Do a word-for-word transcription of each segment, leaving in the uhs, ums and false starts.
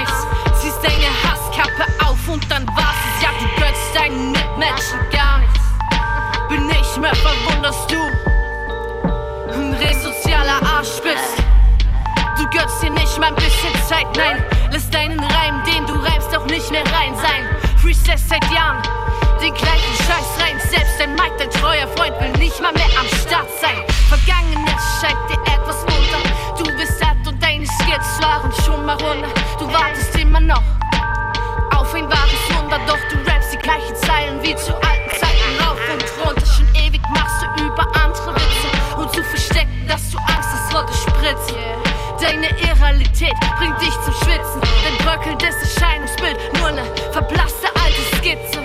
nichts. Ziehst deine Hasskappe auf und dann war's es. Ja, du gönnst deinen Mitmenschen gar nichts. Bin nicht mehr verwunderst du ein resozialer Arsch bist. Du gönnst dir nicht mal ein bisschen Zeit, nein. Lass deinen Reim, den du reimst, auch nicht mehr rein sein. Freestyle seit Jahren, den gleichen Scheiß rein. Selbst dein Mike, dein treuer Freund, will nicht mal mehr am Start sein. Vergangenes scheint dir etwas runter. Du bist satt und deine Skills waren schon mal runter. Du wartest immer noch auf ein wahres Wunder. Doch du rappst die gleichen Zeilen wie zu alten Zeiten. Rauf und runter, schon ewig machst du über andere Witze. Und zu verstecken, dass du Angst hast vor der Spritze. Deine Irrealität bringt dich zum Schwitzen. Dein bröckelndes Erscheinungsbild, nur ne verblasste alte Skizze.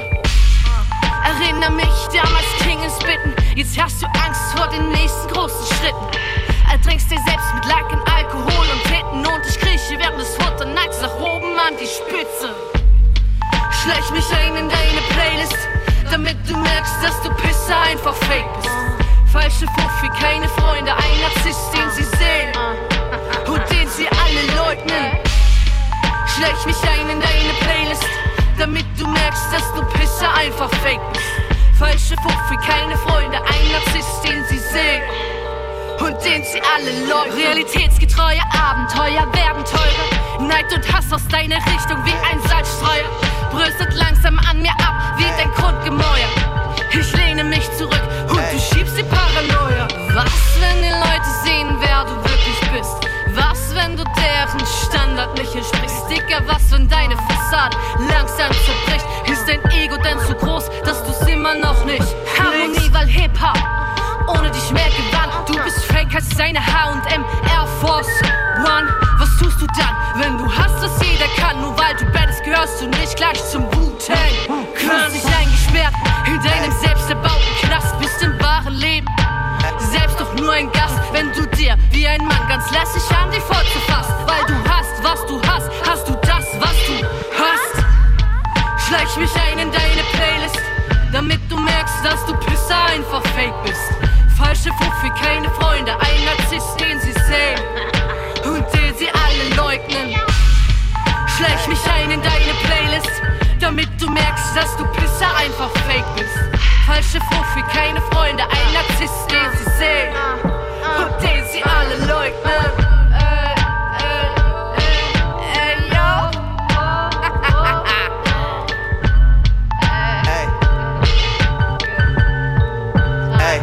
Erinner mich damals King ins Bitten. Jetzt hast du Angst vor den nächsten großen Schritten. Ertrinkst dir selbst mit Lack in Alkohol und Titten. Und ich krieche während des Futternights nach oben an die Spitze. Schleich mich ein in deine Playlist, damit du merkst, dass du Pisser einfach fake bist. Falsche Fuffi, keine Freunde, ein Narzisst, den sie sehen und den sie alle leugnen. Schleich mich ein in deine Playlist, damit du merkst, dass du Pisser einfach fake bist. Falsche Fuffi, keine Freunde, ein Narzisst, den sie sehen und den sie alle leugnen. Realitätsgetreue Abenteuer werden teurer. Neid und Hass aus deiner Richtung wie ein Salzstreuer bröselt langsam an mir ab wie dein Grundgemäuer. Ich lehne mich zurück und du schiebst die Paranoia. Was, wenn die Leute sehen, wer du wirklich bist? Was, wenn du deren Standard nicht entsprichst? Dicker, was, wenn deine Fassade langsam zerbricht? Ist dein Ego denn zu groß, dass du's immer noch nicht Harmonie, weil Hip-Hop ohne dich mehr gewann. Du bist fake als deine H und M Air Force One. Was tust du dann, wenn du hast, was jeder kann? Nur weil du baddest, gehörst du nicht gleich zum Wu-Tang. Hast dich eingesperrt in deinem selbst erbauten Knast. Bist im wahren Leben selbst doch nur ein Gast. Wenn du dir wie ein Mann ganz lässig an die Fotze fasst. Weil du hast, was du hast, hast du das, was du hast. Schleich mich ein in deine Playlist, damit du merkst, dass du Pisser einfach fake bist. Falsche Fuffi, keine Freunde, ein Narzisst, den sie sehen und den sie alle leugnen. Schleich mich ein in deine Playlist, damit du merkst, dass du Pisser einfach fake bist. Falsche Fuffi, keine Freunde, ein Narzisst, den sie sehen und den sie alle leugnen. Ey, ey, ey, ey, yo. Ey. Ey.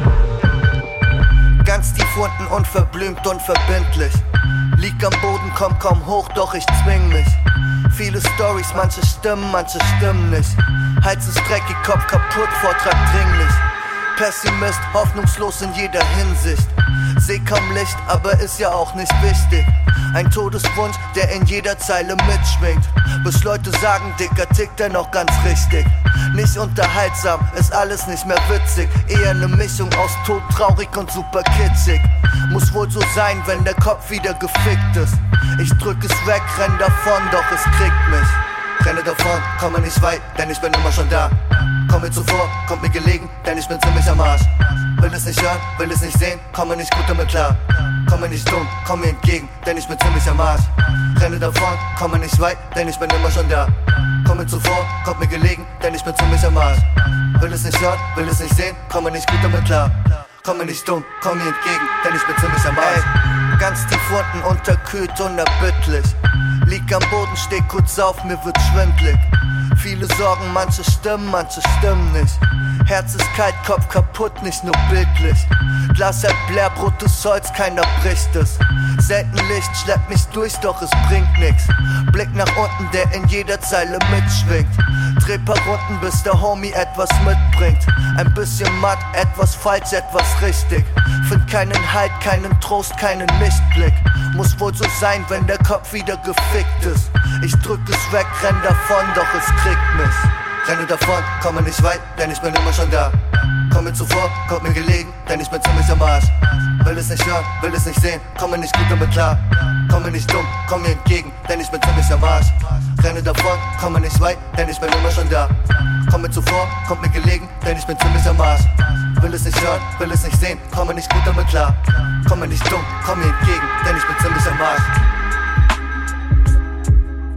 Ganz tief unten unverblümt und verbindlich. Lieg am Boden, komm kaum hoch, doch ich zwing mich. Viele Storys, manche stimmen, manche stimmen nicht. Hals ist dreckig, Kopf kaputt, Vortrag dringlich. Pessimist, hoffnungslos in jeder Hinsicht. Seh kaum Licht, aber ist ja auch nicht wichtig. Ein Todeswunsch, der in jeder Zeile mitschwingt. Bis Leute sagen, Dicker, tickt er noch ganz richtig. Nicht unterhaltsam, ist alles nicht mehr witzig. Eher ne Mischung aus tot, traurig und super kitzig. Muss wohl so sein, wenn der Kopf wieder gefickt ist. Ich drück es weg, renn davon, doch es kriegt mich. Renne davon, komme nicht weit, denn ich bin immer schon da. Komm mir zuvor, kommt mir gelegen, denn ich bin ziemlich am Arsch. Will es nicht hören, will es nicht sehen, komme nicht gut damit klar. Komme nicht dumm, komm mir entgegen, denn ich bin ziemlich am Arsch. Renne davon, komme nicht weit, denn ich bin immer schon da. Komm mir zuvor, kommt mir gelegen, denn ich bin ziemlich am Arsch. Will es nicht hören, will es nicht sehen, komme nicht gut damit klar. Komm mir nicht dumm, komm mir entgegen, denn ich bin ziemlich am Arsch. Ey, ganz tief unten, unterkühlt, unerbittlich. Lieg am Boden, steh kurz auf, mir wird schwindlig. Viele Sorgen, manche stimmen, manche stimmen nicht. Herz ist kalt, Kopf kaputt, nicht nur bildlich. Glas halb leer, brutes Holz, keiner bricht es. Selten Licht schleppt mich durch, doch es bringt nix. Blick nach unten, der in jeder Zeile mitschwingt. Dreh paar Runden, bis der Homie etwas mitbringt. Ein bisschen matt, etwas falsch, etwas richtig. Find keinen Halt, keinen Trost, keinen Lichtblick. Muss wohl so sein, wenn der Kopf wieder gefickt ist. Ich drück es weg, renn davon, doch es kriegt mich. Renne davon, komme nicht weit, denn ich bin immer schon da. Komm mir zuvor, kommt mir gelegen, denn ich bin ziemlich am Arsch. Will es nicht hören, will es nicht sehen, komme nicht gut damit klar. Komme nicht dumm, komm mir entgegen, denn ich bin ziemlich am Arsch. Renne davon, komme nicht weit, denn ich bin immer schon da. Komm mir zuvor, kommt mir gelegen, denn ich bin ziemlich am Arsch. Will es nicht hören, will es nicht sehen, komme nicht gut damit klar. Komme nicht dumm, komm mir entgegen, denn ich bin ziemlich am Arsch.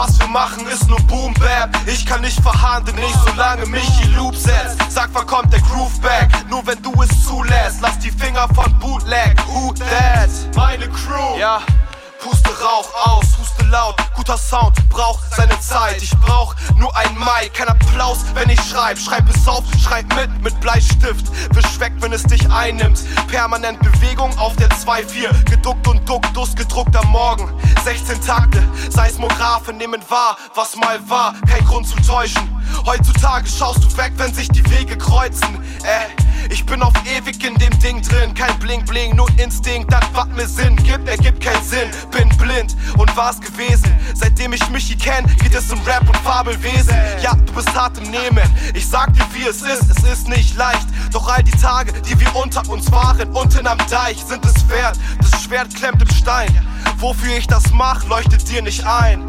was wir machen, ist nur Boom Bap. Ich kann nicht verhandeln, nicht solange Michi Loop setzt. Sag, wann kommt der Groove back? Nur wenn du es zulässt. Lass die Finger von Bootleg. Who that? Meine Crew. Ja. Puste Rauch aus, huste laut, guter Sound, braucht seine Zeit. Ich brauch nur ein Mic, kein Applaus, wenn ich schreib. Schreib es auf, schreib mit, mit Bleistift. Wisch weg, wenn es dich einnimmt. Permanent Bewegung auf der zwei vier. Geduckt und Duktus, gedruckt am Morgen. sechzehn Takte, Seismographe nehmen wahr, was mal war. Kein Grund zu täuschen. Heutzutage schaust du weg, wenn sich die Wege kreuzen. Äh, ich bin auf ewig in dem Ding drin. Kein Bling Bling, nur Instinkt, das was mir Sinn gibt, ergibt keinen Sinn. Bin blind und war's gewesen. Seitdem ich Michi kenn, geht es um Rap und Fabelwesen. Ja, du bist hart im Nehmen. Ich sag dir, wie es ist, es ist nicht leicht. Doch all die Tage, die wir unter uns waren, unten am Deich, sind es wert. Das Schwert klemmt im Stein. Wofür ich das mach, leuchtet dir nicht ein.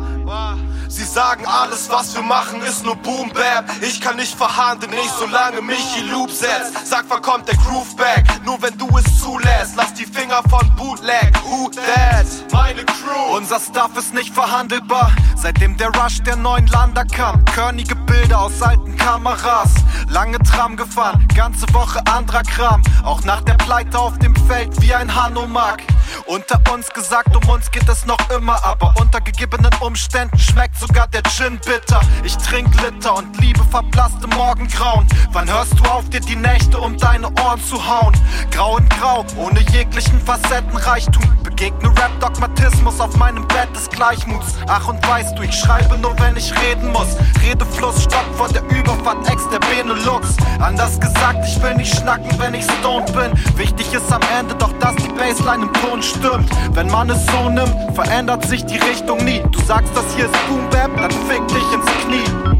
Sie sagen, alles was wir machen ist nur Boom Bap. Ich kann nicht verhandeln, nicht solange Michi Loop setzt. Sag, wann kommt der Groove back? Nur wenn du es zulässt. Lass die Finger von Bootleg. Who that? Meine Crew. Unser Stuff ist nicht verhandelbar. Seitdem der Rush der neuen Lander kam. Körnige Bilder aus alten Kameras. Lange Tram gefahren, ganze Woche anderer Kram. Auch nach der Pleite auf dem Feld wie ein Hanomag. Unter uns gesagt, um uns geht es noch immer. Aber unter gegebenen Umständen schmeckt sogar der Gin bitter. Ich trink Liter und liebe verblasste Morgengrauen. Wann hörst du auf, dir die Nächte um deine Ohren zu hauen? Grau in Grau, ohne jeglichen Facettenreichtum. Begegne Rap-Dogmatismus auf meinem Bett des Gleichmuts. Ach und weißt du, ich schreibe nur, wenn ich reden muss. Redefluss stoppt vor der Überfahrt, ex der Benelux. Anders gesagt, ich will nicht schnacken, wenn ich stoned bin. Wichtig ist am Ende doch, dass die Bassline im Ton stimmt. Wenn man es so nimmt, verändert sich die Richtung nie. Du sagst, das hier ist Boom Bap, dann fick dich ins Knie.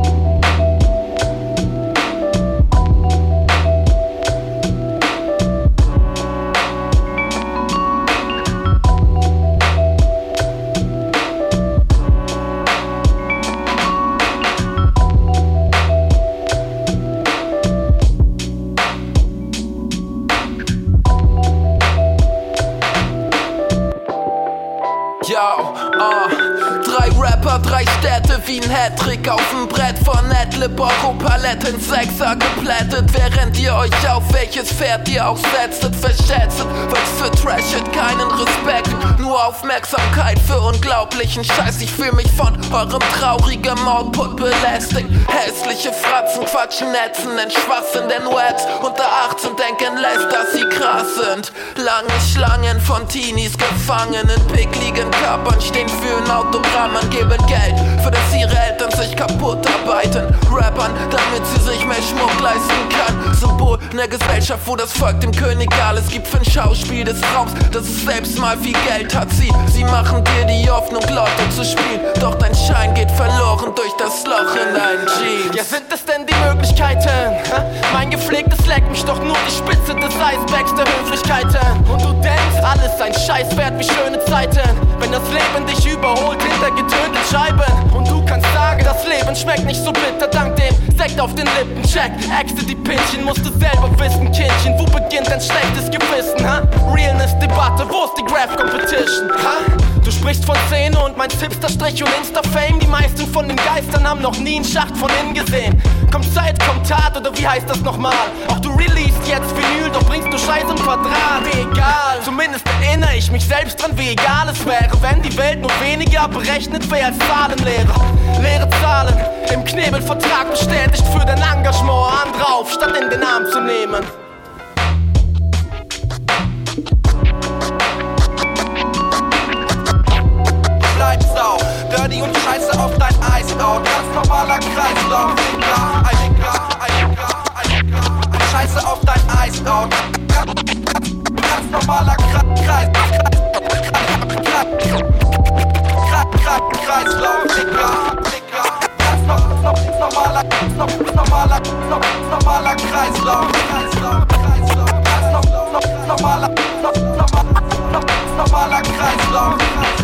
Drei Städte wie ein Hattrick auf dem Brett von Adlib, Europalette in Sechser geplättet. Während ihr euch auf welches Pferd ihr auch setztet, verschätzet, weil's für Trashit keinen Respekt, nur Aufmerksamkeit für unglaublichen Scheiß. Ich fühl mich von eurem traurigen Maulput belästigt. Hässliche Fratzen quatschen, netzen den Schwachsinn, der nur Ads unter achtzehn denken lässt, dass sie krass sind. Lange Schlangen von Teenies gefangen in pickligen Körpern stehen für ein Autogramm, angeben Geld, für das ihre Eltern sich kaputt arbeiten. Rappern, damit sie sich mehr Schmuck leisten kann. Symbol einer Gesellschaft, wo das Volk dem König alles gibt für ein Schauspiel des Raums, dass es selbst mal viel Geld hat. Sie, sie machen dir die Hoffnung, Lotto zu spielen, doch dein Schein geht verloren durch das Loch in deinen Jeans. Ja, sind es denn die Möglichkeiten? Hä? Mein gepflegtes leckt mich doch nur die Spitze des Eisbergs der Höflichkeiten. Und du denkst, alles ein Scheiß wert wie schöne Zeiten, wenn das Leben dich überholt hinter getönten Scheiben. Und du kannst sagen, das Leben schmeckt nicht so bitter dank dem Sekt auf den Lippen. Check, äxte die Pinchen, musst du selber wissen, Kindchen. Wo beginnt dein schlechtes Gewissen, ha? Realness-Debatte, wo ist die Graph-Competition, ha? Du sprichst von Szene und meinst Hipster-Strich und Insta-Fame. Die meisten von den Geistern haben noch nie einen Schacht von innen gesehen. Kommt Zeit, kommt Tat, oder wie heißt das nochmal? Auch du released jetzt Vinyl, doch bringst du Scheiß im Quadrat. Egal, zumindest erinnere ich mich selbst dran, wie egal es wäre, wenn die Welt nur weniger berechnet wäre als Zahlenlehre. Leere Zahlen, im Knebelvertrag bestätigt für dein Engagement. Andere auf, statt in den Arm zu nehmen. Bleib sau, dirty und Scheiße auf dein Eis, oh, ganz normaler Kreislauf. Dicker, ein Dicker, ein Dicker, ein Dicker, Scheiße auf dein Eis, oh, ganz, ganz normaler Kreis, Kreislauf, Dicker, Dicker, ganz normaler, normaler, normaler Kreislauf, Kreislauf, Kreislauf, ganz normaler, normaler Kreislauf,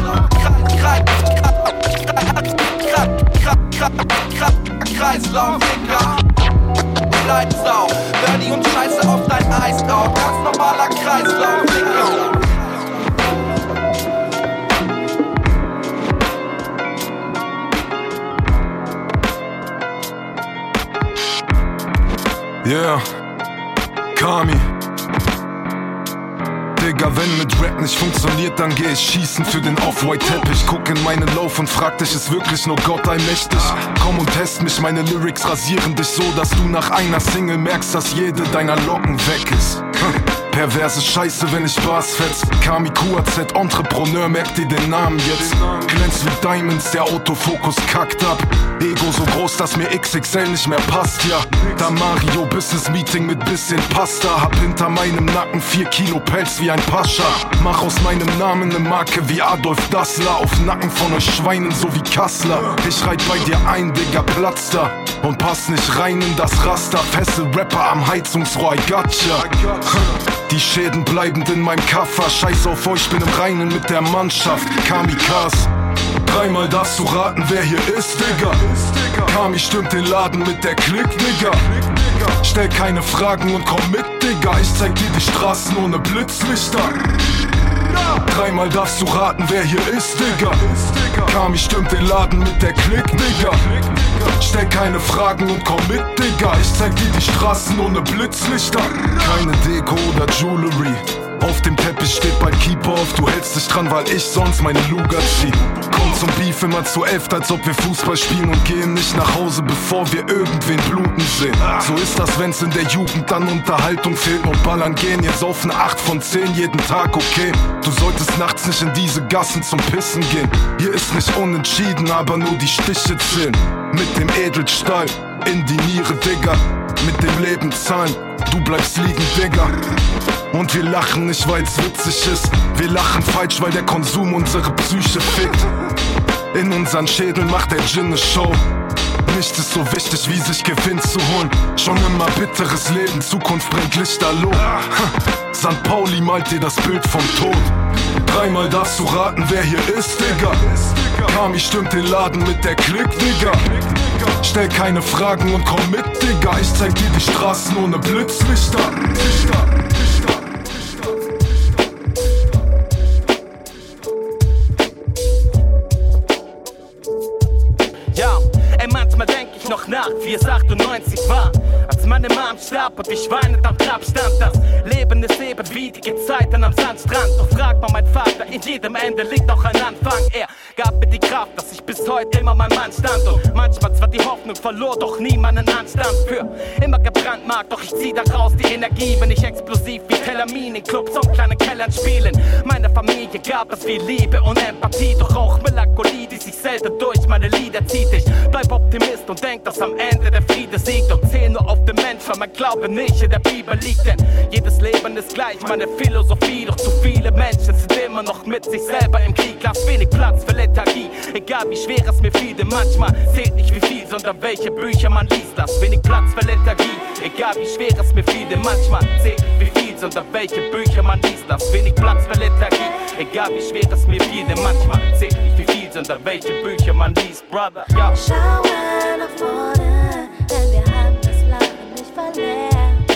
Kreislauf, Dicker. Bleib sau, dirty und Scheiße auf dein Eis, oh, ganz normaler Kreislauf, Dicker. Yeah, Kami. Digga, wenn mit Rap nicht funktioniert, dann geh ich schießen für den Off-White-Teppich. Guck in meinen Lauf und frag dich, ist wirklich nur Gott allmächtig? Komm und test mich, meine Lyrics rasieren dich so, dass du nach einer Single merkst, dass jede deiner Locken weg ist. Perverse Scheiße, wenn ich Bars fetz. Kami Q A Z, Entrepreneur, merkt ihr den Namen jetzt. Glänzt wie Diamonds, der Autofokus kackt ab. Ego so groß, dass mir X X L nicht mehr passt, ja. Da Mario, Business Meeting mit bisschen Pasta. Hab hinter meinem Nacken vier Kilo Pelz wie ein Pascha. Mach aus meinem Namen ne Marke wie Adolf Dassler. Auf Nacken von euch Schweinen, so wie Kassler. Ich reit bei dir ein, Digga, Platz da. Und pass nicht rein in das Raster. Fessel Rapper am Heizungsrohr, I gotcha. Die Schäden bleibend in meinem Kaffer. Scheiß auf euch, bin im Reinen mit der Mannschaft. Kamikaze. Dreimal darfst du raten, wer hier ist, Digga. Kami stürmt den Laden mit der Klick, Digga. Stell keine Fragen und komm mit, Digga. Ich zeig dir die Straßen ohne Blitzlichter. Dreimal darfst du raten, wer hier ist, Digga. Kami stürmt den Laden mit der Klick, Digga. Stell keine Fragen und komm mit, Digga. Ich zeig dir die Straßen ohne Blitzlichter. Keine Deko oder Jewelry. Auf dem Teppich steht bald Keep Off. Du hältst dich dran, weil ich sonst meine Luga zieh. Komm zum Beef immer zu elf, als ob wir Fußball spielen und gehen nicht nach Hause, bevor wir irgendwen bluten sehen. So ist das, wenn's in der Jugend dann Unterhaltung fehlt. Und ballern gehen jetzt auf ne acht von zehn jeden Tag, okay. Du solltest nachts nicht in diese Gassen zum Pissen gehen. Hier ist nicht unentschieden, aber nur die Stiche zählen. Mit dem Edelstahl in die Niere, Digga. Mit dem Leben zahlen, du bleibst liegen, Digga. Und wir lachen nicht, weil's witzig ist. Wir lachen falsch, weil der Konsum unsere Psyche fickt. In unseren Schädeln macht der Gin ne Show. Nichts ist so wichtig, wie sich Gewinn zu holen. Schon immer bitteres Leben, Zukunft bringt Lichterloh. Sankt Pauli malt dir das Bild vom Tod. Dreimal darfst du raten, wer hier ist, Digga. Kami stürmt den Laden mit der Klick, Digga. Stell keine Fragen und komm mit, Digga. Ich zeig dir die Straßen ohne Blitzlichter. Lichter. Noch nach, wie es achtundneunzig war, als meine Mom starb und ich weinend am Grab stand. Das Leben ist eben wie die Gezeiten am Sandstrand. Doch fragt mal mein Vater, in jedem Ende liegt auch ein Anfang. Er gab mir die Kraft, dass ich bis heute immer mein Mann stand. Und manchmal zwar die Hoffnung verlor, doch nie meinen Anstand. Für immer gebrannt mag, doch ich zieh daraus die Energie, wenn ich explosiv wie Telamin in Clubs und kleinen Kellern spielen. Meiner Familie gab es viel Liebe und Empathie, doch auch Melancholie, die sich selten durch meine Lieder zieht. Ich bleib Optimist und denk, dass am Ende der Friede siegt. Und zähl nur auf den Mensch, weil mein Glaube nicht in der Bibel liegt. Denn jedes Leben ist gleich, meine Philosophie. Doch zu viele Menschen sind immer noch mit sich selber im Krieg. Lass wenig Platz für Lethargie, egal wie schwer es mir fiel. Denn manchmal zählt nicht wie viel, sondern welche Bücher man liest. Lass wenig Platz für Lethargie, egal wie schwer es mir fiel. Denn manchmal zählt nicht wie viel, sondern welche Bücher man liest. Lass wenig Platz für Lethargie, egal wie schwer es mir fiel. Denn manchmal zählt nicht wie viel, sondern welche Bücher man liest, Brother. Ja. Schaue nach vorne, denn wir haben das Lachen nicht verlernt.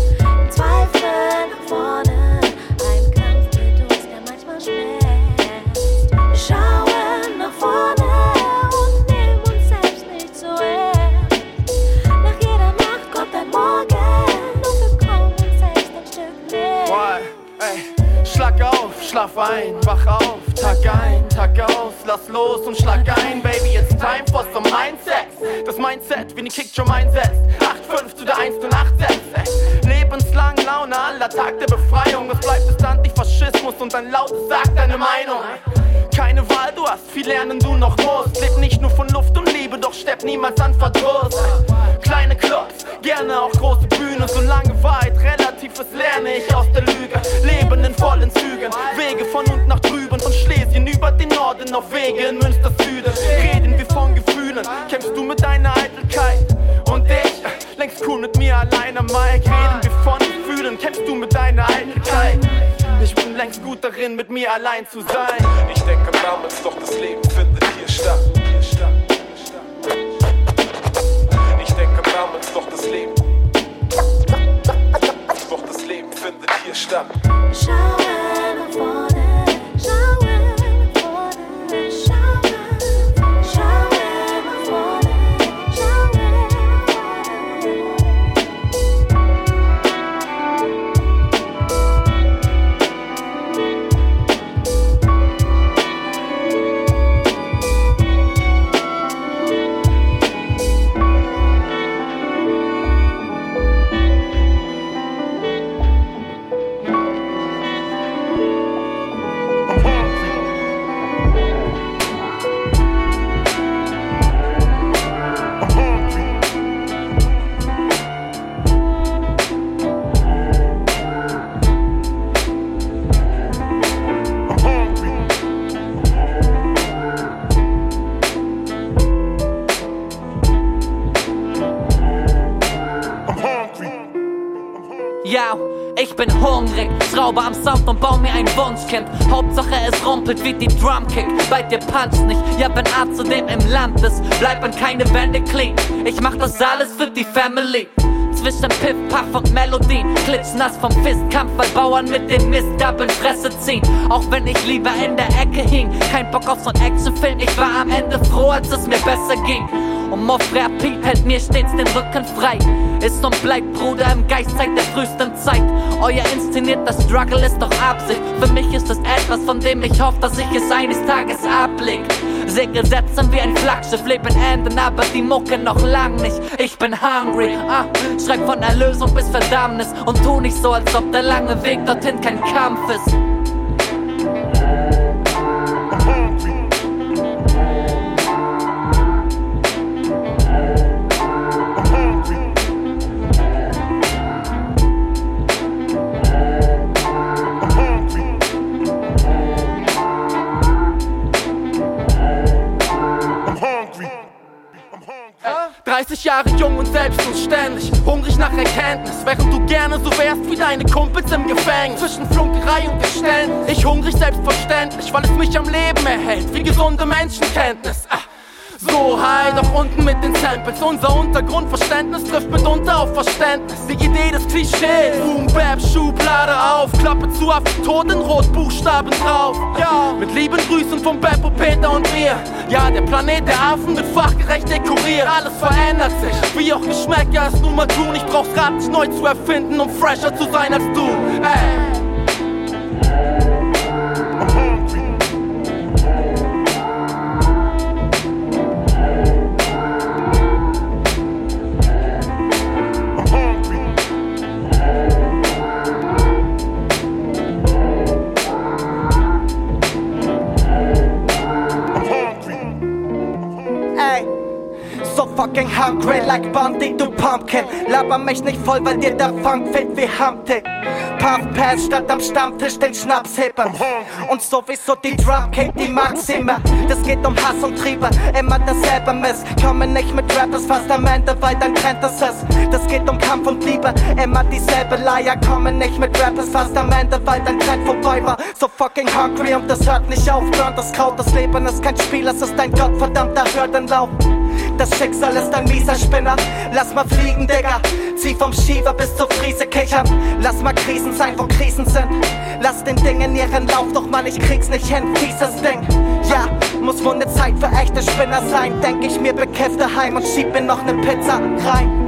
Im Zweifel nach vorne, ein Kampf mit uns, der manchmal schmerzt. Wir schauen nach vorne und nehmen uns selbst nicht so ernst. Nach jeder Nacht kommt ein Morgen und wir kommen uns selbst ein Stück näher. Boy, ey, schlag auf, schlaf ein, wach auf, Tag ein, Tag aus, lass los und schlag ein, Baby, it's time for some Mindset. Das Mindset, wie ne Kickdrum einsetzt, acht fünf zu der eins null acht sechs. Lebenslang Laune, aller Tag der Befreiung. Was bleibt ist Antifaschismus und ein lautes Sag deine Meinung. Keine Wahl, du hast viel lernen, du noch musst. Leb nicht nur von Luft und Liebe, doch stepp niemals an Verdruss. Kleine Clubs, gerne auch große Bühnen. Solange Wahrheit relativ ist, lerne ich aus der Lüge. Leben in vollen Zügen, Wege von unten nach drüben. Von Schlesien über den Norden auf Wege in Münster Süden. Reden wir von Gefühlen, kämpfst du mit deiner Eitelkeit. Und ich, längst cool mit mir alleine, Mike. Reden wir von Gefühlen, kämpfst du mit deiner Eitelkeit. Ich bin längst gut darin, mit mir allein zu sein. Ich denke damals, doch das Leben findet hier statt. Ich denke damals, doch das Leben. Doch das Leben findet hier statt. Schaue nach vorne, schaue nach vorne, schaue, schaue nach vorne, schaue nach vorne. Ich bin hungrig, schraube am Sound und bau mir ein Wunschkind. Hauptsache es rumpelt wie die Drumkick. Bei dir punch nicht, ja wenn A zu dem im Land ist, bleiben keine Wände clean. Ich mach das alles für die Family. Zwischen Piff, Puff und Melodien, klitschnass vom Fistkampf, weil Bauern mit dem Miststab in Fresse ziehen. Auch wenn ich lieber in der Ecke hing, kein Bock auf so'n Actionfilm. Ich war am Ende froh, als es mir besser ging. Und Moff Rapid hält mir stets den Rücken frei. Ist und bleibt Bruder im Geist seit der frühesten Zeit. Euer inszenierter Struggle ist doch Absicht. Für mich ist es etwas, von dem ich hoffe, dass ich es eines Tages ableg. Segel setzen wie ein Flaggschiff, Leben enden, aber die Mucke noch lang nicht. Ich bin hungry, ah, schreib von Erlösung bis Verdammnis und tu nicht so, als ob der lange Weg dorthin kein Kampf ist. dreißig Jahre jung und selbstständig, hungrig nach Erkenntnis, während du gerne so wärst wie deine Kumpels im Gefängnis. Zwischen Flunkerei und Geständnis, ich hungrig selbstverständlich, weil es mich am Leben erhält, wie gesunde Menschenkenntnis. Ah. So high, doch unten mit den Samples. Unser Untergrundverständnis trifft mitunter auf Verständnis. Die Idee des Klischees, Boom, Bap, Schublade auf, Klappe zu, auf Tod in Rotbuchstaben drauf. Ja, mit lieben Grüßen von Beppo, Peter und mir. Ja, der Planet der Affen wird fachgerecht dekoriert. Alles verändert sich, wie auch Geschmäcker es nun mal tun. Ich brauch's grad nicht neu zu erfinden, um fresher zu sein als du. Ey. Fucking hungry like Bundy, du Pumpkin. Laber mich nicht voll, weil dir der Funk fehlt wie Humpty. Puff Pass statt am Stammtisch den Schnaps heben. Und sowieso die Dropkick, die Maxime. Das geht um Hass und Triebe, immer dasselbe Mist. Komme nicht mit Rappers fast am Ende, weil dein Trend das ist. Das geht um Kampf und Liebe, immer dieselbe Leier. Komme nicht mit Rappers fast am Ende, weil dein Trend vorbei war. So fucking hungry und das hört nicht auf. Burn das Kraut, das Leben ist kein Spiel, es ist ein gottverdammter Hürdenlauf. Das Schicksal ist ein mieser Spinner. Lass mal fliegen, Digga. Zieh vom Schieber bis zur Friese kichern. Lass mal Krisen sein, wo Krisen sind. Lass den Dingen ihren Lauf, doch Mann, ich krieg's nicht hin. Fieses Ding. Ja, muss wohl ne Zeit für echte Spinner sein. Denk ich mir bekifft daheim und schieb mir noch ne Pizza rein.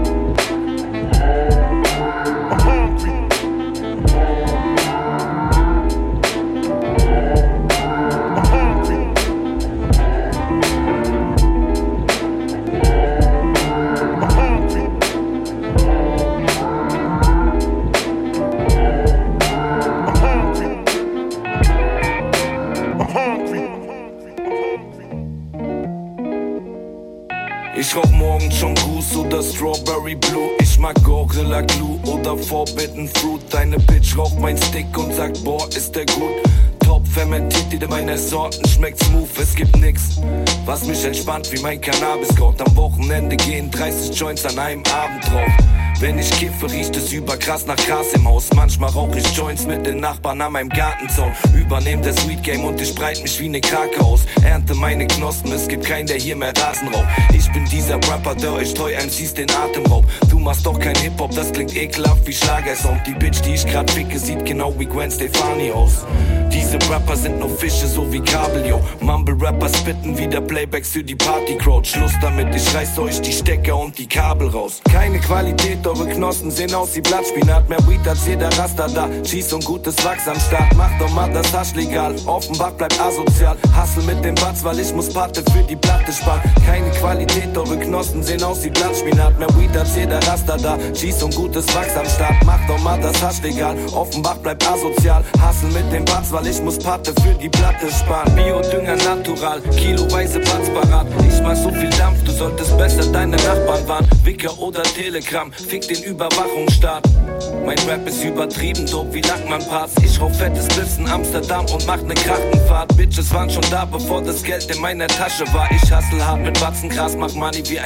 Ich rauch morgens schon Goose oder Strawberry Blue. Ich mag Gorilla Glue oder Forbidden Fruit. Deine Bitch raucht mein Stick und sagt, boah, ist der gut. Top fermentiert, jede meiner Sorten schmeckt smooth. Es gibt nix, was mich entspannt wie mein Cannabis-Kraut. Am Wochenende gehen dreißig Joints an einem Abend drauf. Wenn ich kiffe, riecht es überkrass nach Gras im Haus. Manchmal rauch ich Joints mit den Nachbarn an meinem Gartenzaun. Übernehm das Weed Game und ich breit mich wie ne Krake aus. Ernte meine Knospen, es gibt keinen, der hier mehr Rasen raucht. Ich bin dieser Rapper, der euch treu M Cs den Atem raubt. Du machst doch kein Hip-Hop, das klingt ekelhaft wie Schlagersong. Die Bitch, die ich grad ficke, sieht genau wie Gwen Stefani aus. Diese Rapper sind nur Fische, so wie Kabelio. Mumble-Rapper spitten wieder Playbacks für die Party-Crowd. Schluss damit, ich reiß euch die Stecker und die Kabel raus. Keine Qualität, eure Knospen sehen aus wie Blattspinat. Mehr Weed als jeder Raster da, Cheese und gutes Wachs am Start. Mach doch mal das Hasch legal, Offenbach bleibt asozial. Hustle mit dem Batz, weil ich muss Patte für die Platte sparen. Keine Qualität, eure Knospen sehen aus wie Blattspinat. Mehr Weed als jeder Raster da, Cheese und gutes Wachs am Start. Mach doch mal das Hasch legal, Offenbach bleibt asozial. Hustle mit dem Batz, weil ich muss Patte für die Platte sparen. Biodünger natural, kiloweise Batz parat. Ich mach so viel Dampf, du solltest besser deine Nachbarn warnen. Wicker oder Telegram, fick den Überwachungsstaat. Mein Rap ist übertrieben, dope wie Lackmann-Parts. Ich rauch fettes Bliss in Amsterdam und mach ne Krachtenfahrt. Bitches waren schon da, bevor das Geld in meiner Tasche war. Ich hustle hart mit Batzengras, mach Money wie ein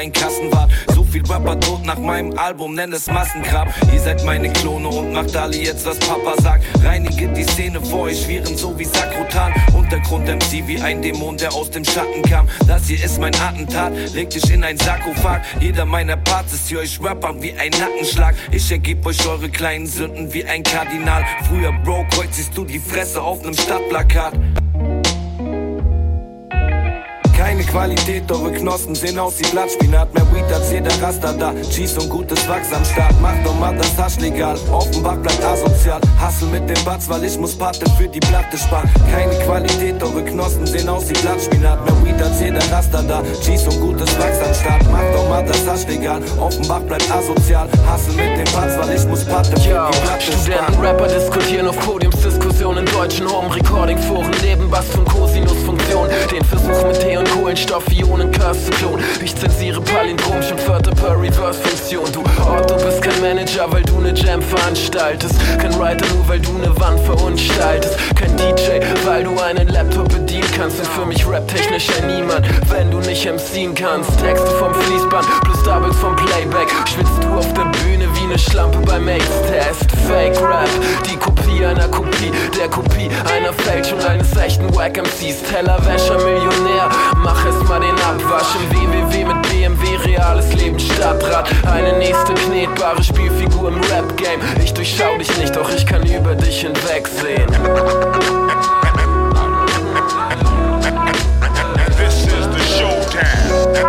ein Kassenwart. So viel Rapper tot nach meinem Album, nenn es Massengrab. Ihr seid meine Klone und macht alle jetzt, was Papa sagt. Reinige die Szene vor euch, schwirren so wie Sakrotan. Untergrund-M C wie ein Dämon, der aus dem Schatten kam. Das hier ist mein Attentat, leg dich in ein Sarkophag. Jeder meiner Parts ist für euch Rappern wie ein Nackenschlag. Ich ergeb euch eure kleinen Sünden wie ein Kardinal. Früher broke, heute siehst du die Fresse auf nem Stadtplakat. Keine Qualität, eure Knospen sehen aus wie Blattspinat. Mehr Weed als jeder Raster da, Cheese und gutes Wachs am Start. Mach doch mal das Hasch legal, Offenbach bleibt asozial. Hustle mit dem Batz, weil ich muss Pate für die Platte sparen. Keine Qualität, eure Knospen sehen aus wie Blattspinat. Mehr Weed als jeder Raster da, Cheese und gutes Wachs am Start. Mach doch mal das Hasch legal, Offenbach bleibt asozial. Hustle mit dem Batz, weil ich muss Pate für Yo, die Platte sparen. Studenten, Rapper diskutieren auf Podiumsdiskussionen in deutschen Home-Recording-Foren. Nebenbass von Cosinus-Funktion, den Versuch mit T und Kohlenstoff, Ionen, Curse zu klonen. Ich zensiere Palindrom, schon Wörter per Reverse-Funktion. Du Ort, du bist kein Manager, weil du ne Jam veranstaltest. Kein Writer, nur weil du ne Wand verunstaltest. Kein D J, weil du einen Laptop bedienen kannst. Und für mich rap-technisch ein Niemand, wenn du nicht M C'en kannst. Texte vom Fließband plus Doubles vom Playback. Schwitzt du auf der Bühne wie ne Schlampe beim AIDS-Test. Fake Rap, die Kopie einer Kopie, der Kopie einer Fälschung eines echten Wack-M Cs. Tellerwäscher, Millionär, mach erst mal den Abwasch im W W W mit B M W, reales Leben, Stadtrat. Eine nächste knetbare Spielfigur im Rap-Game. Ich durchschau dich nicht, doch ich kann über dich hinwegsehen. This is the showtime.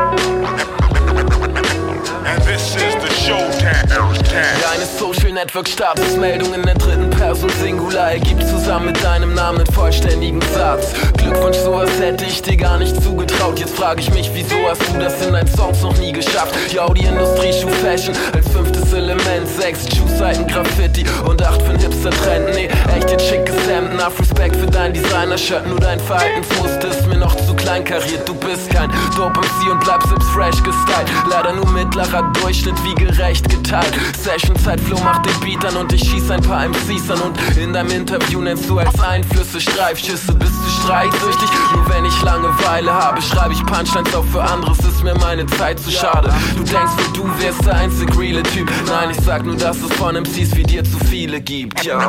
And this is the showtime. Deine Social Network Statusmeldung in der dritten Person Singular ergibt zusammen mit deinem Namen einen vollständigen Satz. Glückwunsch, sowas hätte ich dir gar nicht zugetraut. Jetzt frage ich mich, wieso hast du das in deinen Songs noch nie geschafft? Yo, die Industrie Schuh Fashion als fünftes Element, sechs Schuhseiten Graffiti und acht für den Hipster-Trend. Nee, echt jetzt schickes Hemd, enough Respekt für dein Designer-Shirt. Nur dein Verhaltensmuster ist mir noch zu kleinkariert. Du bist kein Dope-M C und bleibst selbst fresh gestylt. Leider nur mittlerer Durchschnitt, wie gerecht geteilt. Session-Zeit, Flow macht den Beat an und ich schieß ein paar M Cs an. Und in deinem Interview nennst du als Einflüsse Streifschüsse. Bist du streitsüchtig? Nur wenn ich Langeweile habe, schreibe ich Punchlines auch für anderes, ist mir meine Zeit zu schade. Du denkst, du wärst der einzig reale Typ. Nein, ich sag nur, dass es von M Cs wie dir zu viele gibt. Yo.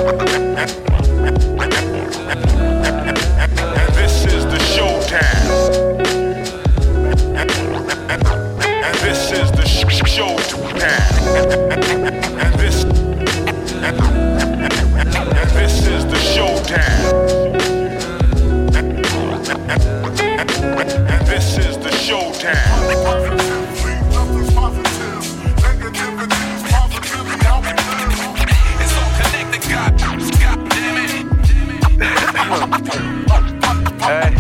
This is the showtime. And this is the sh- showtime. And this and this is the showtime. And this is the showtime. It's all connected, God, God damn it. Hey.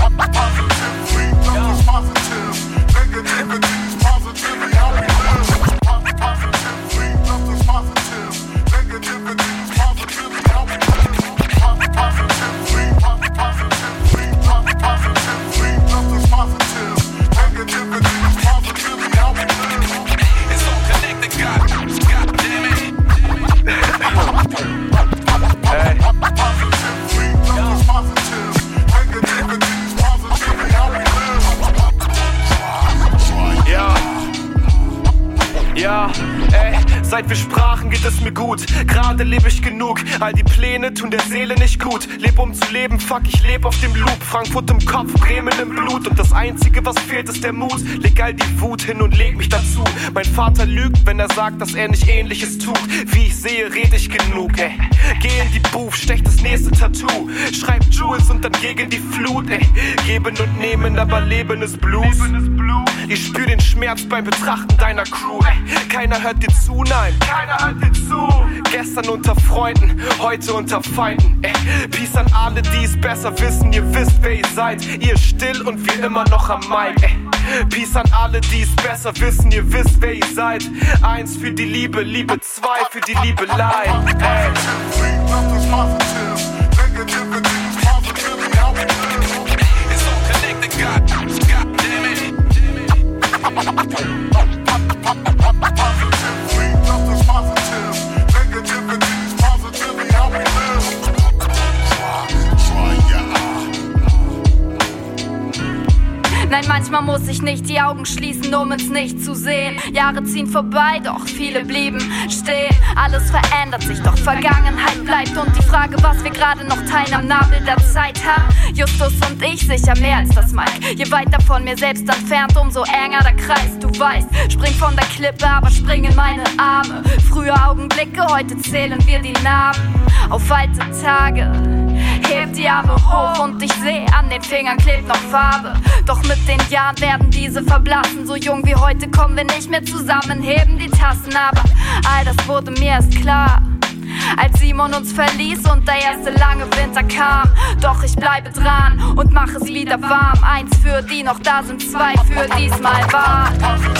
Ja, ey, seit wir sprachen geht es mir gut. Gerade lebe ich genug, all die Pläne tun der Seele nicht gut. Leb um zu leben, fuck, ich leb auf dem Loop. Frankfurt im Kopf, Bremen im Blut. Und das Einzige, was fehlt, ist der Mut. Leg all die Wut hin und leg mich dazu. Mein Vater lügt, wenn er sagt, dass er nicht Ähnliches tut. Wie ich sehe, red ich genug, ey. Geh in die Booth, stech das nächste Tattoo. Schreib Jules und dann gegen die Flut, ey. Geben und nehmen, aber Leben ist Blues. Ich spür den Schmerz beim Betrachten deiner Crew, ey. Keiner hört dir zu, nein, keiner hört dir zu. Gestern unter Freunden, heute unter Feinden, ey. Peace an alle, die es besser wissen, ihr wisst, wer ihr seid. Ihr still und wir immer noch am Mic, ey. Peace an alle, die es besser wissen, ihr wisst, wer ihr seid. Eins für die Liebe, Liebe zwei für die Liebelei, ey. It's all connected, God, God damn it. Nein, manchmal Man muss sich nicht die Augen schließen, um ins Nicht zu sehen. Jahre ziehen vorbei, doch viele blieben stehen. Alles verändert sich, doch Vergangenheit bleibt. Und die Frage, was wir gerade noch teilen am Nabel der Zeit haben. Justus und ich sicher mehr als das Mike. Je weiter von mir selbst entfernt, umso enger der Kreis. Du weißt, spring von der Klippe, aber spring in meine Arme. Frühe Augenblicke, heute zählen wir die Narben auf alte Tage. Heb die Arme hoch und ich seh, an den Fingern klebt noch Farbe. Doch mit den Jahren werden diese verblassen. So jung wie heute kommen wir nicht mehr zusammen, heben die Tassen. Aber all das wurde mir erst klar, als Simon uns verließ und der erste lange Winter kam. Doch ich bleibe dran und mach es wieder warm. Eins für die noch da sind, zwei für diesmal wahr.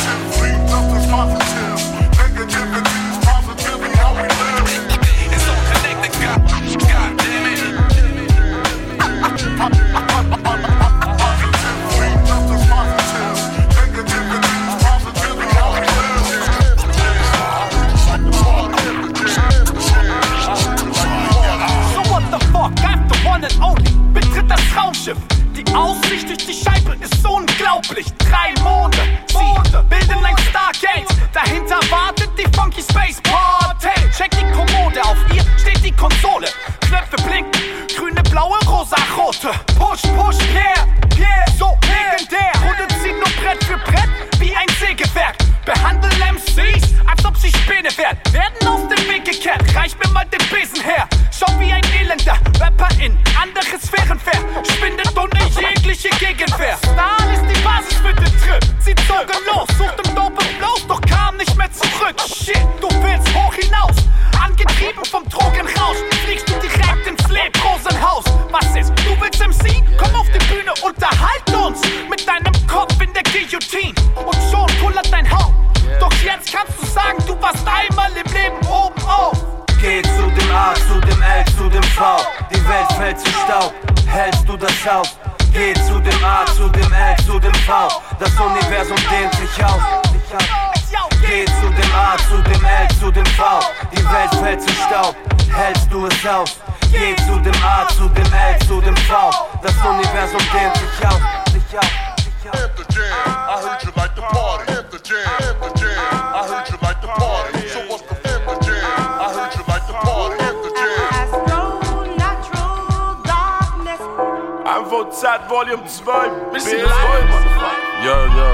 Die Aussicht durch die Scheibe ist so unglaublich. Drei Monde, sie bilden ein Stargate. Dahinter wartet die Funky Space Party. Check die Kommode, auf ihr steht die Konsole. Knöpfe blinken, grüne, blaue, rosa, rote. Push, push, yeah, yeah, so legendär. Produziert nur Brett für Brett wie ein Sägewerk. Behandeln M Cs, als ob sie Späne wären. Werden auf den Weg gekehrt, reich mir mal den Besen her. Schau wie ein elender Rapper in andere Sphären fährt. Spindet ohne jegliche Gegenwehr. Stahl ist die Basis für den Trip. Sie zogen los, suchten Dope bloß, doch kam nicht mehr zurück. Shit, du willst hoch hinaus. Angetrieben vom Drogenrausch, fliegst du direkt ins Lebrosenhaus. Was ist? Du willst M C? Komm auf die Bühne, unterhalt uns mit deinem Kopf in der Guillotine. Und schon kullert dein Haupt. Doch jetzt kannst du sagen, du warst einmal im Leben oben auf. Geh zu dem A, zu dem L, zu dem V. Die Welt fällt zu Staub, hältst du das auf? Geh zu dem A, zu dem L, zu dem V. Das Universum dehnt sich aus. Geh zu dem A, zu dem L, zu dem V. Die Welt fällt zu Staub, hältst du es aus? Geh zu dem A, zu dem L, zu dem V. Das Universum dehnt sich aus. Hit the jam, I heard you like to party. Hit the jam, hit the jam, I heard you like to party. So what's the hit the jam? I heard you like to party. Hit the jam. Natural darkness. Einfach Zeit Volume zwei. Bisschen live. Yo, yo.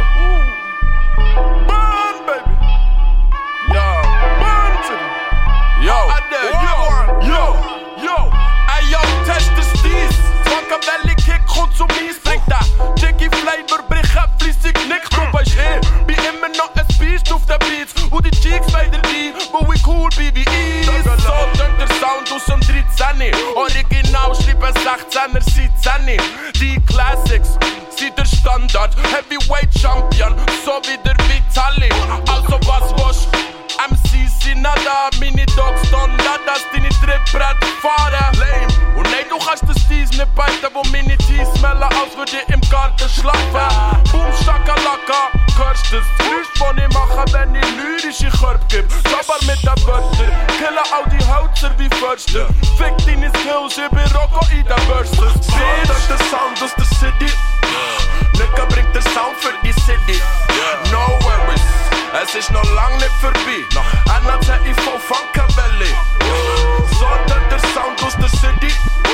Burn, baby. Yo, burn to me. Yo, yo, yo, yo. Ey, yo, test es dies. Zwangabelli kick rund zu mies. Bringt da Jiggy Flavor, bricht ab, fließig nix. Du weißt eh, wie immer noch ein Beast auf der Beats. Und die Cheeks weiter die, wo we cool B B E. So tönt der Sound aus dem dreizehn. Original schreiben sechzehner siebzehn. Die Classics sind der Standard. Heavyweight Champion, so wie der Vitali. Also was was? M Cs sind nicht da, meine Dogs stehen da, dass deine Trittbrett fahren. Lame. Und nein, du kannst das Tees nicht beiten, wo meine Tees smellen, als würde ich im Garten schlafen. Boom, Shakalaka, hörst du das Geräusch, das ich mache, wenn ich lyrische Körper gebe. Sauber mit den Wörtern, killen all die Hölzer wie Förster. Fick deine Skills, ich bin Rocco in den Verses. Seht euch der Sound aus der City. Nigga bringt der Sound für die City. No worries. Es ist noch lang nicht vorbei. N A Z I V Funkabelli. So tönt der Sound aus der City.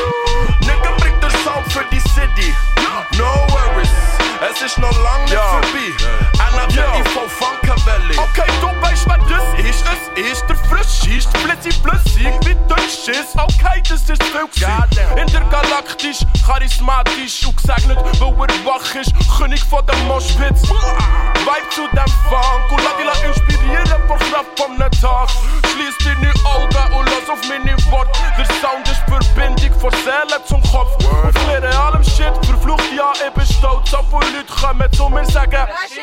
Nigga bringt der Sound für die City. No worries. Es ist noch lang nicht vorbei. N A Z I V Funkabelli. Okay, du weißt, was das ist. Es ist der Frischist. Blitzi blössig wie Deutsch ist. Okay, das ist viel gewesen. Intergalaktisch, charismatisch und gesegnet, weil er wach ist. König von dem Moshpits. Vibe zu dem Funk und lass dich la inspirieren von Kraft vom Tag. Schließ deine Augen und lass auf meine Worte. Der Sound ist Verbindung von Seele zum Kopf. Auf realem Shit, verflucht ja, ich bin stolz. So viele Leute kommen zu mir sagen,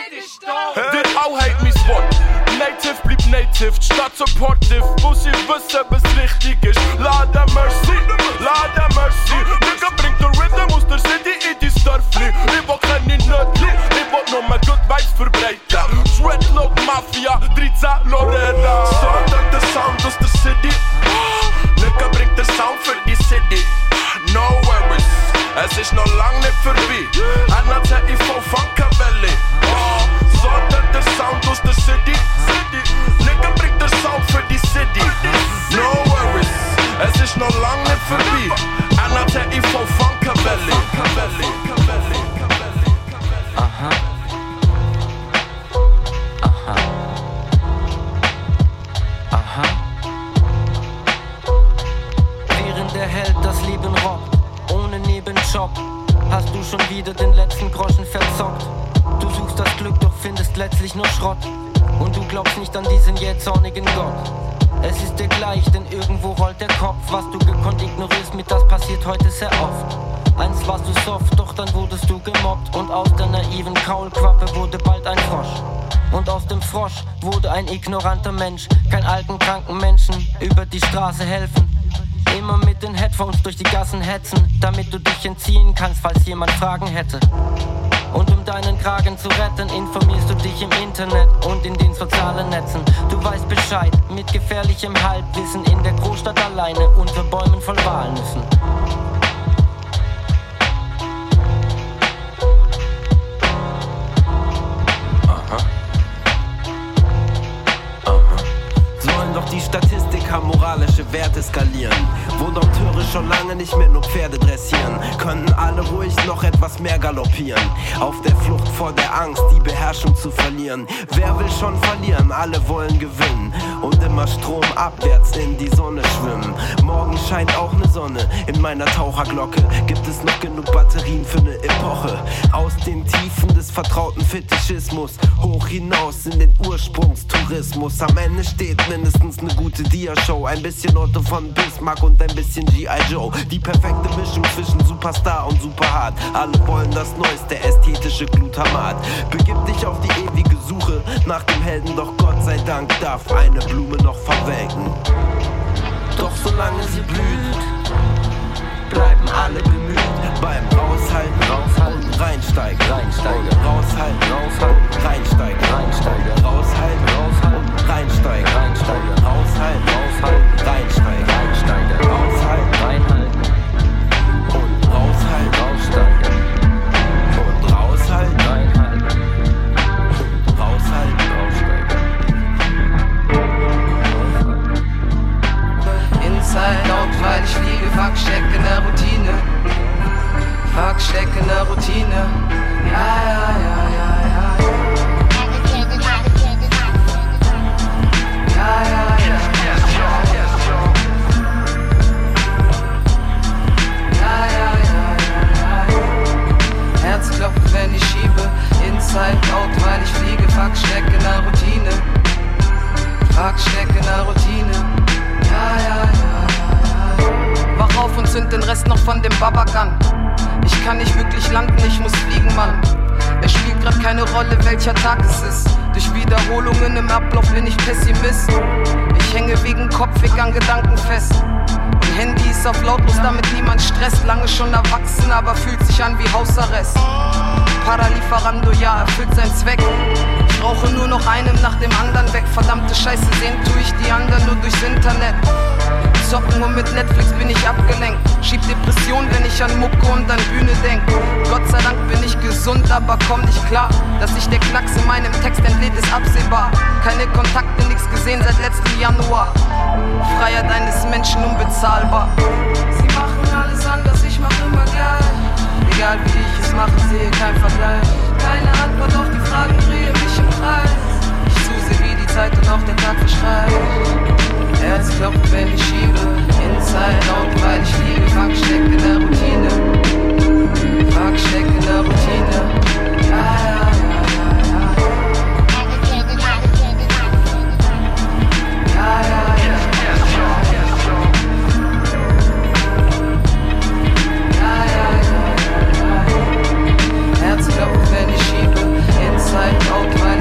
der auch hat mein Wort. Native bleibt native, die Stadt supportive. Muss ich wissen, was richtig ist. Lade Mercy, Lade Mercy. Nigga bringt den Rhythm aus der City in die Dörfli. Ich will keine Nötli, ich will nur mehr Good Vibes verbreiten. Dreadlock Mafia, dreizehn Lorena. So tönt der Sound aus der City. Nigga bringt den Sound für die City. No worries, es ist noch lang nicht vorbei. Einer der I V Funkerwelle. Oh, sondern der Sound aus der City. Nigga bringt der Sound für die City. No worries, es ist noch lang nicht vorbei. Einer der I V Funkerwelle. Aha. Aha. Aha. Während der Held das Leben rockt, ohne Nebenjob, hast du schon wieder den letzten Groschen verzockt. Du suchst das Glück, doch findest letztlich nur Schrott. Und du glaubst nicht an diesen jähzornigen Gott. Es ist dir gleich, denn irgendwo rollt der Kopf. Was du gekonnt ignorierst, mit das passiert heute sehr oft. Einst warst du soft, doch dann wurdest du gemobbt. Und aus der naiven Kaulquappe wurde bald ein Frosch. Und aus dem Frosch wurde ein ignoranter Mensch. Kein alten, kranken Menschen über die Straße helfen. Immer mit den Headphones durch die Gassen hetzen, damit du dich entziehen kannst, falls jemand Fragen hätte. Und um deinen Kragen zu retten, informierst du dich im Internet und in den sozialen Netzen. Du weißt Bescheid, mit gefährlichem Halbwissen in der Großstadt alleine, unter Bäumen voll Walnüssen. Aha. Aha. Sollen doch die Statistik haben moralische Werte skalieren. Wo Dompteure schon lange nicht mehr nur Pferde dressieren, könnten alle ruhig noch etwas mehr galoppieren. Auf der Flucht vor der Angst, die Beherrschung zu verlieren. Wer will schon verlieren? Alle wollen gewinnen. Und immer stromabwärts in die Sonne schwimmen. Morgen scheint auch ne Sonne. In meiner Taucherglocke gibt es noch genug Batterien für ne Epoche. Aus den Tiefen des vertrauten Fetischismus hoch hinaus in den Ursprungstourismus. Am Ende steht mindestens ne gute Dia-Show. Ein bisschen Otto von Bismarck und ein bisschen G I Joe. Die perfekte Mischung zwischen Superstar und Superhart. Alle wollen das neueste ästhetische Glutamat. Begib dich auf die ewige Suche nach dem Helden, doch Gott sei Dank darf eine Blume noch verwelken. Doch solange sie blüht, bleiben alle bemüht. Beim Raushalten, raushalten, reinsteigen, reinsteigen, raushalten, raushalten, reinsteigen, reinsteigen, raushalten, raushalten, reinsteigen, reinsteigen, raushalten, raushalten, reinsteigen, reinsteigen, raushalten, reinhalten und raushalten, raussteigen und raushalten, reinhalten und raushalten, raussteigen. Inside out, weil ich liege, fuck, steck in der Routine. Fuck, steck in der Routine. Ja, ja, ja, ja, ja. Ja, ja, ja, ja, ja, ja. Ja, ja, ja, ja, ja. Herz klopft, wenn ich schiebe. Inside out, weil ich fliege. Fuck, steck in der Routine. Fuck, steck in der Routine. Ja, ja, ja, ja, ja. Wach auf und zünd den Rest noch von dem Babak an. Ich kann nicht wirklich landen, ich muss fliegen, Mann. Es spielt grad keine Rolle, welcher Tag es ist. Durch Wiederholungen im Ablauf bin ich Pessimist. Ich hänge wegen Kopfweg an Gedanken fest. Und Handy ist auf lautlos, damit niemand stresst. Lange schon erwachsen, aber fühlt sich an wie Hausarrest. Paralieferando, ja, erfüllt seinen Zweck. Ich rauche nur noch einem nach dem anderen weg. Verdammte Scheiße, sehen tue ich die anderen nur durchs Internet. Zocken und mit Netflix bin ich abgelenkt. Schieb Depressionen, wenn ich an Mucke und an Bühne denk. Gott sei Dank bin ich gesund, aber komm nicht klar. Dass sich der Knacks in meinem Text entlädt, ist absehbar. Keine Kontakte, nix gesehen seit letztem Januar. Freiheit eines Menschen unbezahlbar. Sie machen alles anders, ich mach immer gleich. Egal wie ich es mache, sehe kein Vergleich. Keine Antwort auf die Fragen, drehe mich im Kreis. Ich zusehe, wie die Zeit und auch der Tag verstreicht. Herz klopft, wenn ich schiebe. Inside out, weil ich liebe. Fuck, steck in der Routine. Fuck, steck in der Routine. Ja, ja, ja, ja, ja. Ja, ja, ja, ja, ja. Ja, ja, ja, ja, ja. Herz klopft, wenn ich schiebe. Inside out, weil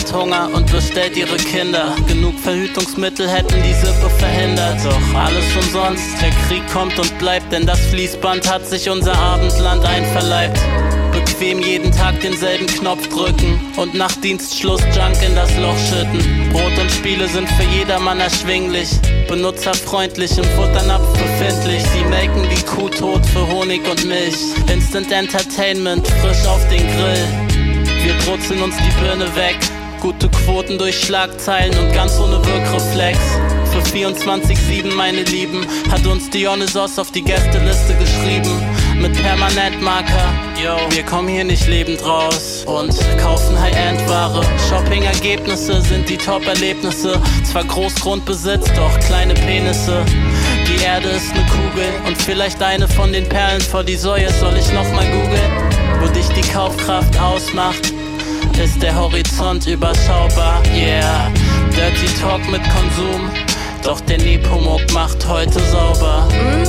hat Hunger und bestellt ihre Kinder. Genug Verhütungsmittel hätten die Sippe verhindert. Doch alles umsonst, der Krieg kommt und bleibt, denn das Fließband hat sich unser Abendland einverleibt. Bequem jeden Tag denselben Knopf drücken und nach Dienstschluss Junk in das Loch schütten. Brot und Spiele sind für jedermann erschwinglich, benutzerfreundlich, im Futternapf befindlich. Sie melken die Kuh tot für Honig und Milch. Instant Entertainment, frisch auf den Grill. Wir brutzeln uns die Birne weg. Gute Quoten durch Schlagzeilen und ganz ohne Wirkreflex. Für vierundzwanzig sieben, meine Lieben, hat uns Dionysos auf die Gästeliste geschrieben. Mit Permanentmarker, yo, wir kommen hier nicht lebend raus und kaufen High-End-Ware. Shopping-Ergebnisse sind die Top-Erlebnisse. Zwar Großgrundbesitz, doch kleine Penisse. Die Erde ist ne Kugel und vielleicht eine von den Perlen vor die Säue. Soll ich nochmal googeln? Wo dich die Kaufkraft ausmacht, ist der Horizont überschaubar, yeah. Dirty Talk mit Konsum, doch der Nepomuk macht heute sauber.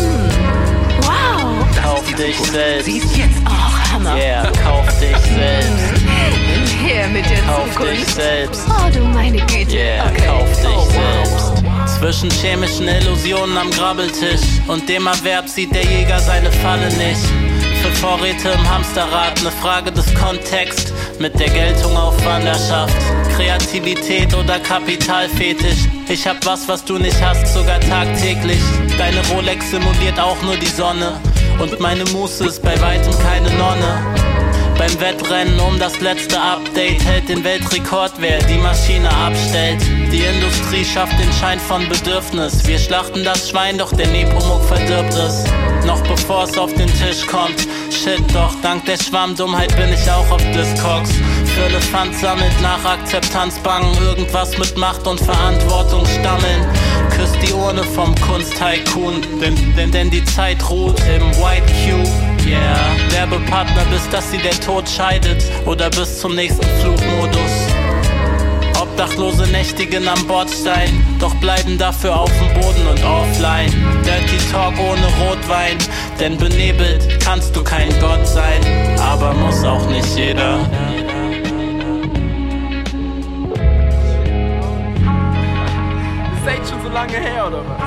Mm, wow. Kauf dich selbst. Sie ist jetzt auch Hammer. Yeah, kauf dich selbst. Her mit der Kauf Zukunft. dich selbst. Oh du meine Güte. Yeah, okay. kauf dich oh, wow. selbst. Zwischen chemischen Illusionen am Grabbeltisch und dem Erwerb sieht der Jäger seine Falle nicht. Für Vorräte im Hamsterrad, ne Frage des Kontexts mit der Geltung auf Wanderschaft. Kreativität oder Kapitalfetisch. Ich hab was, was du nicht hast, sogar tagtäglich. Deine Rolex simuliert auch nur die Sonne und meine Muße ist bei weitem keine Nonne. Beim Wettrennen um das letzte Update hält den Weltrekord, wer die Maschine abstellt. Die Industrie schafft den Schein von Bedürfnis. Wir schlachten das Schwein, doch der Nepomuk verdirbt es. Noch bevor es auf den Tisch kommt. Shit, doch dank der Schwammdummheit bin ich auch auf Discogs. Für Elefant sammelt nach Akzeptanz bangen, irgendwas mit Macht und Verantwortung stammeln. Küsst die Urne vom Kunst-Tycoon, denn, denn, denn die Zeit ruht im White Cube. Yeah, Werbepartner, bis dass sie der Tod scheidet oder bis zum nächsten Flugmodus. Obdachlose nächtigen am Bordstein, doch bleiben dafür auf dem Boden und offline. Dirty Talk ohne Rotwein, denn benebelt kannst du kein Gott sein, aber muss auch nicht jeder. Das ist echt schon so lange her, oder was?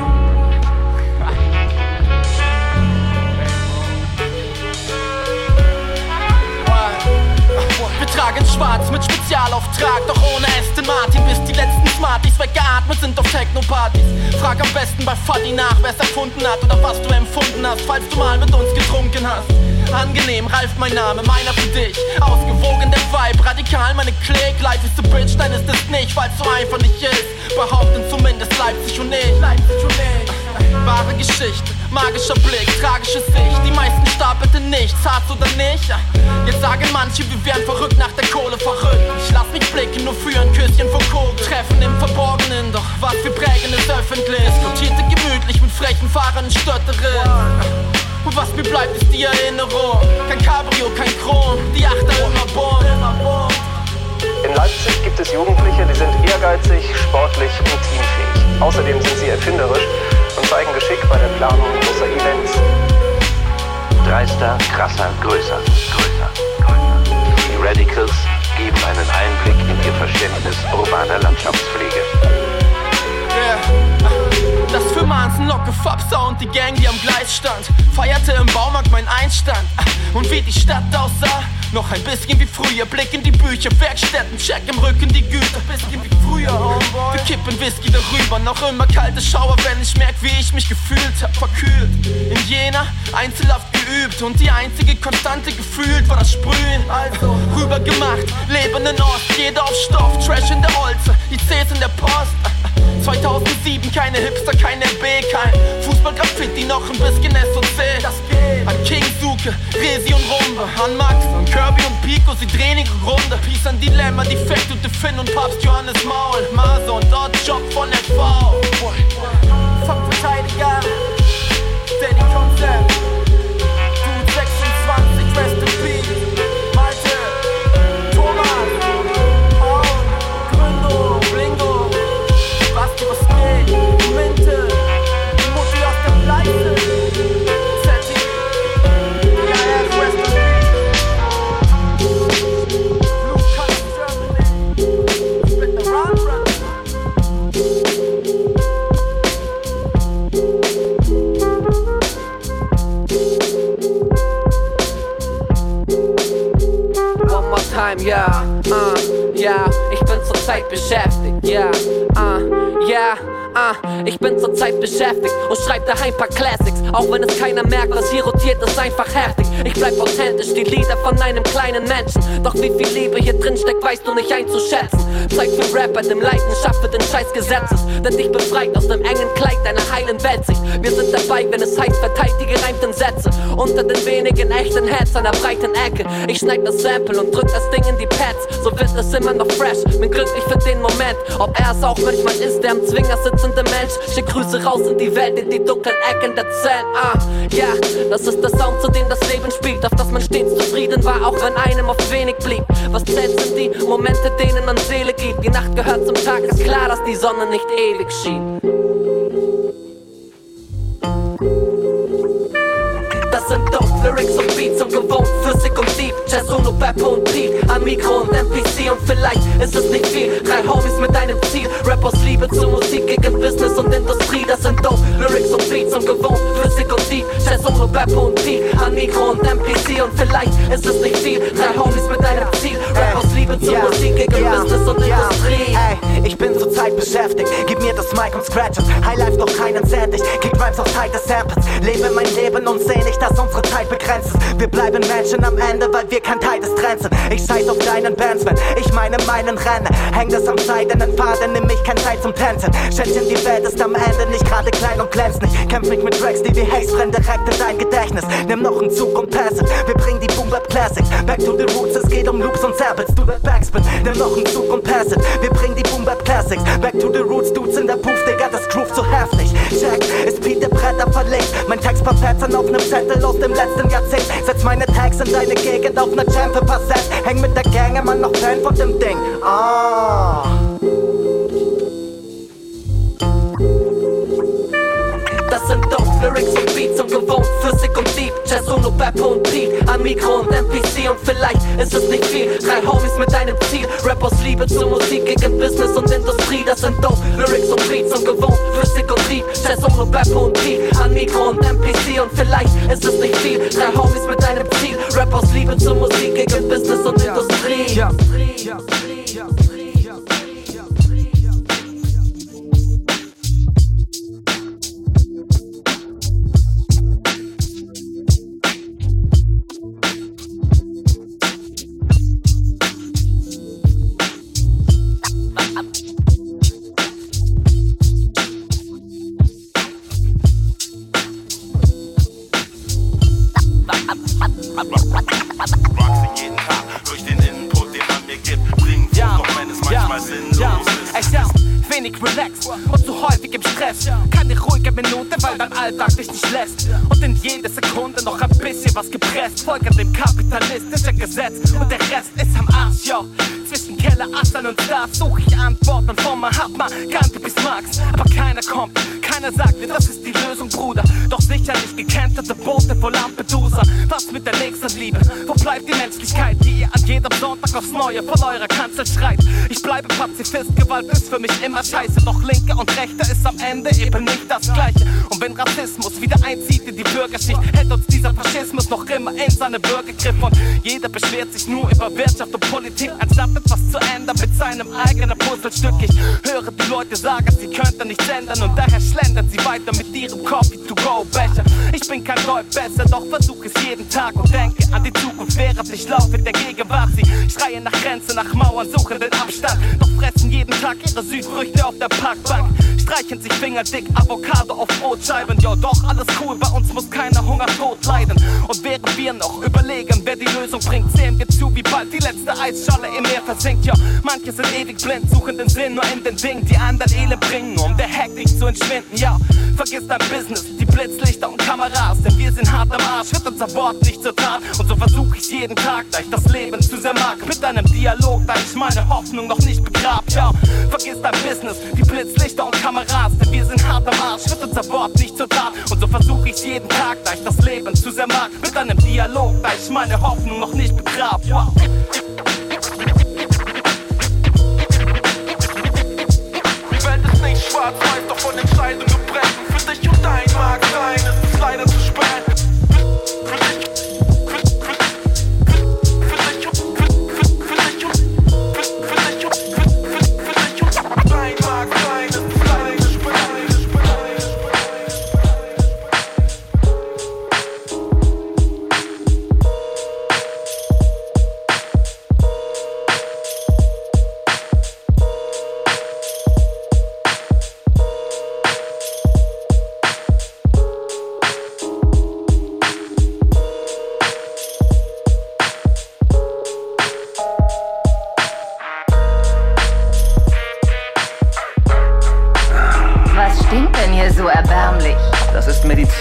Wir tragen schwarz mit Spezialauftrag, doch ohne Aston Martin, bis die letzten Smarties weggeatmet sind auf Techno-Partys. Frag am besten bei Fadi nach, wer's erfunden hat oder was du empfunden hast, falls du mal mit uns getrunken hast. Angenehm, Ralf mein Name, meiner für dich. Ausgewogen der Vibe, radikal meine Klick. Life is the bitch, nein ist es nicht, weil's so einfach nicht ist. Behaupten zumindest Leipzig und ich. Leipzig und ich. Wahre Geschichte, magischer Blick, tragische Sicht. Die meisten stapelten nichts, hart oder nicht. Jetzt sagen manche, wir wären verrückt nach der Kohle verrückt. Ich lass mich blicken, nur für ein Küsschen vor Kugel. Treffen im Verborgenen, doch was wir prägen ist öffentlich. Diskutierte gemütlich mit frechen Fahrern Stötterin. Und was mir bleibt ist die Erinnerung. Kein Cabrio, kein Chrom, die Achter immer bunt. In Leipzig gibt es Jugendliche, die sind ehrgeizig, sportlich und teamfähig. Außerdem sind sie erfinderisch und zeigen Geschick bei der Planung großer Events. Dreister, krasser, größer, größer, größer. Die Radicals geben einen Einblick in ihr Verständnis urbaner Landschaftspflege. Yeah. Das für Mansen, Locke, Fabsa und die Gang, die am Gleis stand. Feierte im Baumarkt mein Einstand. Und wie die Stadt aussah, noch ein bisschen wie früher. Blick in die Bücher, Werkstätten, check im Rücken die Güter. Bisschen wie früher, Homeboy. Wir kippen Whisky darüber, noch immer kalte Schauer, wenn ich merk, wie ich mich gefühlt hab, verkühlt. In Jena, einzelhaft geübt und die einzige Konstante gefühlt war das Sprühen. Also, rüber gemacht, Leben in Ost, jeder auf Stoff, Trash in der Holze, I Cs in der Post. zweitausendsieben, keine Hipster, kein L B, kein Fußball-Graffiti, noch ein bisschen S und C. Das geht. An King Suke, Resi und Rumbe, an Max und Kirby und Pico, sie drehen ihre Runde. Peace an Dilemma, Defekt und Defin und Papst Johannes Maul. Maser und dort Job von F V. Fuck-Verteidiger, Daddy Concept, Dude sechsundzwanzig, Rest in Peace. Malte, Thomas, Paul, Gründung, Blingo. Basti, was geht? Mente, die Mutti aus der Pleite. Zetti, ja, ja, Rest in Peace. Blue Colors Germany. time, ja, uh, ja, ich bin zurzeit beschäftigt, ja, uh, ja. Ah, ich bin zurzeit beschäftigt und schreib daheim paar Classics. Auch wenn es keiner merkt, was hier rotiert, ist einfach heftig. Ich bleib authentisch, die Lieder von einem kleinen Menschen. Doch wie viel Liebe hier drin steckt, weißt du nicht einzuschätzen. Zeit für Rapper, dem Leidenschaft für den Scheiß Gesetzes, der dich befreit aus dem engen Kleid deiner heilen Weltsicht. Wir sind dabei, wenn es heißt, verteilt die gereimten Sätze unter den wenigen echten Heads einer breiten Ecke. Ich schneid das Sample und drück das Ding in die Pads. So wird es immer noch fresh, bin glücklich für den Moment. Ob er es auch manchmal ist, der am Zwinger sitzt Mensch, schick Grüße raus in die Welt, in die dunklen Ecken der Zellen. Ah, ja, das ist der Sound, zu dem das Leben spielt, auf das man stets zufrieden war, auch wenn einem oft wenig blieb. Was zählt sind die Momente, denen man Seele gibt. Die Nacht gehört zum Tag, ist klar, dass die Sonne nicht ewig schien. Das sind dope Lyrics und Beats und gewohnt flüssig und deep. Jazz, Uno, Beppo und Pete, am Mikro und M P C und vielleicht ist es nicht viel. Drei Homies mit einem Ziel, Rap aus Liebe zur Musik gegen Business und Industrie. Das sind dope Lyrics und Beats und gewohnt flüssig und deep. Jazz, Uno, Beppo und Pete, am Mikro und M P C und vielleicht ist es nicht viel. Drei Homies mit einem Ziel, Rap aus Liebe zur yeah, Musik gegen yeah, Business und yeah, Industrie. Ey, ich bin zurzeit beschäftigt, gib mir das Mic und Scratches. Highlife doch keinen Sand, ich kick Rhymes auf tighte Samples. Lebe mein Leben und seh nicht, dass unsere Zeit begrenzt ist. Wir bleiben Menschen am Ende, weil wir kein Teil des Trends sind. Ich scheiß auf deinen Bands, wenn ich meine Meilen renne. Häng das am seidenen Faden, nimm ich kein Zeit zum Tänzen. Schätzchen, die Welt ist am Ende nicht gerade klein und glänzt nicht. Kämpf mich mit Tracks, die wie Haze brennen direkt in dein Gedächtnis. Nimm noch einen Zug und pass it. Wir bringen die Boom Bap Classics back to the roots, es geht um Loops und Samples. Du that Backspin, nimm noch einen Zug und pass it. Wir bringen die Boom Bap Classics back to the roots, Dudes in der Booth, Digga, das Groove so heftig. Check, ist Pete der Bretter verlegt. Mein Text paar Pattern auf nem Zettel aus dem letzten Jahrzehnt. Setz meine Tags in deine Gegend auf ner Jam für paar Cent. Häng mit der Gang, immer noch Fan von dem Ding. Ah. Das sind dope Lyrics und Beats und gewohnt flüssig und deep. Jazz, Uno, Beppo und Pete, am Mikro und M P C und vielleicht ist es nicht viel. Drei Homies mit einem Ziel, Rap aus Liebe zur Musik gegen Business und Industrie. Das sind dope Lyrics und Beats und gewohnt flüssig und deep. Jazz, Uno, Beppo und Pete, am Mikro und M P C und vielleicht ist es nicht viel. Drei Homies mit einem Ziel, Rap aus Liebe zur Musik gegen Business und Industrie. Ja. Ja. Ja. Relax und zu häufig im Stress. Keine ruhige Minute, weil dein Alltag dich nicht lässt. Und in jede Sekunde noch ein bisschen was gepresst. Folge dem kapitalistischen Gesetz und der Rest ist am Arsch, yo. Zwischen Keller, Asseln und Stars suche ich Antworten von Mahatma Gandhi bis Marx. Aber keiner kommt, keiner sagt mir, das ist die Lösung, Bruder. Doch sicherlich gekenterte Boote vor Lampedusa. Was mit der Nächstenliebe? Wo bleibt die Menschlichkeit, die ihr an jedem Sonntag aufs Neue von eurer Kanzel schreit? Ich bleibe Pazifist, Gewalt ist für mich immer scheiße. Doch Linke und Rechte ist am Ende eben nicht das Gleiche. Und wenn Rassismus wieder einzieht in die Bürgerschicht, hält uns dieser Faschismus noch immer in seine Bürgergriff. Und jeder beschwert sich nur über Wirtschaft und Politik, anstatt etwas zu ändern mit seinem eigenen Puzzlestück. Ich höre die Leute sagen, sie könnten nichts ändern und daher schlendern sie weiter mit ihrem Coffee-to-go-Becher. Ich bin kein Deut besser, doch versuche es jeden Tag und denke an die Zukunft, während ich laufe in der Gegenwart. Sie schreien nach Grenzen, nach Mauern, suchen den Abstand, doch fressen jeden Tag ihre Südfrüchte auf der Parkbank. Streichen sich fingerdick Avocado auf Brotscheiben. Ja, doch alles cool, bei uns muss keiner Hungertod leiden. Und während wir noch überlegen, wer die Lösung bringt, sehen wir zu, wie bald die letzte Eisscholle im Meer versinkt. Ja, manche sind ewig blind, suchen den Sinn nur in den Dingen, die anderen Elend bringen, nur um der Hektik zu entschwinden. Ja, vergiss dein Business, die Blitzlichter und Kameras, denn wir sind hart am Arsch, wird unser Wort nicht zur Tat. Und so versuche ich jeden Tag, da ich das Leben zu sehr mag, mit einem Dialog, da ich meine Hoffnung noch nicht begrab. Ja, vergiss dein Business, die Blitzlichter und Kameras, denn wir sind hart am Arsch, wird unser Wort nicht zur Tat. Und so versuche ich jeden Tag, da ich das Leben zu sehr mag, mit einem Dialog, da ich meine Hoffnung noch nicht begrab. Wow. Schwarz-Weiß, doch von Entscheidungen brechen. Für dich und dein mag sein, es ist leider zu spät. Für dich, für, für, für, für dich, für, für, für dich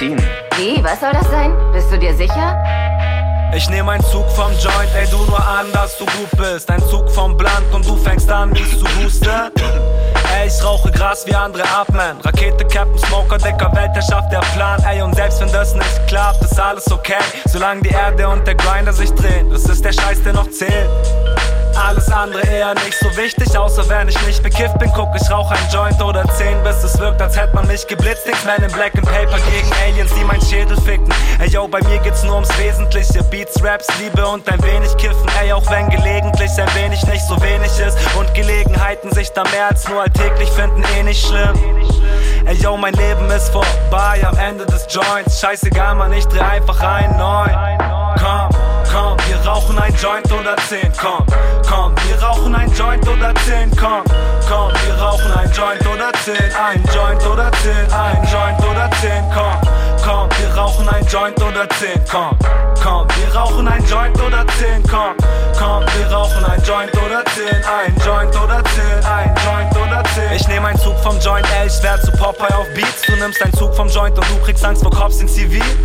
ziehen. Wie, was soll das sein? Bist du dir sicher? Ich nehm einen Zug vom Joint, ey du nur an, dass du gut bist. Ein Zug vom Blunt und du fängst an, mich zu husten. Ey, ich rauche Gras wie andere atmen. Rakete, Captain, Smoker, dicker Weltherrschaft, der Plan. Ey, und selbst wenn das nicht klappt, ist alles okay. Solange die Erde und der Grinder sich drehen, das ist der Scheiß, der noch zählt. Alles andere eher nicht so wichtig, außer wenn ich nicht bekifft bin. Guck, ich rauch ein Joint oder zehn, bis es wirkt, als hätte man mich geblitzt. X-Men in Black and Paper gegen Aliens, die mein Schädel ficken. Ey yo, bei mir geht's nur ums Wesentliche. Beats, Raps, Liebe und ein wenig Kiffen. Ey, auch wenn gelegentlich ein wenig nicht so wenig ist und Gelegenheiten sich da mehr als nur alltäglich finden, eh nicht schlimm. Ey yo, mein Leben ist vorbei am Ende des Joints. Scheißegal, man, ich dreh einfach einen neuen. Komm, komm, wir rauchen ein Joint oder zehn, komm, komm, wir rauchen ein Joint oder zehn, komm, komm, wir rauchen ein Joint oder zehn, ein Joint oder zehn, ein Joint oder zehn, komm, komm, wir rauchen ein Joint oder zehn, komm, komm, wir rauchen ein Joint oder zehn, komm, komm, wir rauchen ein Joint oder zehn, ein Joint oder zehn, ein Joint oder zehn. Ich nehm einen Zug vom Joint, ey, ich werd zu Popeye auf Beats, du nimmst einen Zug vom Joint und du kriegst Angst vor Cops in C V.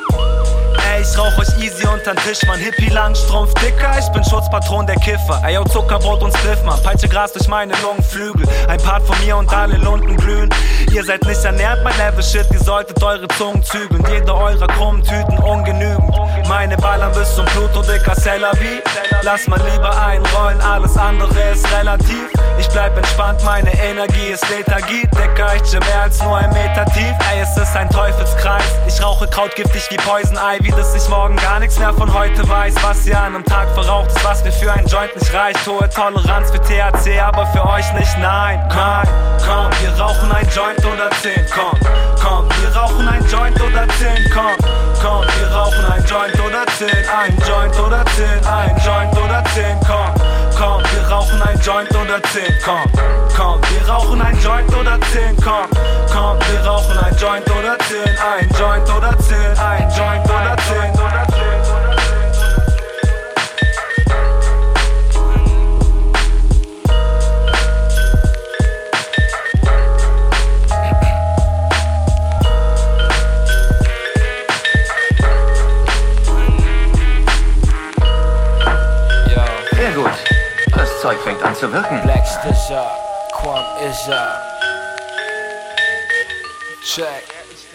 Ey, ich rauch euch easy untern Tisch, man, Hippie, Langstrumpf, Dicker, ich bin Schutzpatron der Kiffer. Ey, yo, Zuckerbrot und Spliff, man, peitsche Gras durch meine Lungenflügel. Ein Part von mir und alle Lunden glühen. Ihr seid nicht ernährt, mein Level Shit, ihr solltet eure Zungen zügeln. Jede eurer krummen Tüten ungenügend. Meine ballern bis zum Pluto, dicker Cellavi. Lass mal lieber einrollen, alles andere ist relativ. Ich bleib entspannt, meine Energie ist Lethargie. Dicker, ich chill mehr als nur ein Meter tief. Ey, es ist ein Teufelskreis. Ich rauche krautgiftig wie Poison Ivy, dass ich morgen gar nichts mehr von heute weiß. Was ihr an einem Tag verraucht ist, was mir für ein Joint nicht reicht. Hohe Toleranz für T H C, aber für euch nicht, nein. Nein, komm, wir rauchen ein Joint oder zehn, komm, komm, wir rauchen ein Joint oder zehn, komm, komm, wir rauchen ein Joint oder zehn, ein Joint oder zehn, ein Joint oder zehn, komm, komm, wir rauchen ein Joint oder zehn, komm, komm, wir rauchen ein Joint oder zehn, komm, komm, wir rauchen ein Joint oder zehn, ein Joint oder zehn, ein Joint oder zehn, oder zehn. Sehr gut. Das Zeug fängt an zu wirken. Black Stitcher, Quam Isha. Check.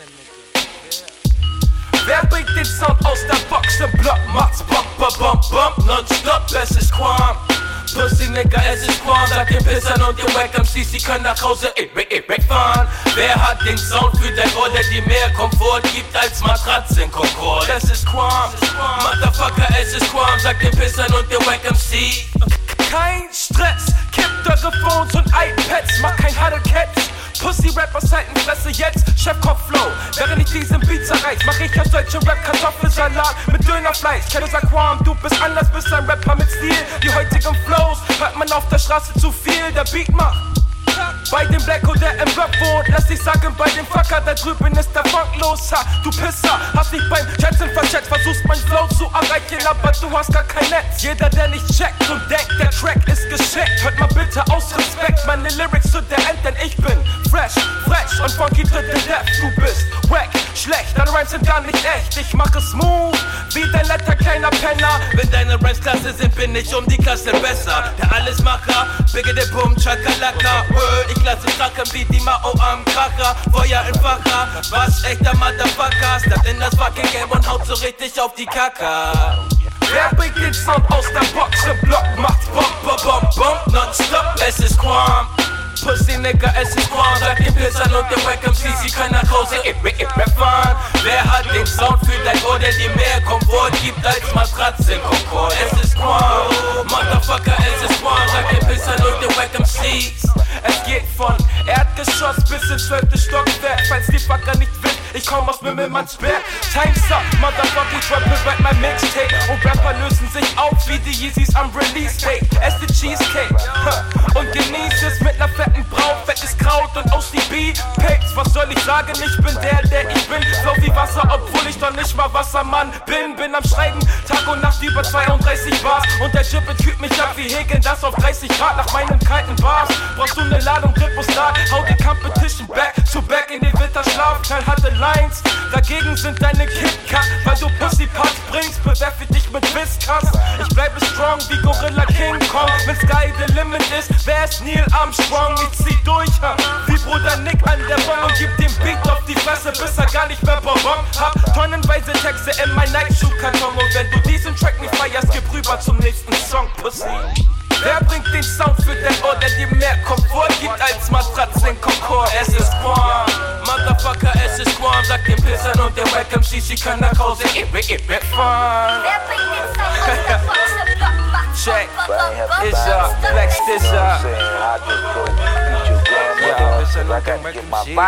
Wer bringt den Sound aus der Box im Block? Macht's bump, bump, bump, bump, nonstop, es ist Quam. Pussy Nigga, es ist Quam, sagt den Pissern und den Wack M Cs, sie können nach Hause eh, eh, wegfahren. Wer hat den Sound für dein Ohr, der dir mehr Komfort gibt als Matratze in Concord? Es ist Quam, Motherfucker, es ist Quam, sagt den Pissern und den Wack M Cs. Kein Stress, kippt eure Phones und iPads, mach kein Huddle Cats. Pussy-Rappers halten Fresse jetzt, Chefkopf-Flow. Während ich diesen Beat zerreiß, mach ich aus deutschem Rap Kartoffelsalat mit Dönerfleisch. Kenno sagt Quam, du bist anders, bist ein Rapper mit Stil. Die heutigen Flows hört man auf der Straße zu viel, der Beat macht. Bei dem Blacko, der im Rap wohnt, lass dich sagen, bei dem Fucker da drüben ist der Funk los, ha, du Pisser, hast dich beim Chatten verchatzt, versuchst mein Flow zu erreichen, aber du hast gar kein Netz. Jeder, der nicht checkt und denkt, der Track ist geschickt, hört mal bitte aus Respekt meine Lyrics zu der End, denn ich bin fresh, fresh und funky to the death. Du bist wack, schlecht, deine Rhymes sind gar nicht echt, ich mache smooth, wie dein letter kleiner Penner. Wenn deine Rhymes klasse sind, bin ich um die Klasse besser. Der Allesmacher, Bigge der Boom, Chakalaka. Ich lasse krachen wie die Mao am Kracher. Feuer im Facher, was echter Motherfucker. Steppt in das fucking Game und haut so richtig auf die Kaka. Wer bringt den Sound aus der Box im Block? Macht's Bump, Bump, Bump, Bump, nonstop, es ist Quam. Pussy Nigga, es ist Quam, sagt den Pissern und den Wack M Cs, sie können nach Hause eh, eh, wegfahren. Wer hat den Sound für dein Ohr, der dir mehr Komfort gibt als Matratze in Concord? Es ist Quam, Motherfucker, es ist Quam, sagt den Pissern und den Wack M Cs. Es geht von Erdgeschoss bis ins zwölfte Stockwerk, falls die Fucker nicht wissen, ich komm aus Mimmelmannsberg. Time's up, Motherfucker, ich rappe bei mein Mixtape. Und Rapper lösen sich auf wie die Yeezys am Release-Date. Ess die Cheesecake und genieß es mit ner fetten Braut, fettes Kraut und O C B-Papes. Was soll ich sagen, ich bin der, der ich bin. Flow wie Wasser, obwohl ich doch nicht mal Wassermann bin. Bin am Schreiben, Tag und Nacht über zweiunddreißig Bars. Und der Jippet kühlt mich ab wie Häkeln, das auf dreißig Grad nach meinen kalten Bars. Brauchst du ne Ladung Rippostat, hau die Competition back to back in den Winterschlaf. Knallharte Lines, dagegen sind deine KitKat. Weil du Pussypats bringst, bewerfe ich dich mit Whiskas. Ich bleibe strong wie Gorilla King Kong. Wenn Sky the Limit ist, wer ist Neil Armstrong? Ich zieh durch, ha, wie Bruder Nick an der Bombe und gib dem Beat auf die Fresse, bis er gar nicht mehr Bonbon hab. Tonnenweise Texte in mein Nike-Schuhkarton. Und wenn du diesen Track nicht feierst, gib rüber zum nächsten Song, Pussy. Wer bringt den Sound für dein Ohr, der dir mehr Komfort gibt als Matratzen in Concord? Es ist Quam, Motherfucker, es ist Quam. Sag den Pissern und der Welcome C C kann nach Hause, ich bin, ich bin fun. Wer bringt den Sound für dein Ohr? Check, ist er, Flex ist er. Ja, Pissern und der Welcome C C.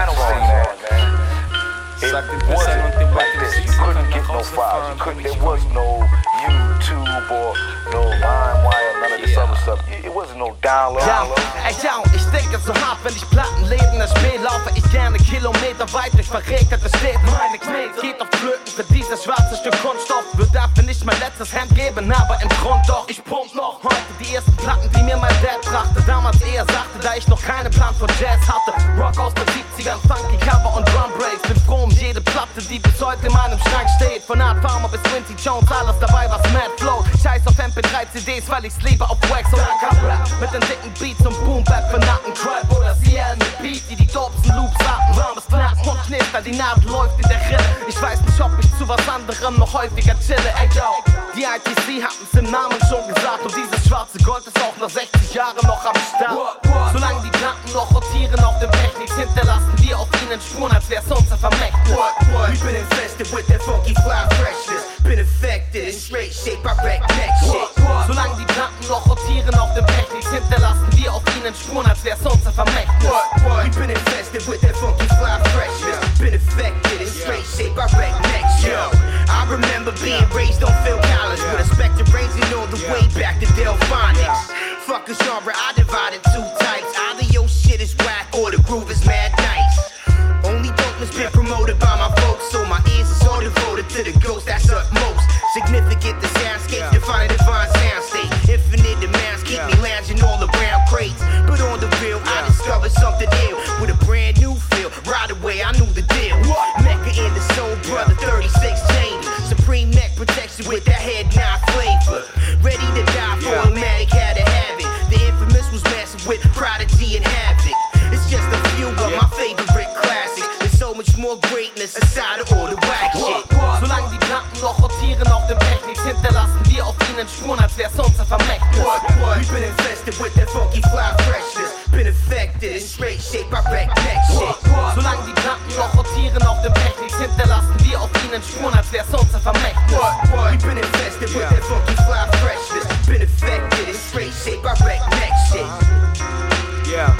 Sag den Pissern und der Welcome C C kann nach Hause fahren. There was no YouTube or no LimeWire, none of this other stuff. It wasn't no download. Ja, ey, ja, ich denke so hart, wenn ich Plattenläden das Spiel laufe, ich gerne Kilometer weit durch verregnete Städte. Meine Knete geht auf Flöten für dieses schwarze Stück Kunststoff. Wird dafür nicht mein letztes Hemd geben, aber im Grund doch. Ich pump noch heute die ersten Platten, die mir mein Dad brachte. Damals eher sagte, da ich noch keine Plan von Jazz hatte. Rock aus den siebzigern, Funky Cover und Drum Breaks. Bin froh um jede Platte, die bis heute in meinem Schrank steht. Von Art Farmer bis Quincy Jones, alles dabei, was Mad Flow. Scheiß auf M P drei C Ds, weil ich's liebe auf Wax oder Rap. Mit den dicken Beats und Boom-Bap für Nacken-Crap oder C L mit Beat, die die dopsten Loops hatten. Warmes Knacken und Knister, die Nadel läuft in der Rille. Ich weiß nicht, ob ich zu was anderem noch häufiger chille. Ey, yo, die I T C hatten's im Namen schon gesagt. Und dieses schwarze Gold ist auch nach sechzig Jahren noch am Start. Solange die Platten noch rotieren auf dem Techniks, hinterlassen wir auf ihnen Spuren, als wär's unser Vermächtnis. We've been infested with that funky fly freshness. Been affected in straight shape, I wreck neck shit. Solange die Platten noch rotieren auf dem Techniks, hinterlassen wir auf ihnen Spuren, als wär's unser Vermächtnis. We've been infested with that funky fly freshness. Been affected in straight shape, I wreck neck shit. I remember being raised on Phil Collins with a spectre raising all the way back to Delphonics. Fuck a genre, I divided two types. Either your shit is whack or the groove is mad nice. Only dopeness been promoted by my folks, so my ears is all devoted to the ghost that's utmost. Significant the soundscape, define a divine sound state. Infinite demands keep me lounging all around crates. But on the real, I discovered something ill with a brand new feel. Right away, I knew the deal. Mecca in the soul, brother, thirty-six chambers. Supreme neck protection with that head nine flavor. Ready to die for a Matic, had to have it. The infamous was massive with Prodigy and Havoc. It's just a few of my favorite classics. There's so much more greatness aside of all the whack shit. Solange die Platten noch rotieren auf dem Techniks, hinterlassen wir auf ihnen Spuren, als wär's unser Vermächtnis. We've been infested with that funky fly freshness. Been affected in straight shape, I wreck neck shit. Solange die Platten noch rotieren auf dem Techniks, hinterlassen wir auf ihnen Spuren, als wär's unser Vermächtnis. We've been infested with that funky fly freshness. Been affected in straight shape, I wreck neck shit. Yeah.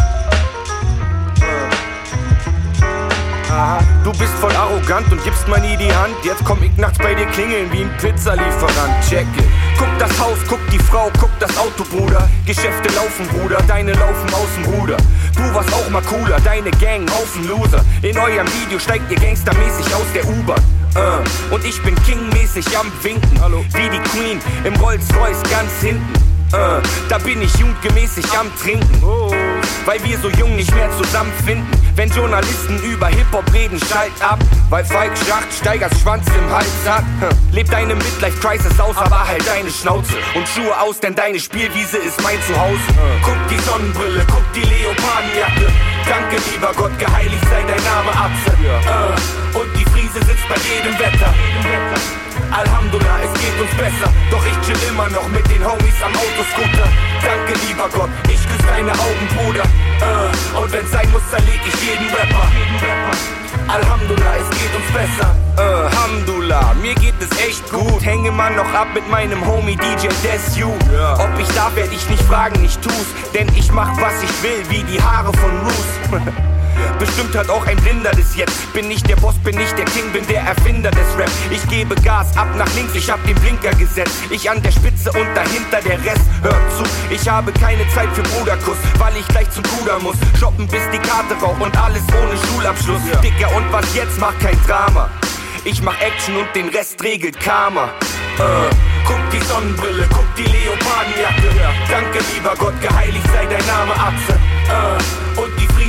Aha. Du bist voll arrogant und gibst mir nie die Hand. Jetzt komm ich nachts bei dir klingeln wie ein Pizzalieferant. Check it. Guck das Haus, guck die Frau, guck das Auto, Bruder. Geschäfte laufen, Bruder, deine laufen aus dem Ruder. Du warst auch mal cooler, deine Gang auf dem Loser. In eurem Video steigt ihr gangstermäßig aus der U-Bahn. Uh. Und ich bin kingmäßig am Winken. Hallo. Wie die Queen im Rolls-Royce ganz hinten. Uh, da bin ich jugendgemäßig am Trinken, oh. Weil wir so jung nicht mehr zusammenfinden. Wenn Journalisten über Hip-Hop reden, schalt ab. Weil Falk Schacht Steigers Schwanz im Hals hat. Leb deine Midlife-Crisis aus, aber halt deine Schnauze und Schuhe aus, denn deine Spielwiese ist mein Zuhause. uh. Guck die Sonnenbrille, guck die Leopardenjacke. Danke lieber Gott, geheiligt sei dein Name Atze. uh. Und die Friese sitzt bei jedem Wetter. Alhamdulillah, es geht uns besser. Doch ich chill immer noch mit den Homies am Autoscooter. Danke lieber Gott, ich küsse deine Augen, Bruder. uh, Und wenn's sein muss, zerleg ich jeden Rapper. Alhamdulillah, es geht uns besser. uh, Alhamdulillah, mir geht es echt gut. Hänge man noch ab mit meinem Homie D J Desu. yeah. Ob ich darf, werd ich nicht fragen, ich tu's. Denn ich mach was ich will, wie die Haare von Roos. Bestimmt hat auch ein Blinder das jetzt. Bin nicht der Boss, bin nicht der King, bin der Erfinder des Rap. Ich gebe Gas ab nach links, ich hab den Blinker gesetzt. Ich an der Spitze und dahinter der Rest. Hört zu, ich habe keine Zeit für Bruderkuss, weil ich gleich zum Bruder muss. Shoppen bis die Karte raucht und alles ohne Schulabschluss. ja. Dicker, und was jetzt, mach kein Drama. Ich mach Action und den Rest regelt Karma. uh. Guck die Sonnenbrille, guck die Leopardenjacke. ja. Danke lieber Gott, geheiligt sei dein Name Atze. uh. Und die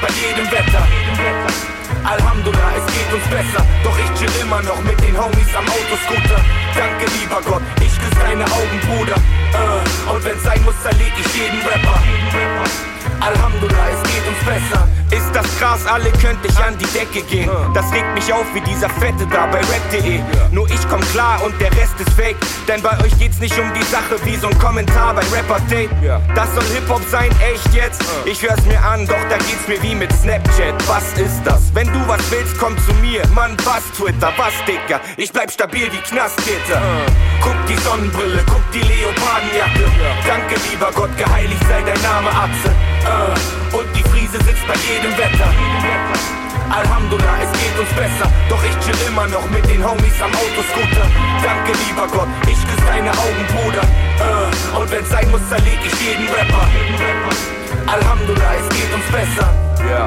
bei jedem Wetter. Alhamdulillah, es geht uns besser, doch ich chill immer noch mit den Homies am Autoscooter. Danke lieber Gott, ich küsse deine Augen, Bruder. uh, Und wenn's sein muss, zerleg ich jeden Rapper. Alhamdulillah, es geht uns besser. Ist das krass, alle könnt ich an die Decke gehen. Das regt mich auf wie dieser Fette da bei rap punkt de. Nur ich komm klar und der Rest ist fake. Denn bei euch geht's nicht um die Sache wie so ein Kommentar bei Rapper Tape. Das soll Hip-Hop sein, echt jetzt? Ich hör's mir an, doch da geht's mir wie mit Snapchat. Was ist das? Wenn du was willst, komm zu mir. Mann, was Twitter, was Dicker? Ich bleib stabil wie Knastgitter. Guck die Sonnenbrille, guck die Leopardenjacke. Danke lieber Gott, geheiligt sei dein Name, Atze. Uh, und die Friese sitzt bei jedem Wetter. Alhamdulillah, es geht uns besser, doch ich chill immer noch mit den Homies am Autoscooter. Danke lieber Gott, ich küsse deine Augen, Bruder. uh, Und wenn's sein muss, zerleg ich jeden Rapper. Alhamdulillah, es geht uns besser. Ja.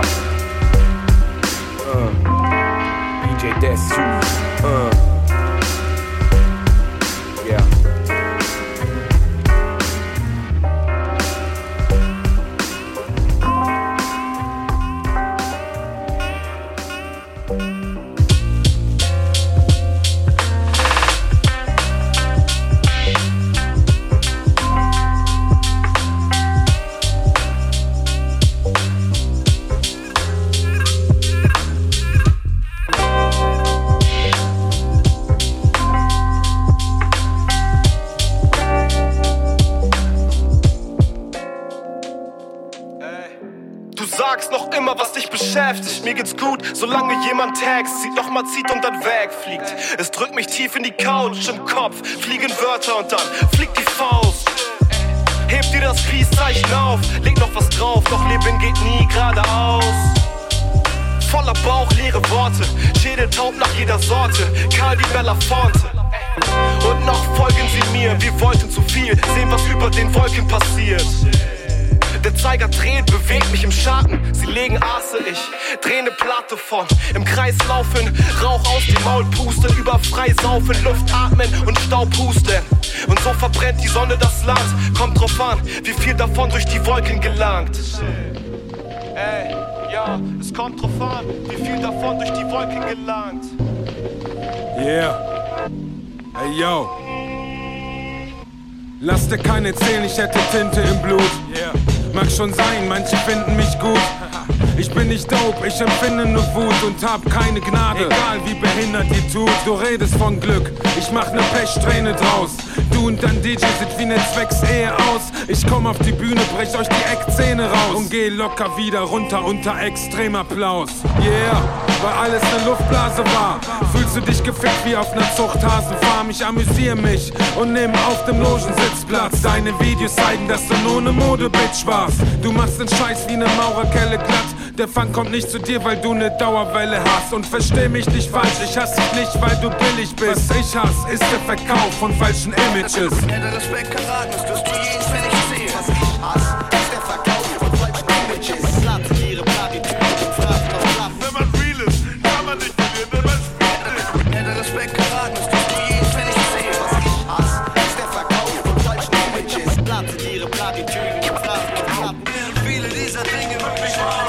uh. D J Desu. uh. Ja. Mir geht's gut, solange jemand text, sieht noch mal zieht und dann wegfliegt. Es drückt mich tief in die Couch, im Kopf fliegen Wörter und dann fliegt die Faust. Hebt dir das Peace-Zeichen auf, leg noch was drauf, doch Leben geht nie geradeaus. Voller Bauch, leere Worte, Schädel taub nach jeder Sorte, Karl die Belafonte. Und noch folgen sie mir, wir wollten zu viel, sehen was über den Wolken passiert. Der Zeiger dreht, bewegt mich im Schatten. Sie legen Asse, ich dreh ne Platte von. Im Kreis laufen, Rauch aus dem Maul pusten. Über frei saufen, Luft atmen und Staub husten. Und so verbrennt die Sonne das Land. Kommt drauf an, wie viel davon durch die Wolken gelangt. Ey, ja, es kommt drauf an, wie viel davon durch die Wolken gelangt. Yeah. Hey, yo. Lass dir keinen erzählen, ich hätte Tinte im Blut. Yeah. Mag schon sein, manche finden mich gut. Ich bin nicht dope, ich empfinde nur Wut und hab keine Gnade. Egal wie behindert ihr tut, du redest von Glück. Ich mach ne Pechsträhne draus. Du und dein D J sieht wie ne Zwecksehe aus. Ich komm auf die Bühne, brech euch die Eckzähne raus und geh locker wieder runter unter extrem Applaus. Yeah, weil alles ne Luftblase war. Fühlst du dich gefickt wie auf ner Zuchthasenfarm? Ich amüsiere mich und nehm auf dem Logensitzplatz. Deine Videos zeigen, dass du nur ne Modebitch warst. Du machst den Scheiß wie ne Maurerkelle glatt. Der Fang kommt nicht zu dir, weil du ne Dauerwelle hast. Und versteh mich nicht falsch, ich hasse dich nicht, weil du billig bist. Was ich hasse, ist der Verkauf von falschen Images. Hätte Respekt geraten, wirst du jeden Pfennig sehen. Was ich hasse, ist der Verkauf von falschen Images. Lassen ihre Platitüde und fragen auf Klappen. Wenn man real ist, kann man nicht verlieren, wenn man spielt. Hätte Respekt geraten, wirst du jeden Pfennig sehen. Was ich hasse, ist der Verkauf von falschen Images. Lassen ihre Platitüden und fragen auf Klappen. Viele dieser Dinge möglich waren.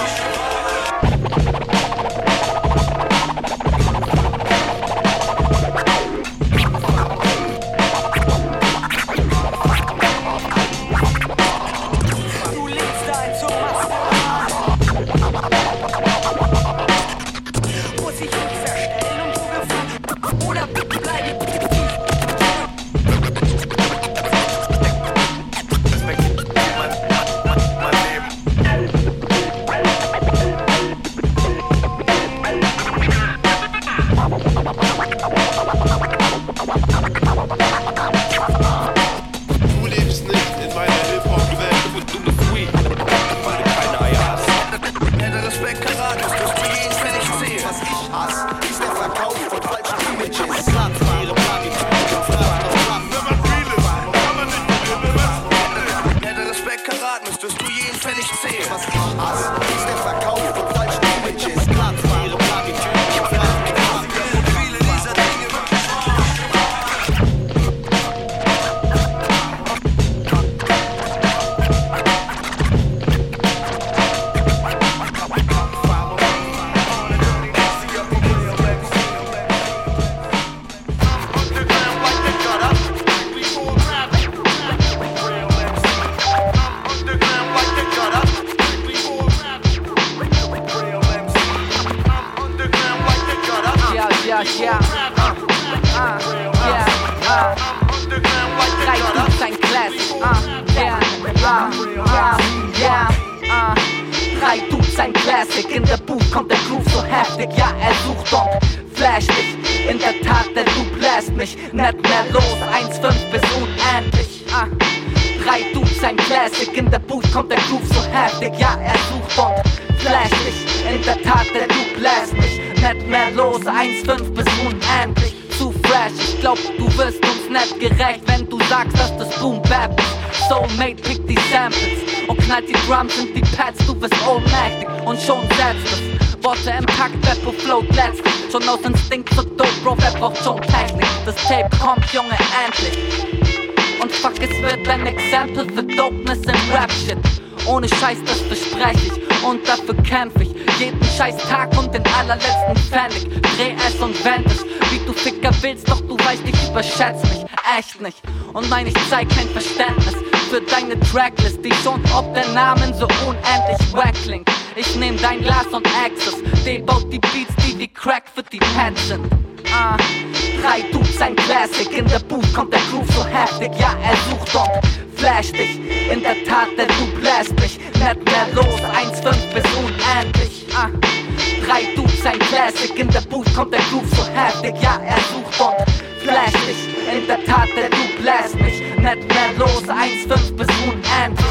yeah, uh, uh, yeah, uh. Drei Dudes, ein Classic, uh, yeah, uh, uh, yeah, uh. Drei Dudes, ein Classic, in der Booth kommt der Groove so heftig, ja, er sucht und flash dich. In der Tat, der Loop lässt mich nicht mehr los, eins Komma fünf bis unendlich, uh. Drei Dudes, ein Classic, in der Booth kommt der Groove so heftig, ja, er sucht und flash dich. In der Tat, der Loop lässt mich nicht mehr los, eins Komma fünf bis unendlich. Zu fresh, ich glaub, du wirst uns nicht gerecht, wenn du sagst, dass das Boom Bap ist. Soulmate pickt die Samples und knallt die Drums und die Pads, du wirst ohnmächtig und schon setzt es. Worte im Takt, Rappo float letztlich, schon aus Instinkt so dope, Bro, wer braucht schon Technik? Das Tape kommt, Junge, endlich. Und fuck, es wird ein Exempel für Dopeness im Rap-Shit. Ohne Scheiß, das verspreche ich und dafür kämpf ich jeden scheiß Tag und den allerletzten Pfennig. Dreh es und wend es, wie du Ficker willst, doch du weißt, ich überschätz mich, echt nicht. Und nein, ich zeig kein Verständnis für deine Tracklist, die schon ob der Namen so unendlich wack klingt. Ich nehm dein Glas und Access, debaut die Beats, die wie Crack für die Pads sind. Uh, drei Dudes, ein Classic, in der Booth kommt der Groove so heftig, ja, er sucht und flash dich. In der Tat, der Loop lässt mich nicht mehr los, eins Komma fünf bis unendlich. Uh, drei Dudes, ein Classic, in der Booth kommt der Groove so heftig, ja, er sucht und flash dich. In der Tat, der Loop lässt mich nicht mehr los, eins Komma fünf bis unendlich.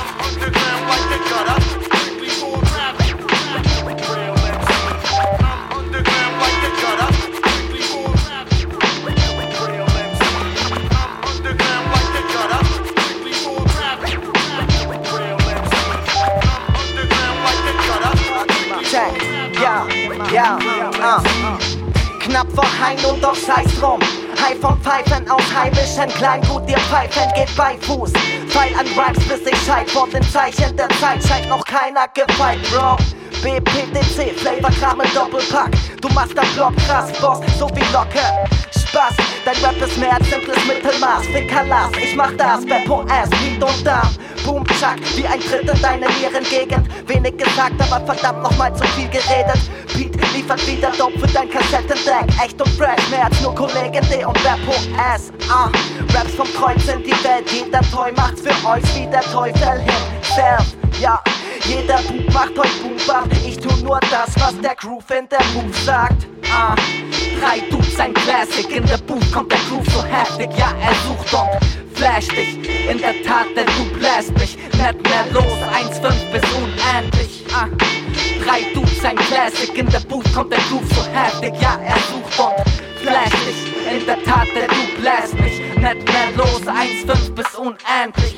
Ja, ja, uh. Knapp vor Hein und doch sei's drum. High von Pfeifen aus heimischen Kleingut, ihr Pfeifen geht bei Fuß. Pfeil an Rhymes, bis ich scheit, vor den Zeichen der Zeit scheint noch keiner gefeit, Bro. B P D C, Flavorkram im Doppelpack. Du machst am Block krass, Boss, so wie Locke. Spaß, dein Rap ist mehr als simples Mittelmaß. Fickerlas, ich mach das, Beppo Ass, Beat und Darm. Boom, Chuck, wie ein Tritt in deine Nierengegend. Wenig gesagt, aber verdammt nochmal zu viel geredet. Beat liefert wieder Dope für dein Kassettendeck. Echt und fresh, mehr als nur Kollegen D und Beppo Ass. Ah, Raps vom Kreuz in die Welt. Jeder Toy macht's für euch wie der Teufel himself. Ja, jeder Bub macht euch Boom-Bap. Ich tu nur das, was der Groove in der Booth sagt. Ah, drei Dudes, ein Classic, in der Booth kommt der Groove so heftig, ja, er sucht und flash dich. In der Tat, der Loop lässt mich nicht mehr los, eins Komma fünf bis unendlich. Ah, drei Dudes, ein Classic, in der Booth kommt der Groove so heftig, ja, er sucht und flash dich. In der Tat, der Loop lässt mich nicht mehr los, eins Komma fünf bis unendlich.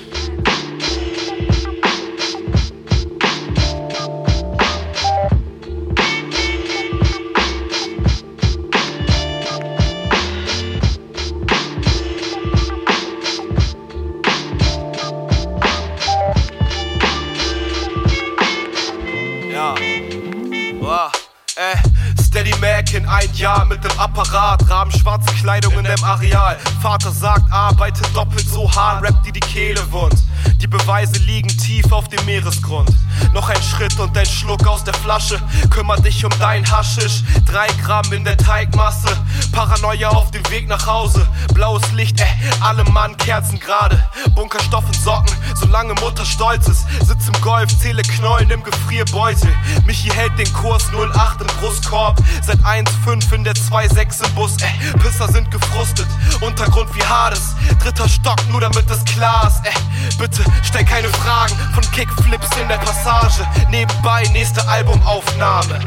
Steady Mac in ein Jahr mit dem Apparat, Rahmen schwarze Kleidung in dem Areal. Vater sagt, arbeite doppelt so hart, rappt dir die Kehle wund. Die Beweise liegen tief auf dem Meeresgrund. Noch ein Schritt und ein Schluck aus der Flasche. Kümmer dich um dein Haschisch. Drei Gramm in der Teigmasse. Paranoia auf dem Weg nach Hause. Blaues Licht, äh, alle Mann, Kerzen gerade. Bunkerstoff und Socken, solange Mutter stolz ist. Sitz im Golf, zähle Knollen im Gefrierbeutel. Michi hält den Kurs null acht im Brustkorb. Seit eins fünf in der zwei sechs im Bus, äh, Pisser sind gefrustet. Untergrund wie Hades. Dritter Stock, nur damit es klar ist, äh, bitte stell keine Fragen. Von Kickflips in der Passage. Nebenbei nächste Albumaufnahme.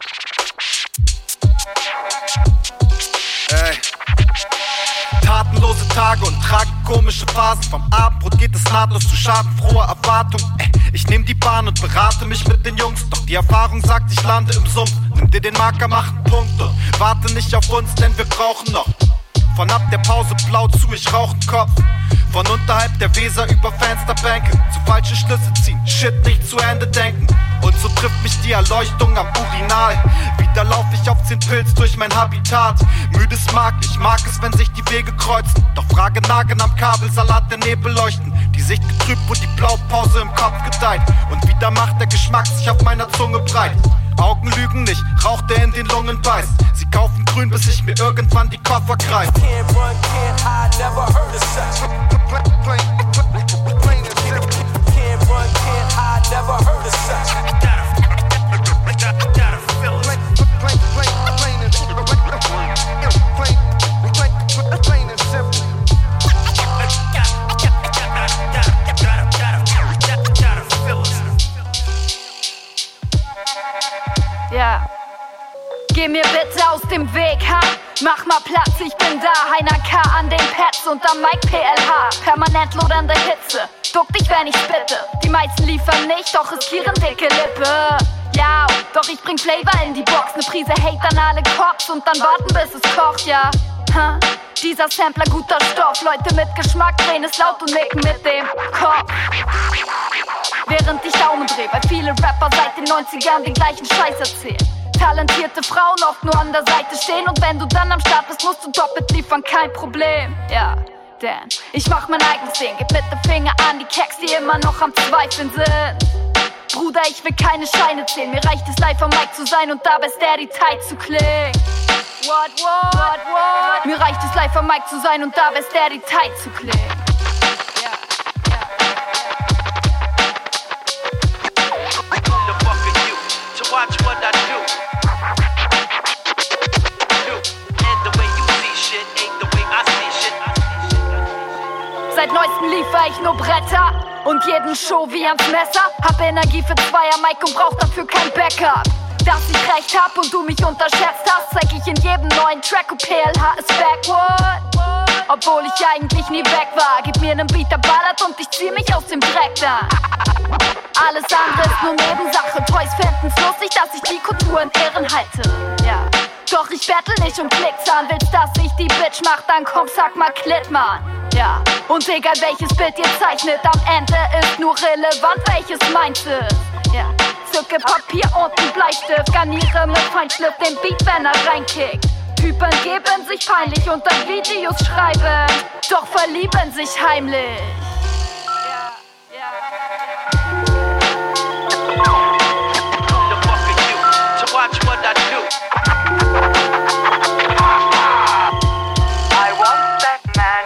Ey. Tatenlose Tage und tragikomische Phasen. Vom Abendbrot geht es nahtlos zu schadenfroher Erwartung. Ey, ich nehm die Bahn und berate mich mit den Jungs. Doch die Erfahrung sagt, ich lande im Sumpf. Nimm dir den Marker, mach einen Punkt und warte nicht auf uns, denn wir brauchen noch. Von ab der Pause blau zu, ich rauch den Kopf. Von unterhalb der Weser über Fensterbänke zu falsche Schlüsse ziehen, shit nicht zu Ende denken. Und so trifft mich die Erleuchtung am Urinal. Wieder lauf ich auf zehn Pilz durch mein Habitat. Müdes mag ich, mag es, wenn sich die Wege kreuzen. Doch Frage nagen am Kabelsalat der Nebel leuchten. Die Sicht getrübt, wo die Blaupause im Kopf gedeiht. Und wieder macht der Geschmack sich auf meiner Zunge breit. Augen lügen nicht, Rauch, der in den Lungen beißt. Sie kaufen grün, bis ich mir irgendwann die Koffer greif. Can't run, can't hide, never heard of such. Can't run, can't hide, never heard of such. Gotta feel it. Plain and simple. Ja. Geh mir bitte aus dem Weg, ha? Mach mal Platz, ich bin da. Heiner K. an den Pads und am Mike P L H. Permanent lodernde Hitze. Duck dich, wenn ich's bitte. Die meisten liefern nicht, doch riskieren dicke Lippe. Ja, doch ich bring Flavor in die Box. Ne Prise Hate an alle Cops und dann warten, bis es kocht, ja. Ha? Dieser Sampler, guter Stoff. Leute mit Geschmack drehen es laut und nicken mit dem Kopf. Während ich Daumen dreh, weil viele Rapper seit den neunzigern den gleichen Scheiß erzählen. Talentierte Frauen oft nur an der Seite stehen. Und wenn du dann am Start bist, musst du doppelt liefern, kein Problem. Ja, denn ich mach mein eigenes Ding. Gib mit dem Finger an die Keks, die immer noch am Zweifeln sind. Bruder, ich will keine Scheine zählen. Mir reicht es live am Mic zu sein und dabei Steady tight zu klingen. What, what, what, what? Mir reicht es live am Mic zu sein und dabei Steady tight zu klingen. Watch what I do. do. And the way you see shit ain't the way I see shit. Seit neuestem liefer ich nur Bretter und jeden Show wie ans Messer. Hab Energie für Zweier Mic und brauch dafür kein Backup. Dass ich recht hab und du mich unterschätzt hast, zeig ich in jedem neuen Track und P L H ist backward. Obwohl ich eigentlich nie weg war. Gib mir nen Beat, der ballert und ich zieh mich aus dem Dreck dann. Alles andere ist nur Nebensache. Toys fänden's lustig, dass ich die Kultur in Ehren halte. Ja. Doch ich battle nicht um Klicks an. Willst, dass ich die Bitch mach, dann komm, sag mal Klit, Mann. Ja. Und egal welches Bild ihr zeichnet, am Ende ist nur relevant, welches meins ist. Ja. Zücke Papier und ein Bleistift, garniere mit Feinschliff den Beat, wenn er reinkickt. Typen geben sich peinlich und dann Videos schreiben, doch verlieben sich heimlich. Watch what I do. I want that man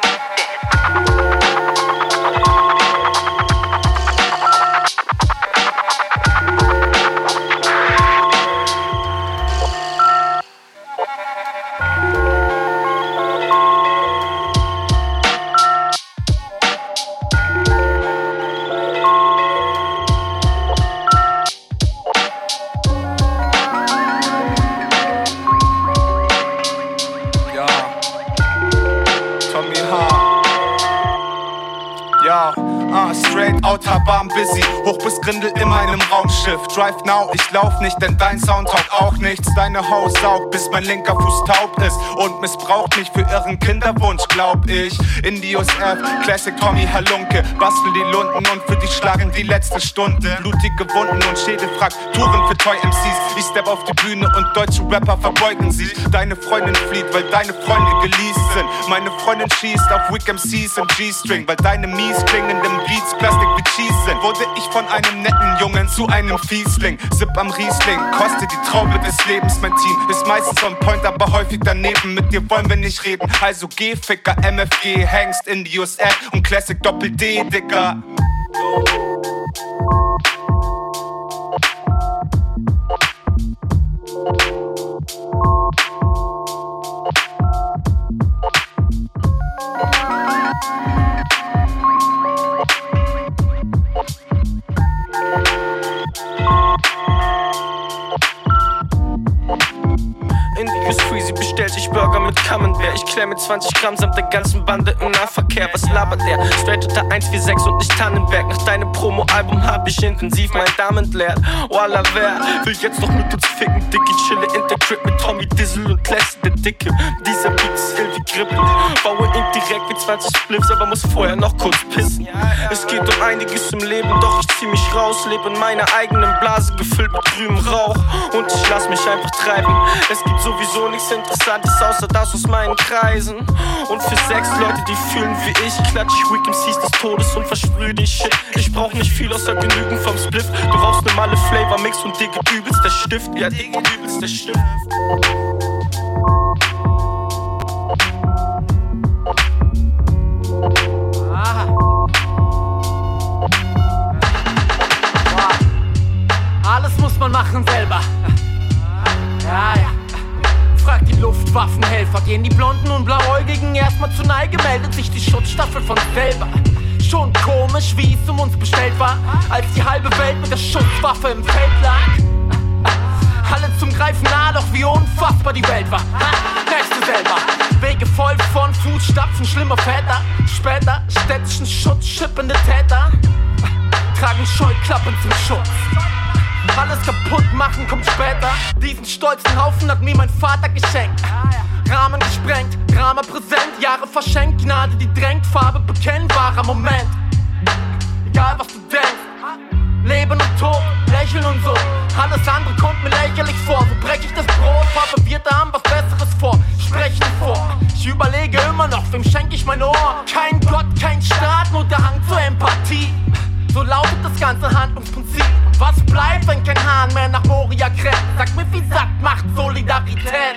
Autobahn busy, hoch bis Grindel in meinem Raumschiff. Drive now, ich lauf nicht, denn dein Sound taugt auch nichts. Deine Haus saugt, bis mein linker Fuß taub ist und missbraucht mich für ihren Kinderwunsch, glaub ich. Indios F, Classic Tommy Halunke, bastel die Lunden und für die schlagen die letzte Stunde. Blutige Wunden und Schädelfrakturen für Toy M Cs. Ich step auf die Bühne und deutsche Rapper verbeugen sich. Deine Freundin flieht, weil deine Freunde geleast sind. Meine Freundin schießt auf Wick M Cs und G-String, weil deine mies klingenden Beats Plastik wie Cheese sind. Wurde ich von einem netten Jungen zu einem Fiesling. Sipp am Riesling, kostet die Traube des Lebens. Mein Team ist meistens on point, aber häufig daneben. Mit dir wollen wir nicht reden, also geh, Ficker. M F G, Hengst, Indios F und Classic Doppel D, Digga. Indios Freezy bestellt sich Burger mit Camembert. Ich klär mit zwanzig Gramm samt der ganzen Bande im Nahverkehr. Was labert der? Straight unter eins vier sechs und nicht Tannenberg. Nach deinem Promo-Album hab ich intensiv mein Darm entleert. Walla, wer will jetzt noch mit uns ficken? Dicky chille in der Crib mit Tommy Dizzle und Classic der Dicke. Dieser Beat ist ill wie Grippel. Baue ihn direkt wie zwanzig Spliffs, aber muss vorher noch kurz pissen. Es geht um einiges im Leben, doch ich zieh mich raus. Lebe in meiner eigenen Blase, gefüllt mit grünem Rauch. Und ich lass mich einfach treiben. Es gibt sowieso nichts Interessantes außer das aus meinen Kreisen. beweisen. Und für sechs Leute, die fühlen wie ich, klatsch ich Weak M Cs des Todes und versprühe den Shit. Ich brauch nicht viel außer genügend vom Spliff. Du brauchst ne Malle Flavor Mix und dir gibt übelst der Stift. Ja, dir gibt übelst der Stift. Alles muss man machen selber. Ja, ja. Frag die Luftwaffenhelfer. Gehen die Blonden und Blauäugigen erstmal zur Neige, meldet sich die Schutzstaffel von selber. Schon komisch, wie es um uns bestellt war, als die halbe Welt mit der Schusswaffe im Feld lag. Alle zum Greifen nah, doch wie unfassbar die Welt war. Merkst du selber. Wege voll von Fußstapfen schlimmer Väter. Später städtischen Schutz schippende Täter tragen Scheuklappen zum Schutz. Alles kaputt machen kommt später. Diesen stolzen Haufen hat mir mein Vater geschenkt. Rahmen gesprengt, Drama präsent, Jahre verschenkt. Gnade, die drängt, Farbe bekennen, wahrer Moment. Egal was du denkst, Leben und Tod, Lächeln und so. Alles andere kommt mir lächerlich vor. So breche ich das Brot, Papa, wir da haben was Besseres vor. Sprechen vor, ich überlege immer noch, wem schenke ich mein Ohr. Kein Gott, kein Staat, nur der Hang zur Empathie. So lautet das ganze Handlungsprinzip. Was bleibt, wenn kein Hahn mehr nach Moria kräht? Sag mir, wie sagt Macht Solidarität?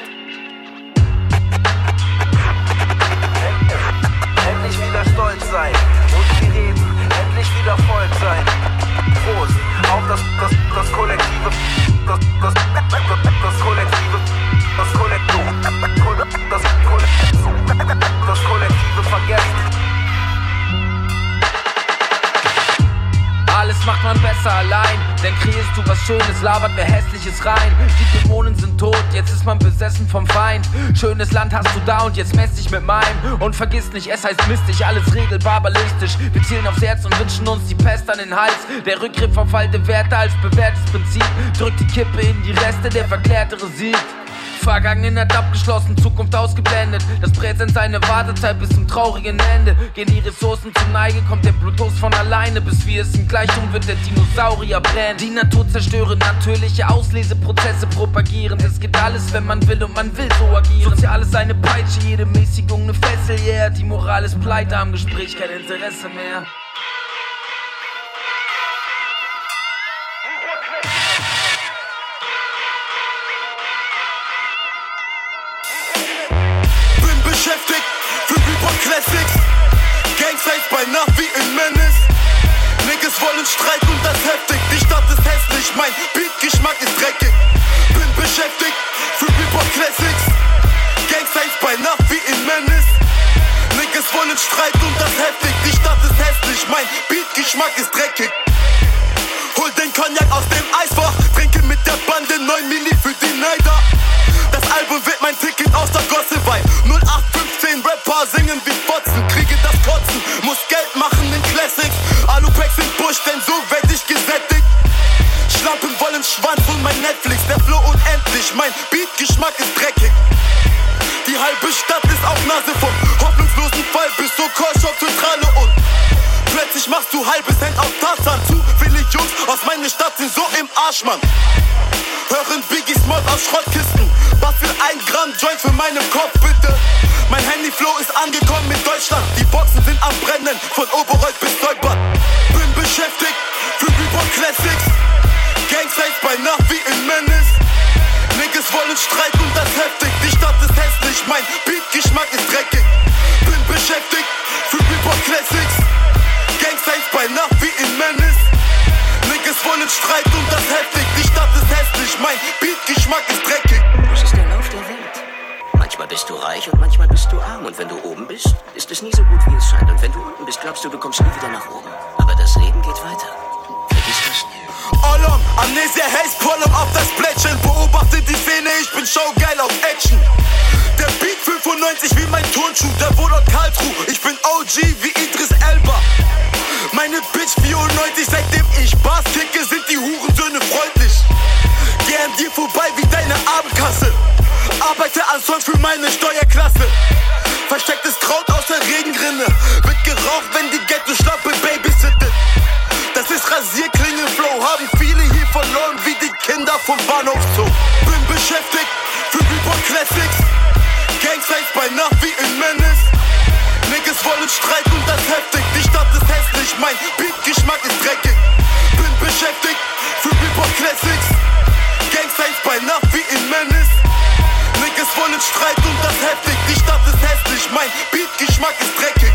Endlich wieder stolz sein und die Reden endlich wieder Volk sein. Prost auf das, das, das Kollektive, das, das, das, das Kollektive, das Kollektive, das Kollektive, das Kollektive vergessen. Alles macht man besser allein, denn kreierst du was Schönes, labert wer Hässliches rein. Die Dämonen sind tot, jetzt ist man besessen vom Feind. Schönes Land hast du da und jetzt mess dich mit meinem. Und vergiss nicht, es heißt mistig, alles regelbar ballistisch. Wir zielen aufs Herz und wünschen uns die Pest an den Hals. Der Rückgriff auf alte Werte als bewährtes Prinzip drückt die Kippe in die Reste, der Verklärtere siegt. Vergangenheit abgeschlossen, Zukunft ausgeblendet. Das Präsent seine Wartezeit bis zum traurigen Ende. Gehen die Ressourcen zur Neige, kommt der Bluetooth von alleine. Bis wir es ihm gleich tun, wird der Dinosaurier brennen. Die Natur zerstören, natürliche Ausleseprozesse propagieren. Es geht alles, wenn man will und man will so agieren. Soziales eine Peitsche, jede Mäßigung eine Fessel, yeah. Die Moral ist pleite am Gespräch, kein Interesse mehr. Beschäftigt für Reaper Classics. Gangsize bei Nacht wie in Menace. Niggas wollen Streit und das heftig. Die Stadt ist hässlich, mein Beatgeschmack ist dreckig. Bin beschäftigt für Reaper Classics. Gangsize bei Nacht wie in Menace. Niggas wollen Streit und das heftig. Die Stadt ist hässlich, mein Beatgeschmack ist dreckig. Hol den Cognac aus dem Eisfach. Trinke mit der Bande neun Milli für die Neider. Das Album wird mein Ticket aus der Gosse bei null acht fünfzehn Rapper singen wie Fotzen. Kriege das Kotzen, muss Geld machen in Classics. Alupacks im Busch, denn so werd ich gesättigt. Schlampen wollen Schwanz und mein Netflix. Der Flow unendlich, mein Beatgeschmack ist dreckig. Die halbe Stadt ist auf Nase vom hoffnungslosen Fall bis zur Callshop-Zentrale und plötzlich machst du halbes Hemd auf Tarzan. Zu viele Jungs aus meiner Stadt sind so im Arsch, Mann. Hören Biggies Mord aus Schrottkisten. Was für ein Gramm Joint für meinen Kopf, bitte. Mein Handyflow ist angekommen in Deutschland. Die Boxen sind am Brennen, von Oberreuth bis Neubad. Bin beschäftigt für Reaper Classics. Gangsize bei Nacht wie in Menace. Niggas wollen Streit und das heftig. Die Stadt ist hässlich, mein Beatgeschmack ist dreckig. Bin beschäftigt für Reaper Classics. Gangsize bei Nacht wie in Menace. Niggas wollen Streit und das heftig. Die Stadt ist hässlich, mein Beatgeschmack ist dreckig. Das ist der Lauf der Welt. Manchmal bist du reich und manchmal bist du arm. Und wenn du oben bist, ist es nie so gut, wie es scheint. Und wenn du unten bist, glaubst du, du kommst nie wieder nach oben. Aber das Leben geht weiter. Vergiss das nie. Allem, Amnesia, Haze, Pollum auf das Plättchen. Beobachte die Szene, ich bin showgeil auf Action. Der Beat fünfundneunzig wie mein Turnschuh, der Wohnort Karlsruhe. Ich bin O G wie Idris Elba. Meine Bitch vierundneunzig, seitdem ich Bass kicke, sind die Hurensöhne freundlich. Geh an dir vorbei wie deine Abendkasse. Arbeite an Songs für meine Steuerklasse. Verstecktes Kraut aus der Regenrinne. Wird geraucht, wenn die Ghetto-Schlampe babysittet. Das ist Rasierklingen-Flow, haben viele hier verloren wie die Kinder vom Bahnhof Zoo. Bin beschäftigt für Reaper Classics. Gangsize bei Nacht wie in mein Beat-Geschmack ist dreckig. Bin beschäftigt für Report Classics. Gangsigns bei Nacht wie in Menace. Niggas wollen Streit und das heftig. Die Stadt ist hässlich, mein Beat-Geschmack ist dreckig.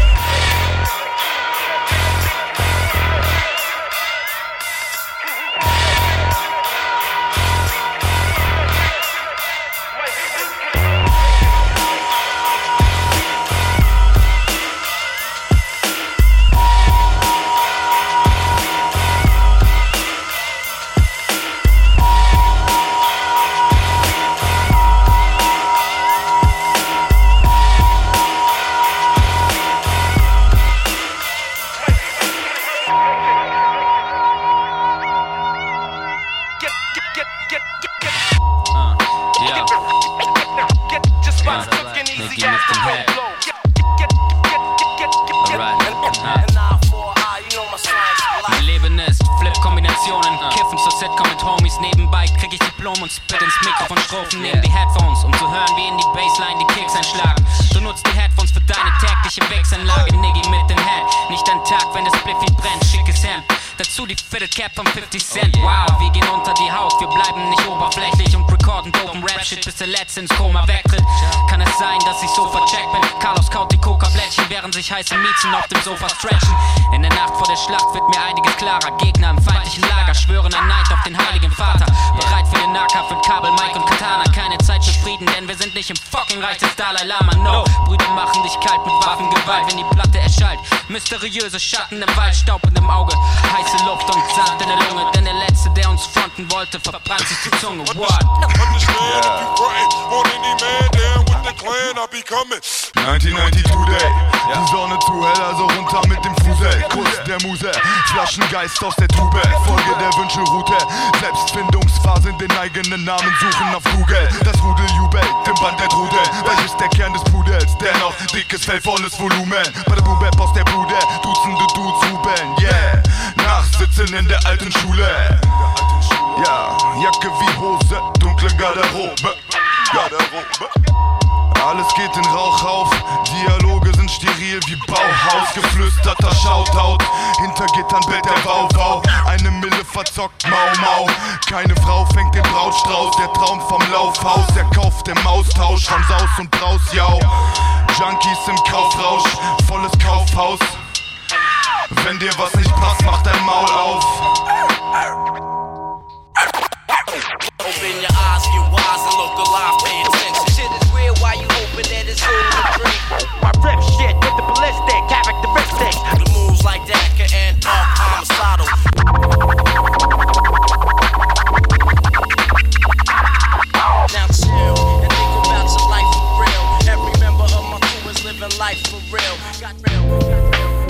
Cap von fifty Cent, wow, wir gehen unter die Haut, wir bleiben nicht oberflächlich und recorden dopen Rap-Shit, bis der Letzte ins Koma wegtritt. Kann es sein, dass ich so vercheckt bin? Carlos kaut die Coca-Blättchen, während sich heiße Miezen auf dem Sofa stretchen. In der Nacht vor der Schlacht wird mir einiges klarer. Gegner im feindlichen Lager schwören ein Neid auf den heiligen Vater. Bereit für den Nahkampf mit Kabel, Mike und Katana. Keine Zeit für Frieden, denn wir sind nicht im fucking Reich des Dalai Lama, no. Brüder machen dich kalt mit Waffengewalt, wenn die Platte erschallt. Mysteriöse Schatten im Wald, Staub in dem Auge, heiße Luft und Sand in der Lunge. Denn der Letzte, der uns fronten wollte, verbrannt sich die Zunge. What? neunzehnhundertneunundneunzig Day, die Sonne zu hell, also runter mit dem Fusel. Kuss der Muse, Flaschengeist aus der Tube. Folge der Wünschelroute, Selbstfindungsphase in den eigenen Namen suchen auf Google. Das Rudel jubelt, im Band der Trudel. Welches der Kern des Pudels? Dennoch dickes Fell, volles Volumen. Bei der Boom-Bap aus der Bude, Dutzende Dudes hubeln, yeah. Nachsitzen in der alten Schule. Ja, Jacke wie Hose, dunkle Garderobe. Garderobe. Alles geht in Rauch auf, Dialoge sind steril wie Bauhaus. Geflüsterter Shoutout, hinter Gittern bellt der Wauwau. Eine Mille verzockt Mau Mau, keine Frau fängt den Brautstrauß. Der Traum vom Laufhaus, der kauft im Austausch von Saus und Braus, jau. Junkies im Kaufrausch, volles Kaufhaus. Wenn dir was nicht passt, mach dein Maul auf. Open your eyes, get wise and look alive, pay attention. Shit is real while you hoping that it's all a dream. My rip shit with the ballistic, characteristics. The moves like that can end up homicidal. Now chill and think about your life for real. Every member of my crew is living life for real. Got real, got real.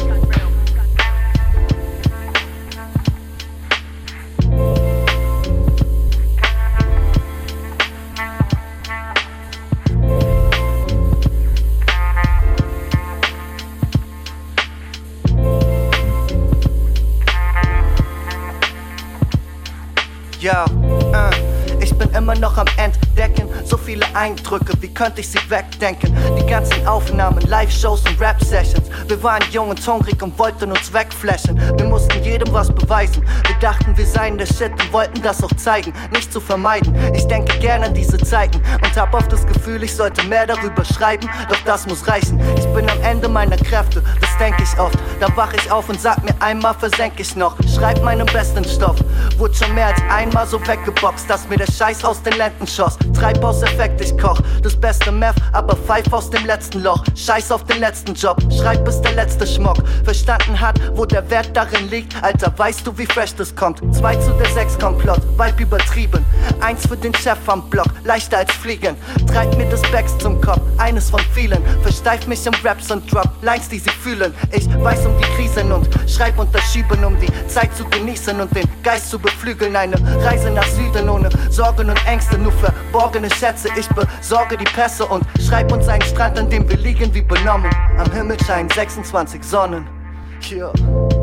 Ja, uh, ich bin immer noch am Entdecken. So viele Eindrücke, wie könnte ich sie wegdenken? Die ganzen Aufnahmen, Live-Shows und Rap-Sessions. Wir waren jung und hungrig und wollten uns wegflashen. Wir mussten jedem was beweisen. Wir dachten, wir seien der Shit und wollten das auch zeigen, nicht zu vermeiden. Ich denke gerne an diese Zeiten und hab oft das Gefühl, ich sollte mehr darüber schreiben. Doch das muss reichen. Ich bin am Ende meiner Kräfte, das denke ich oft. Da wach ich auf und sag mir einmal, versenk ich noch. Schreib meinen besten Stoff. Wurde schon mehr als einmal so weggeboxt, dass mir der Scheiß aus den Lenden schoss. Treibhauseffekt, ich koch das beste Meth, aber pfeif aus dem letzten Loch. Scheiß auf den letzten Job, schreib bis der letzte Schmock verstanden hat, wo der Wert darin liegt. Alter, weißt du, wie fresh das kommt? Zwei zu der sechs Komplott, Vibe übertrieben. Eins für den Chef am Block, leichter als fliegen. Treib mir das Bags zum Kopf, eines von vielen. Versteif mich im Raps und Drop Lines, die sie fühlen. Ich weiß um die Krisen und schreib unterschieben, um die Zeit zu genießen und den Geist zu beflügeln. Eine Reise nach Süden ohne Sorgen und Ängste, nur verborgene Schätze. Ich besorge die Pässe und schreib uns einen Strand, an dem wir liegen wie benommen. Am Himmel scheinen sechsundzwanzig Sonnen. Yeah.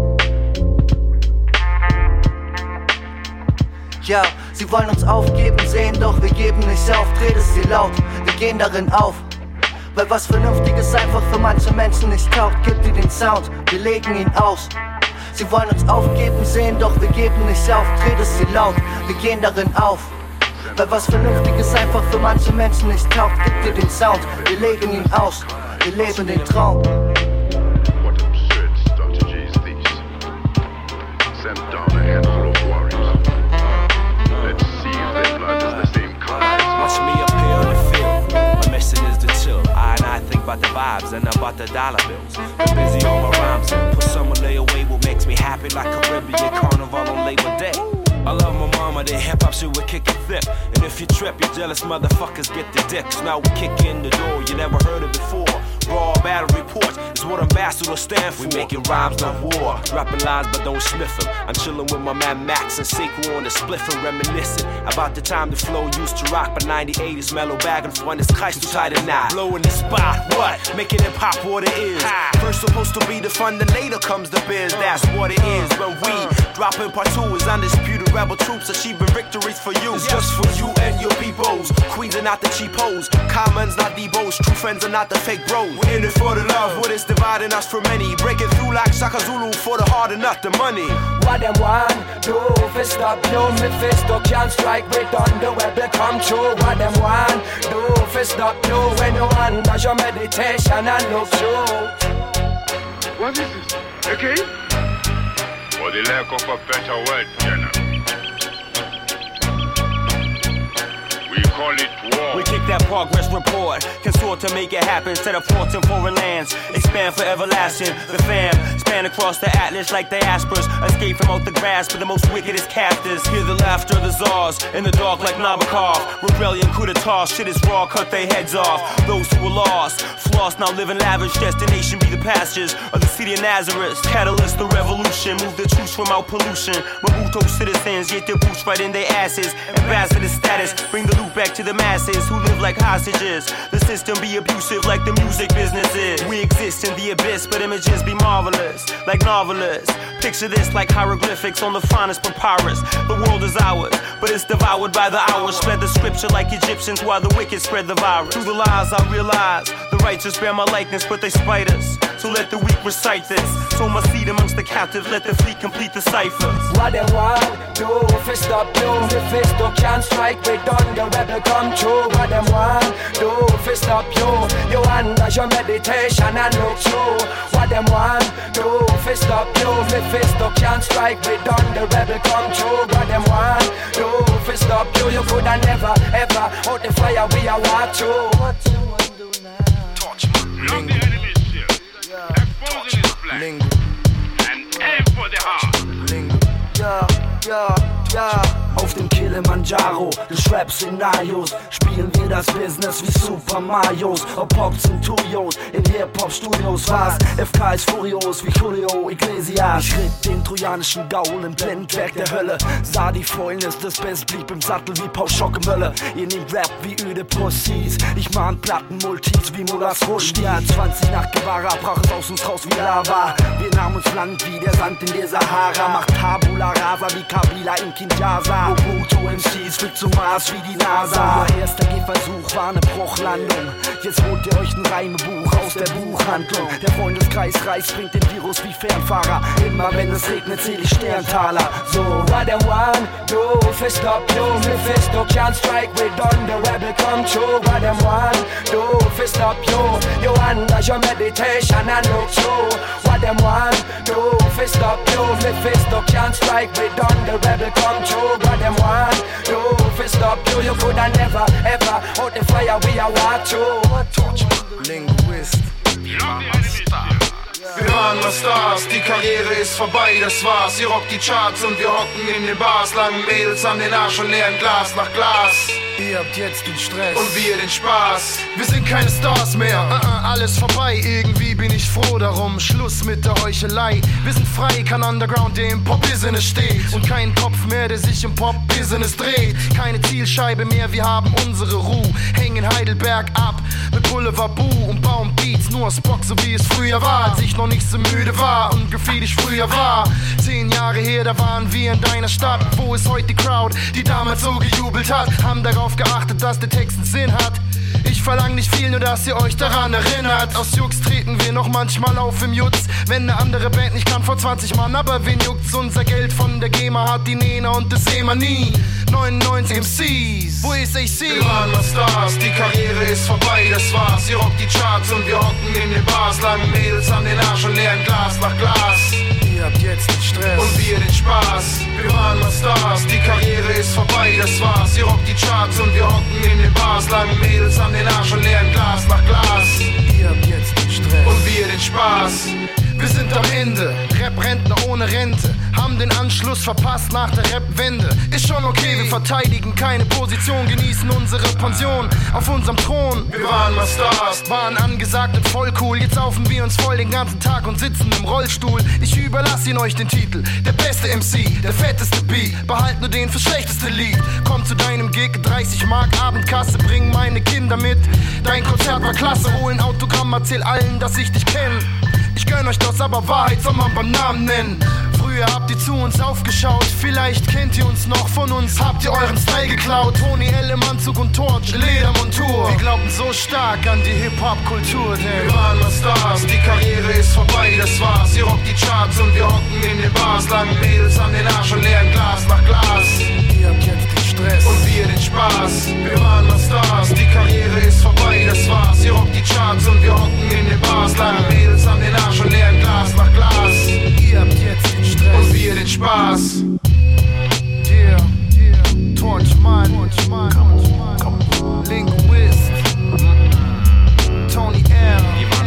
Ja, sie wollen uns aufgeben sehen, doch wir geben nicht auf. Dreht es sie laut, wir gehen darin auf. Weil was Vernünftiges einfach für manche Menschen nicht taugt, gibt ihr den Sound, wir legen ihn aus. Sie wollen uns aufgeben sehen, doch wir geben nicht auf. Dreht es sie laut, wir gehen darin auf. Weil was Vernünftiges einfach für manche Menschen nicht taugt. Gib dir den Sound, wir legen ihn aus, wir leben den Traum. What absurd strategy is this? Send down a handful of warriors. Let's see if their blood is the same color. Watch me appear on the field. My mission is to chill. I and I think about the vibes and about the dollar bills. I'm busy on my rhymes. Put someone lay away what makes me happy like Caribbean Carnival on Labor Day. I love my mama, the hip-hop shit we kick it thick. And if you trip, you jealous motherfuckers get the dick. Cause now we kick in the door, you never heard it before. Raw battle reports is what ambassadors stand for. We making rhymes, not war. Dropping lines, but don't sniff them. I'm chilling with my man Max and Sequel on the spliff and reminiscing about the time the flow used to rock. But ninety-eight is mellow bag and fun is Christ too tight and now. Blowing the spot, what? Making it pop what it is. First supposed to be the fun, then later comes the biz. That's what it is. When we dropping part two is undisputed rebel troops achieving victories for you. It's just for you and your peoples. Queens are not the cheapos. Commons not the bows. True friends are not the fake bros. We're in it for the love. What is dividing us from many? Breaking through like Shaka Zulu for the hard and not the money. What them want do fi stop you? Me Mephisto can't strike with thunder where they come true. What them want do fi stop you? When you wonder your meditation and look through. What is this? Okay? For the lack of a better word, Jenna. We call it war. We kick that progress report. Consort to make it happen. Set up forts in foreign lands. Expand for everlasting. The fam span across the atlas like diasporas. Escape from out the grasp of the most wickedest captors. Hear the laughter of the czars. In the dark like Nabokov. Rebellion coup d'etat. Shit is raw. Cut their heads off. Those who were lost. Floss now living lavish. Destination be the pastures of the city of Nazareth. Catalyst the revolution. Move the truth from out pollution. Mobuto citizens get their boots right in their asses. Ambassador status. Bring the loot back to the masses who live like hostages. The system be abusive like the music business is. We exist in the abyss, but images be marvelous, like novelists. Picture this like hieroglyphics on the finest papyrus. The world is ours, but it's devoured by the hours. Spread the scripture like Egyptians while the wicked spread the virus. Through the lies I realize the righteous bear my likeness, but they spite us. So let the weak recite this. Sow my seed amongst the captives, let the fleet complete the cipher. What them want do fi stop you? Mephisto can't strike with thunder rebel come true. What them want do fi stop you? You wonder your meditation and look through. What them want do fi stop you? Mephisto can't strike with thunder rebel come true. What them want do fi stop you? You coulda never ever out the fire we are walk through. What you want do now? Touch me. Lock the enemy's ship. Exposing his flag. And aim for the heart. Ja, ja, ja. Auf dem Kilimanjaro des Rap-Szenarios spielen wir das Business wie Super Marios. Ob Pops und Tuyos, in Hip-Hop-Studios war's. F K ist furios wie Julio Iglesias. Ich ritt den trojanischen Gaul im Blendwerk der Hölle. Sah die Fäulnis des Best, blieb im Sattel wie Paul Schock im Hölle. Ihr nehmt Rap wie öde Pussys. Ich mahn Plattenmultis wie Mullahs Rushdie. Ja, zwanzig nach Guevara brach es aus uns raus wie Lava. Wir nahmen uns Land wie der Sand in der Sahara. Macht Tabula Rasa wie Kabila in Kinshasa. Mobutu M Cs fliegt zum Mars wie die NASA. Euer erster Gehversuch war eine Bruchlandung. Jetzt holt ihr euch ein Reimebuch aus der Buchhandlung. Der Freundeskreis Reis bringt den Virus wie Fernfahrer. Immer wenn es regnet zähl ich Sterntaler. So, what them want do fi stop you? Mephisto can't strike with thunder rebel come true. What them want do fi stop you? You wonder your meditation and look through. What them want do fi stop you? Mephisto can't strike with thunder rebel come true. What them want do fi stop you? You coulda never ever out the fire we are walk through. Touch me. Linguist. Lock the enemy's ship. Wir waren mal Stars, die Karriere ist vorbei, das war's. Ihr rockt die Charts und wir hocken in den Bars. Langen Mädels an den Arsch und leeren Glas nach Glas. Ihr habt jetzt den Stress und wir den Spaß. Wir sind keine Stars mehr, uh -uh, alles vorbei. Irgendwie bin ich froh darum, Schluss mit der Heuchelei. Wir sind frei, kein Underground, der im Pop-Business steht. Und kein Kopf mehr, der sich im Pop-Business dreht. Keine Zielscheibe mehr, wir haben unsere Ruhe. Hängen Heidelberg ab mit Boulevard Boo und bauen Beats. Nur Spock, so wie es früher war, als ich noch nicht so müde war und gefühlt ich früher war. Zehn Jahre her, da waren wir in deiner Stadt. Wo ist heute die Crowd, die damals so gejubelt hat? Haben darauf geachtet, dass der Text einen Sinn hat. Ich Ich verlang nicht viel, nur dass ihr euch daran erinnert. Aus Jux treten wir noch manchmal auf im Jutz. Wenn ne andere Band nicht kann vor zwanzig Mann, aber wen juckt's? Unser Geld von der GEMA hat die Nena und das sehen wir nie. neunundneunzig M Cs, wo ist A C? Wir waren mal Stars, die Karriere ist vorbei, das war's. Ihr rockt die Charts und wir hocken in den Bars. Langen Mädels an den Arsch und leeren Glas nach Glas. Ihr habt jetzt den Stress und wir den Spaß. Wir waren mal Stars, die Karriere ist vorbei, das war's. Ihr rockt die Charts und wir hocken in den Bars. Langen Mädels an den Arsch und leeren Glas nach Glas. Ihr habt jetzt den Stress und wir den Spaß. Wir sind am Ende, Rap-Rentner ohne Rente, haben den Anschluss verpasst nach der Rap-Wende. Ist schon okay, wir verteidigen keine Position, genießen unsere Pension auf unserem Thron. Wir waren mal Stars, waren angesagt und voll cool. Jetzt saufen wir uns voll den ganzen Tag und sitzen im Rollstuhl. Ich überlasse ihn euch den Titel, der beste M C, der fetteste Beat. Behalt nur den fürs schlechteste Lied. Komm zu deinem Gig, dreißig Mark Abendkasse, bring meine Kinder mit. Dein Konzert war klasse, hol ein Autogramm, erzähl allen, dass ich dich kenn. Ich gönn euch das, aber Wahrheit soll man beim Namen nennen. Früher habt ihr zu uns aufgeschaut, vielleicht kennt ihr uns noch von uns. Habt ihr euren Style geklaut, Tony L im Anzug und Torch, Ledermontur. Wir glauben so stark an die Hip-Hop-Kultur, denn wir waren mal Stars, die Karriere ist vorbei, das war's. Ihr rockt die Charts und wir hocken in den Bars. Langen Mädels an den Arsch und leeren Glas nach Glas. Ihr habt jetzt den Stress und wir den Spaß. Wir waren mal Stars, die Karriere ist vorbei, das war's. Ihr rockt die Charts und wir hocken in den Bars. Langen Mädels an den Arsch und leeren Glas nach Glas. Ihr habt jetzt den Stress und wir den Spaß. Yeah, yeah. Torch man, Linguist, Tony L,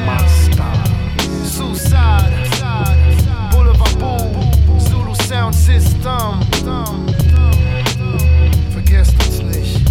Suicide, Boulevard Boo, Zulu Sound System. Vergesst uns nicht.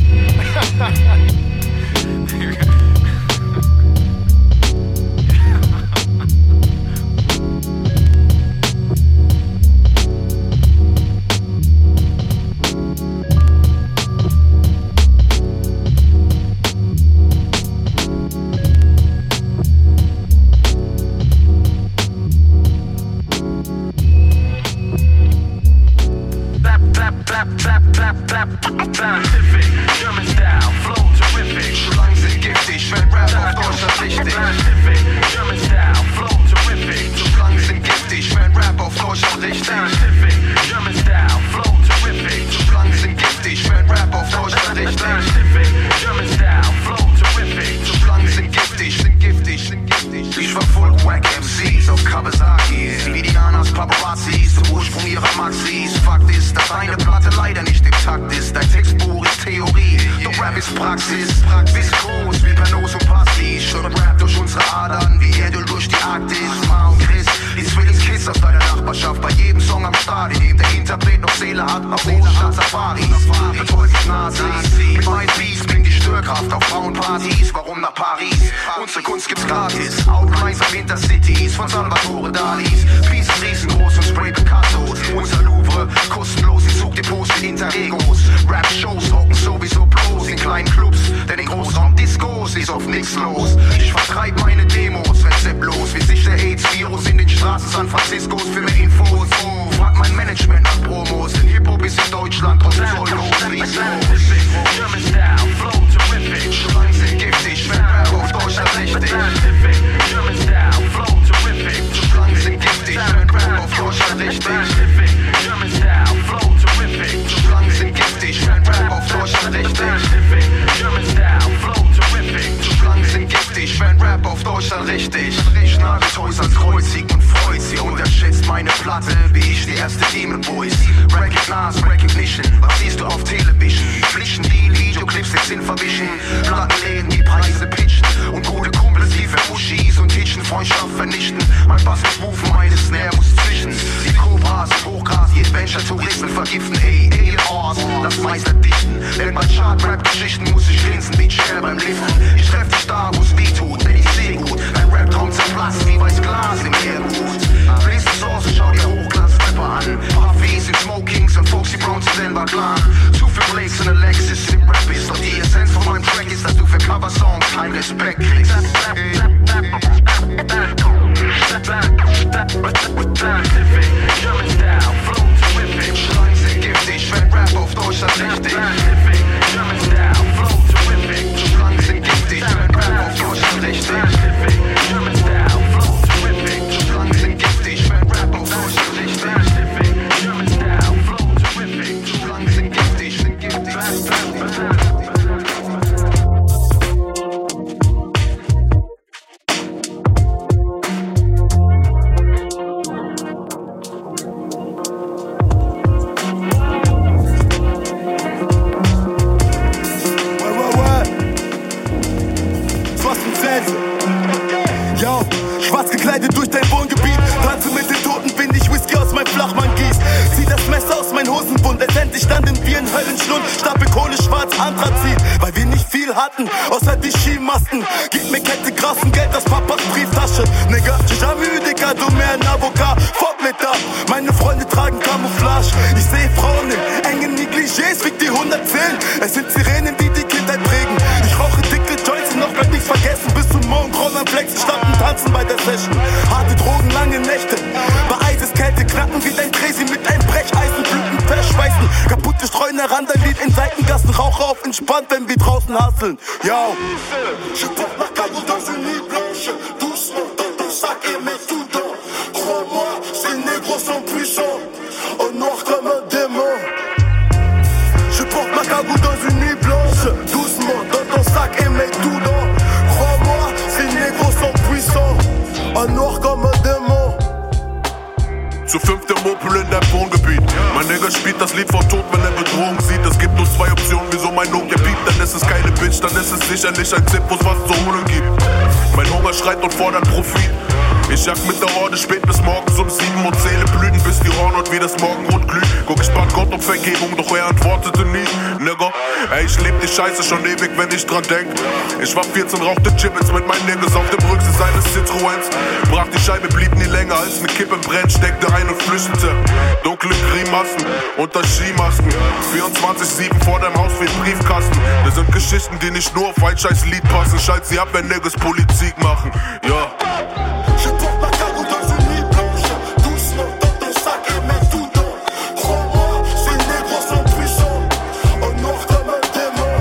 Scientific, German style, flow terrific. Schlangen sind giftig, wenn Rap auf Deutschland richtig. Scientific, German style, flow terrific. Schlangen sind giftig, wenn Rap auf Deutschland richtig. Scientific, German style, flow terrific. Schlangen sind giftig, wenn Rap auf Deutschland richtig. Scientific, German style, flow terrific. Schlangen sind giftig, sind giftig, sind giftig. Ich verfolge Wack M Cs auf Kawasaki, wie die Nanas Paparazzis, der Ursprung ihrer Maxis. Fakt ist, dass eine Platte leider nicht im Takt ist. Dein Textbuch ist Theorie, doch Rap ist Praxis. Bist groß wie Pernos und Pastis. Schön Rap durch unsere Adern, wie Erdöl durch die Arktis. Ma und Chris, die Zwillingskids aus deiner Nachbarschaft. Bei jedem Song am Start, in dem der Interpret noch Seele hat. Auf Großstadt Safaris, betäubt Nazis. Mit meinen Beats bringt die Störkraft auf Frauenpartys. Warum nach Paris? Unsere Kunst gibt's gratis. Outlines auf Intercities von Salvatore Dalis. Pieces riesengroß und Spray Picasso. Unser Louvre, kostenlos in Zugdepots für Interregos. Rap-Shows hocken sowieso bloß in kleinen Clubs, denn in Großraum-Discos ist oft nichts los. Ich vertreib meine Demos rezeptlos, wie sich der AIDS-Virus in den Straßen San Franciscos. Für mehr Infos fragt mein Management nach Promos, denn Hip-Hop ist in Deutschland trotzdem zolllos. German style, flow terrific. Schlangen sind giftig, wenn Rap auf Deutschland richtig. German style, flow terrific. Schlangen sind giftig, wenn Rap auf Deutschland richtig. German style, flow terrific. Schlangen sind giftig, wenn Rap auf Deutschland richtig. German style, flow terrific. Schlangen sind giftig, wenn Rap auf Deutschland richtig. Ich nagel Toys als kreuzig und freut sie. Unterschätzt meine Platte, wie ich die erste Demon Voice. Recognize, Recognition, was siehst du auf Television? Pflichten die Videoclips jetzt sind verwischen. Plattenläden die Preise pitchen und gute Kumpels die für Uschis und Hitchen Freundschaft vernichten. Mein Bass muss rufen, meine Snare muss zwischen. Die Cobras, Hochgras, die Adventure-Touristen vergiften. Ey, Alien Horse, das Meister dichten. Denn bei Chart-Rap-Geschichten muss ich grinsen wie Cher beim Liften. Ich treff dich da, wo's weh tut, denn ich seh gut. Dein Rap-Traum zerplatzt wie weiß Glas im Erdgut. Lese Source, schau dir Hochglanz-Rapper an. Puffys in Smokings und Foxy Browns im Denver Clan. Zu viel Blaze und Alexis im Rap ist. Doch die Essenz von meinem Track ist, dass du für Cover-Songs keinen Respekt kriegst. German style, flow terrific. Schlangen sind giftig, wenn Rap auf Deutschland richtig. German style, flow terrific. Schlangen sind giftig, schwarz gekleidet durch dein Wohngebiet. Tanze mit den Toten, bin ich Whisky aus meinem Flachmann gieß. Zieh das Messer aus meinen Hosenbund, letztendlich standen wir in Höllenschlund. Stapel Kohle, schwarz, Anthrazit, weil wir nicht viel hatten, außer die Skimasken. Gib mir Kette, Grafen, Geld aus Papas Brieftasche. Nigga, jamais de cadeau, mehr ein Avocat. Fuck mit da, meine Freunde tragen Camouflage. Ich seh Frauen in engen Negligés, fick die hundertzehn. Es sind Sirenen, die die Kindheit prägen. Ich rauche dicke Joints und noch bleibt nichts vergessen. Bis zum Morgen Kron am Flexen, standen tanzen bei der Session. Harte Drogen, lange Nächte. Bei Eiseskälte knacken wie dein Crazy mit einem Brecheisen. Blüten verschweißen. Kaputte Streuner, Randalied in Seitengassen. Rauche auf entspannt, wenn wir draußen hasseln. Yo. Je porte ma cagoule dans une nuit blanche. Doucement dans ton sac et mets tout dans. Crois-moi, ces négros sont puissants. Au noir comme un démon. Je porte ma cagoule dans une nuit blanche. Doucement dans ton sac et mets tout dans. Crois-moi, ces négros sont puissants. Au noir comme un démon. Zu fünft der Mopel in deinem Wohngebiet. Mein Nigger spielt das Lied von Tod, wenn er Bedrohung sieht. Es gibt nur zwei Optionen, wieso mein Nokia piept. Dann ist es keine Bitch, dann ist es sicher nicht ein Tipp, wo's was zu holen gibt. Mein Hunger schreit und fordert Profit. Ich jag mit der Horde spät bis morgens um sieben und zähle Blüten, bis die Hornhaut wie das Morgenrot glüht. Guck, ich bat Gott um Vergebung, doch er antwortete nie. Nigga, ey, ich leb die Scheiße schon ewig, wenn ich dran denk. Ich war vierzehn, rauchte Gibbets mit meinen Niggas auf dem Rücksitz eines Citroëns. Brach die Scheibe, blieb nie länger als eine Kippe brennt, steckte ein und flüchtete. Dunkle Grimassen unter Skimasken. vierundzwanzig sieben vor deinem Haus wie ein Briefkasten. Das sind Geschichten, die nicht nur auf ein scheiß Lied passen. Schalt sie ab, wenn Niggas Politik machen. Ja. Je porte ma cagoule dans une nuit blanche. Doucement dans ton sac et mets tout dans. Crois-moi, ces négros sont puissants. Au noir comme un démon.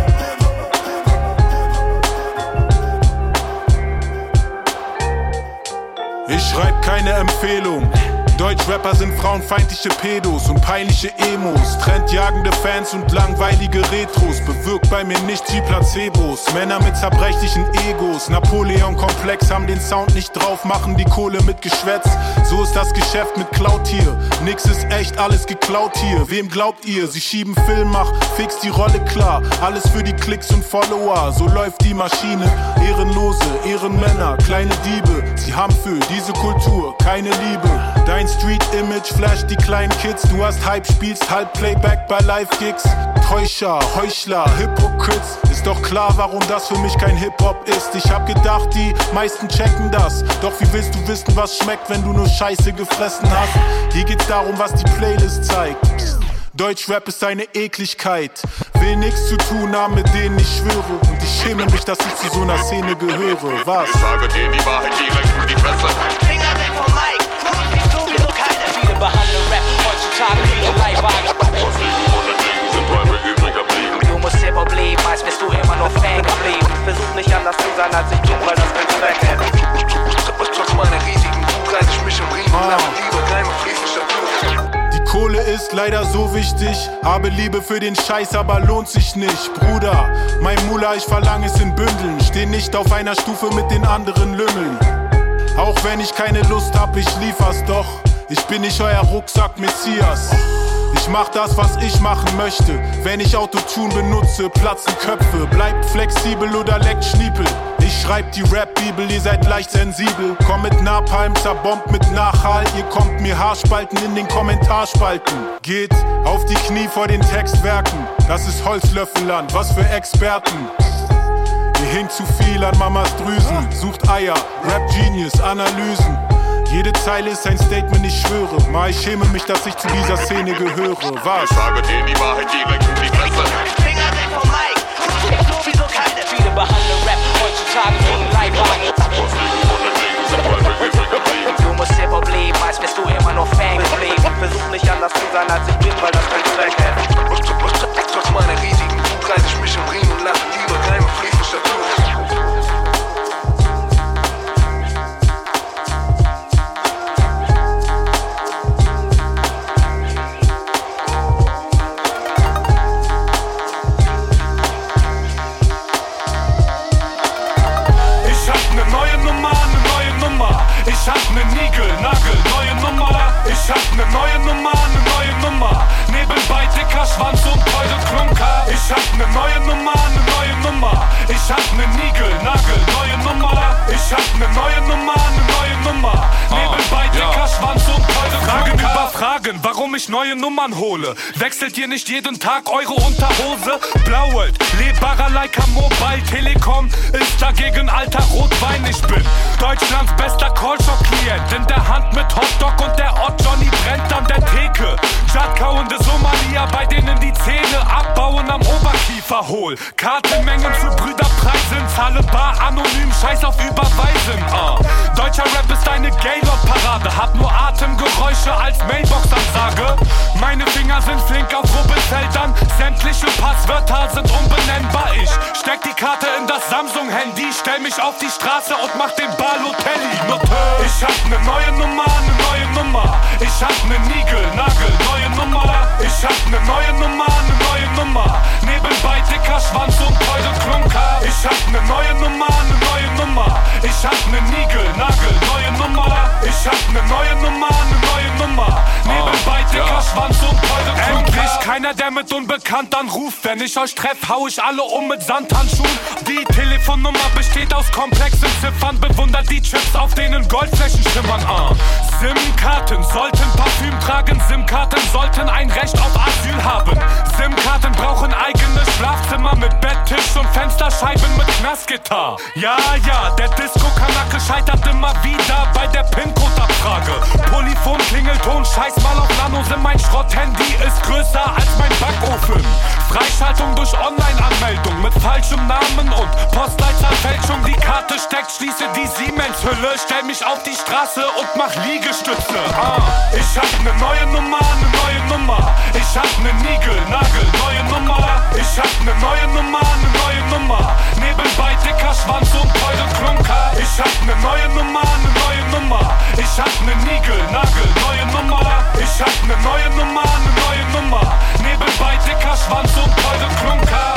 Ich schreib keine Empfehlung. Deutschrapper sind frauenfeindliche Pedos und peinliche Emos. Trendjagende Fans und langweilige Retros. Bewirkt bei mir nichts wie Placebos. Männer mit zerbrechlichen Egos. Napoleon-Komplex haben den Sound nicht drauf, machen die Kohle mit Geschwätz. So ist das Geschäft mit Clout hier. Nix ist echt, alles geklaut hier. Wem glaubt ihr? Sie schieben Film, mach fix die Rolle klar. Alles für die Klicks und Follower. So läuft die Maschine. Ehrenlose, Ehrenmänner, kleine Diebe. Sie haben für diese Kultur keine Liebe. Dein Street-Image flasht die kleinen Kids. Du hast Hype, spielst halb Playback bei Live-Gigs. Täuscher, Heuchler, Hypocrites. Ist doch klar, warum das für mich kein Hip-Hop ist. Ich hab gedacht, die meisten checken das. Doch wie willst du wissen, was schmeckt, wenn du nur Scheiße gefressen hast? Hier geht's darum, was die Playlist zeigt. Deutschrap ist eine Ekligkeit. Will nichts zu tun haben, mit denen ich schwöre. Und ich schäme mich, dass ich zu so einer Szene gehöre. Was? Ich sage dir die Wahrheit direkt in die Fresse. Finger weg vom Mike. Sowieso keine. Viele behandeln Rap heutzutage wie ein Leihwagen. Du musst Hip-Hop leben, als bist du immer noch Fan geblieben. Versuch nicht anders zu sein, als ich tu, weil das kein Zweck hätte. Trotz meiner riesigen Wut reiß ich mich im Riemen und lasse lieber keine fließende Statur. Die Kohle ist leider so wichtig. Habe Liebe für den Scheiß, aber lohnt sich nicht. Bruder, mein Mullah, ich verlange es in Bündeln. Steh nicht auf einer Stufe mit den anderen Lümmeln. Auch wenn ich keine Lust hab, ich liefer's doch. Ich bin nicht euer Rucksack-Messias. Ich mach das, was ich machen möchte. Wenn ich Autotune benutze, platzen Köpfe. Bleibt flexibel oder leckt Schniepel. Ich schreib die Rap-Bibel, ihr seid leicht sensibel. Komm mit Napalm, zerbombt mit Nachhall. Ihr kommt mir Haarspalten in den Kommentarspalten. Geht auf die Knie vor den Textwerken. Das ist Holzlöffelland, was für Experten. Ihr hinkt zu viel an Mamas Drüsen. Sucht Eier, Rap-Genius, Analysen. Jede Zeile ist ein Statement, ich schwöre. Mal ich schäme mich, dass ich zu dieser Szene gehöre. Was? Ich sage dir die Wahrheit direkt in die Fresse. Finger weg vom Mike. Sowieso keine. Viele behandeln Rap heutzutage wie ein Leihwagen. Du musst Hip-Hop leben, als bist du immer noch Fan geblieben. Versuch nicht anders zu sein, als ich bin, weil das kein Zweck hätte. Trotz meiner riesigen Wut reiß ich mich im Riemen und lasse lieber keine fließende Statur. Ich hab ne Nigel, Nagel, neue Nummer. Ich hab ne neue Nummer, ne neue Nummer. Nebenbei dicker Schwanz und Keule Klunker. Ich hab ne neue Nummer, ne neue Nummer. Ich hab ne Nigel, Nagel, neue Nummer. Ich hab ne neue Nummer, ne neue Nummer. fragen, warum ich neue Nummern hole. Wechselt ihr nicht jeden Tag eure Unterhose? Blauelt, lebbarer Leica Mobile Telekom ist dagegen alter Rotwein. Ich bin Deutschlands bester Callshop-Klient. In der Hand mit Hotdog und der Ott Johnny brennt an der Theke. Jadkauende Somalier, bei denen die Zähne abbauen am Oberkiefer hohl. Kartenmengen für Brüderpreisen, zahle bar anonym, scheiß auf Überweisen. Uh. Deutscher Rap ist eine Gaylord-Parade, hab nur Atemgeräusche als Mailbox-Ansage. Meine Finger sind flink auf Rubbelfeldern, sämtliche Passwörter sind unbenennbar. Ich steck die Karte in das Samsung-Handy, stell mich auf die Straße und mach den Balotelli. Note. Ich hab ne neue Nummer, ne neue Nummer. Ich hab ne Nigel-Nagel, neue Nummer. Ich hab ne neue Nummer, ne neue Nummer. Nebenbei dicker Schwanz und teure Klunker. Ich hab ne neue Nummer, ne neue Nummer. Ich hab ne Nigel-Nagel, neue Nummer. Ich hab ne neue Nummer, ne neue Nummer. Nebenbei dicker Schwanz und teure Klunker. Endlich keiner, der mit Unbekannt anruft. Wenn ich euch treff, hau ich alle um mit Sandhandschuhen. Die Telefonnummer besteht aus komplexen Ziffern. Bewundert die Chips, auf denen Goldflächen schimmern. uh. SIM-Karten sollten Parfüm tragen. SIM-Karten sollten ein Recht auf Asyl haben. SIM-Karten brauchen eigenes Schlafzimmer mit Betttisch und Fensterscheiben mit Knastgitter. Ja, ja, der Disco-Kanacke scheitert immer wieder bei der PIN-Code-Abfrage. Polyphon, Klingelton, scheiß mal auf Nano-SIM. Mein Schrott-Handy ist größer als mein Backofen. Freischaltung durch Online-Anmeldung mit falschem Namen und Postleitzahlfälschung. Die Karte steckt, schließe die Siemens-Hülle. Stell mich auf die Straße und mach Liegestütze. Ah, ich hab ne neue Nummer, ne neue Nummer. Ich hab ne Nigel-Nagel, neue Nummer. Ich hab ne neue Nummer, ne neue Nummer. Nebenbei dicker Schwanz und teure Klunker. Ich hab ne neue Nummer, ne neue Nummer. Ich hab ne Nigel-Nagel, neue Nummer. Ich hab ne neue Nummer, ne neue Nummer. Nebenbei dicker Schwanz und teure Klunker.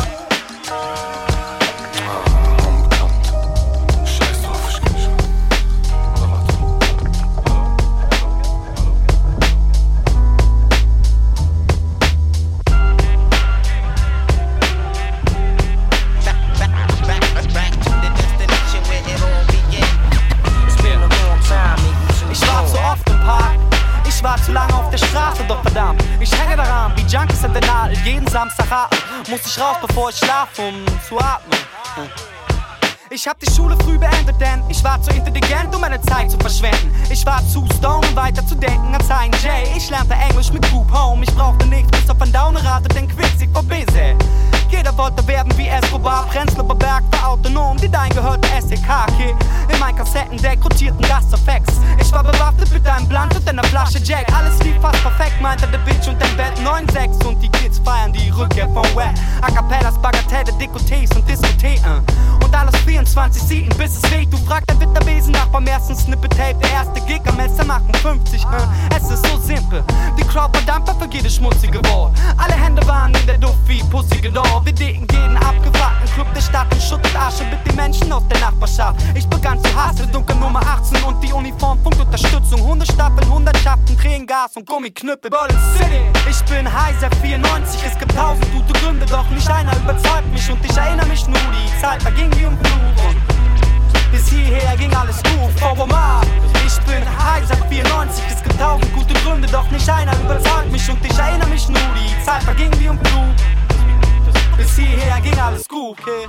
Ich war zu lange auf der Straße, doch verdammt, ich hänge daran wie Junkies in der Nadel. Jeden Samstagabend muss ich raus, bevor ich schlafe, um zu atmen. Ich hab die Schule früh beendet, denn ich war zu intelligent, um meine Zeit zu verschwenden. Ich war zu stoned, um weiter zu denken als ein Jay. Ich lernte Englisch mit Group Home, ich brauchte nichts bis auf ein Downerrate, den Quickzig vor B C. Jeder wollte werden wie Escobar, Prenzlauer Berg war autonom, die dein gehörte S E K K. In mein Kassettendeck rotierten Gasteffekts. Ich war bewaffnet mit einem Blunt und einer Flasche Jack. Alles lief fast perfekt, meinte der Bitch und dein Bett neun sechs. Und die Kids feiern die Rückkehr von Wet. A Cappellas, Bagatelle, Dekolletés und Diskotheken. Und alles vierundzwanzig Seiten, bis es weht. Du fragst dein Witterwesen nach beim ersten Snippet-Tape. Der erste Gig am Messer machen fünfzig, äh. Es ist so simpel. Die Crowd war dankbar für jedes schmutzige Wort. Alle Hände waren in der Duft wie pussige Door. Wir decken jeden abgefuckten Club der Stadt und schüttet Asche mit den Menschen aus der Nachbarschaft. Ich begann zu hassen, Dunkel Nummer achtzehn und die Uniform funkt Unterstützung. Hundestaffeln, Hundertschaften, Tränengas und Gummiknüppel. Berlin City. Ich bin heiser vierundneunzig, es gibt tausend gute Gründe, doch nicht einer überzeugt mich. Und ich erinnere mich nur, die Zeit verging wie im Blut. Und bis hierher ging alles gut, formal. Ich bin heiser vierundneunzig, es gibt tausend gute Gründe, doch nicht einer überzeugt mich. Und ich erinnere mich nur, die Zeit verging wie im Blut. Bis hierher ging alles gut, okay?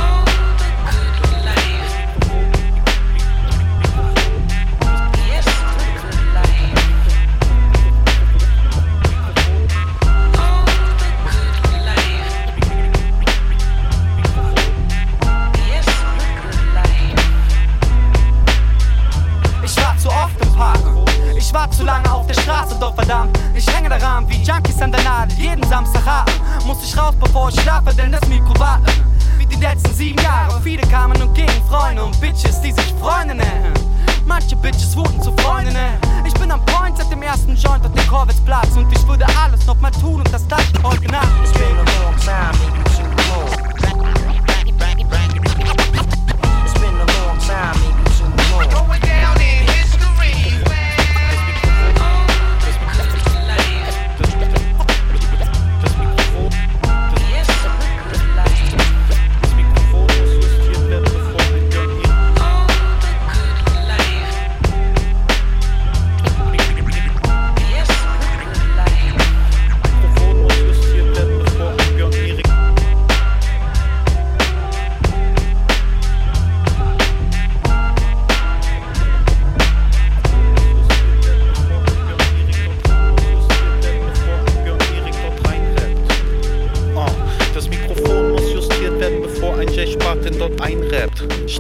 Ich war zu oft im Park. Ich war zu lange auf der Straße, doch verdammt, ich hänge daran wie Junkies an der Nadel. Jeden Samstagabend muss ich raus, bevor ich schlafe, denn das Mikro wartet. Wie die letzten sieben Jahre, viele kamen und gingen, Freunde und Bitches, die sich Freunde nennen. Manche Bitches wurden zu Freundinnen. Ich bin am Point seit dem ersten Joint auf dem Korvettsplatz und ich würde alles nochmal tun und das gleiche heute Nacht. Ich bin going down in history.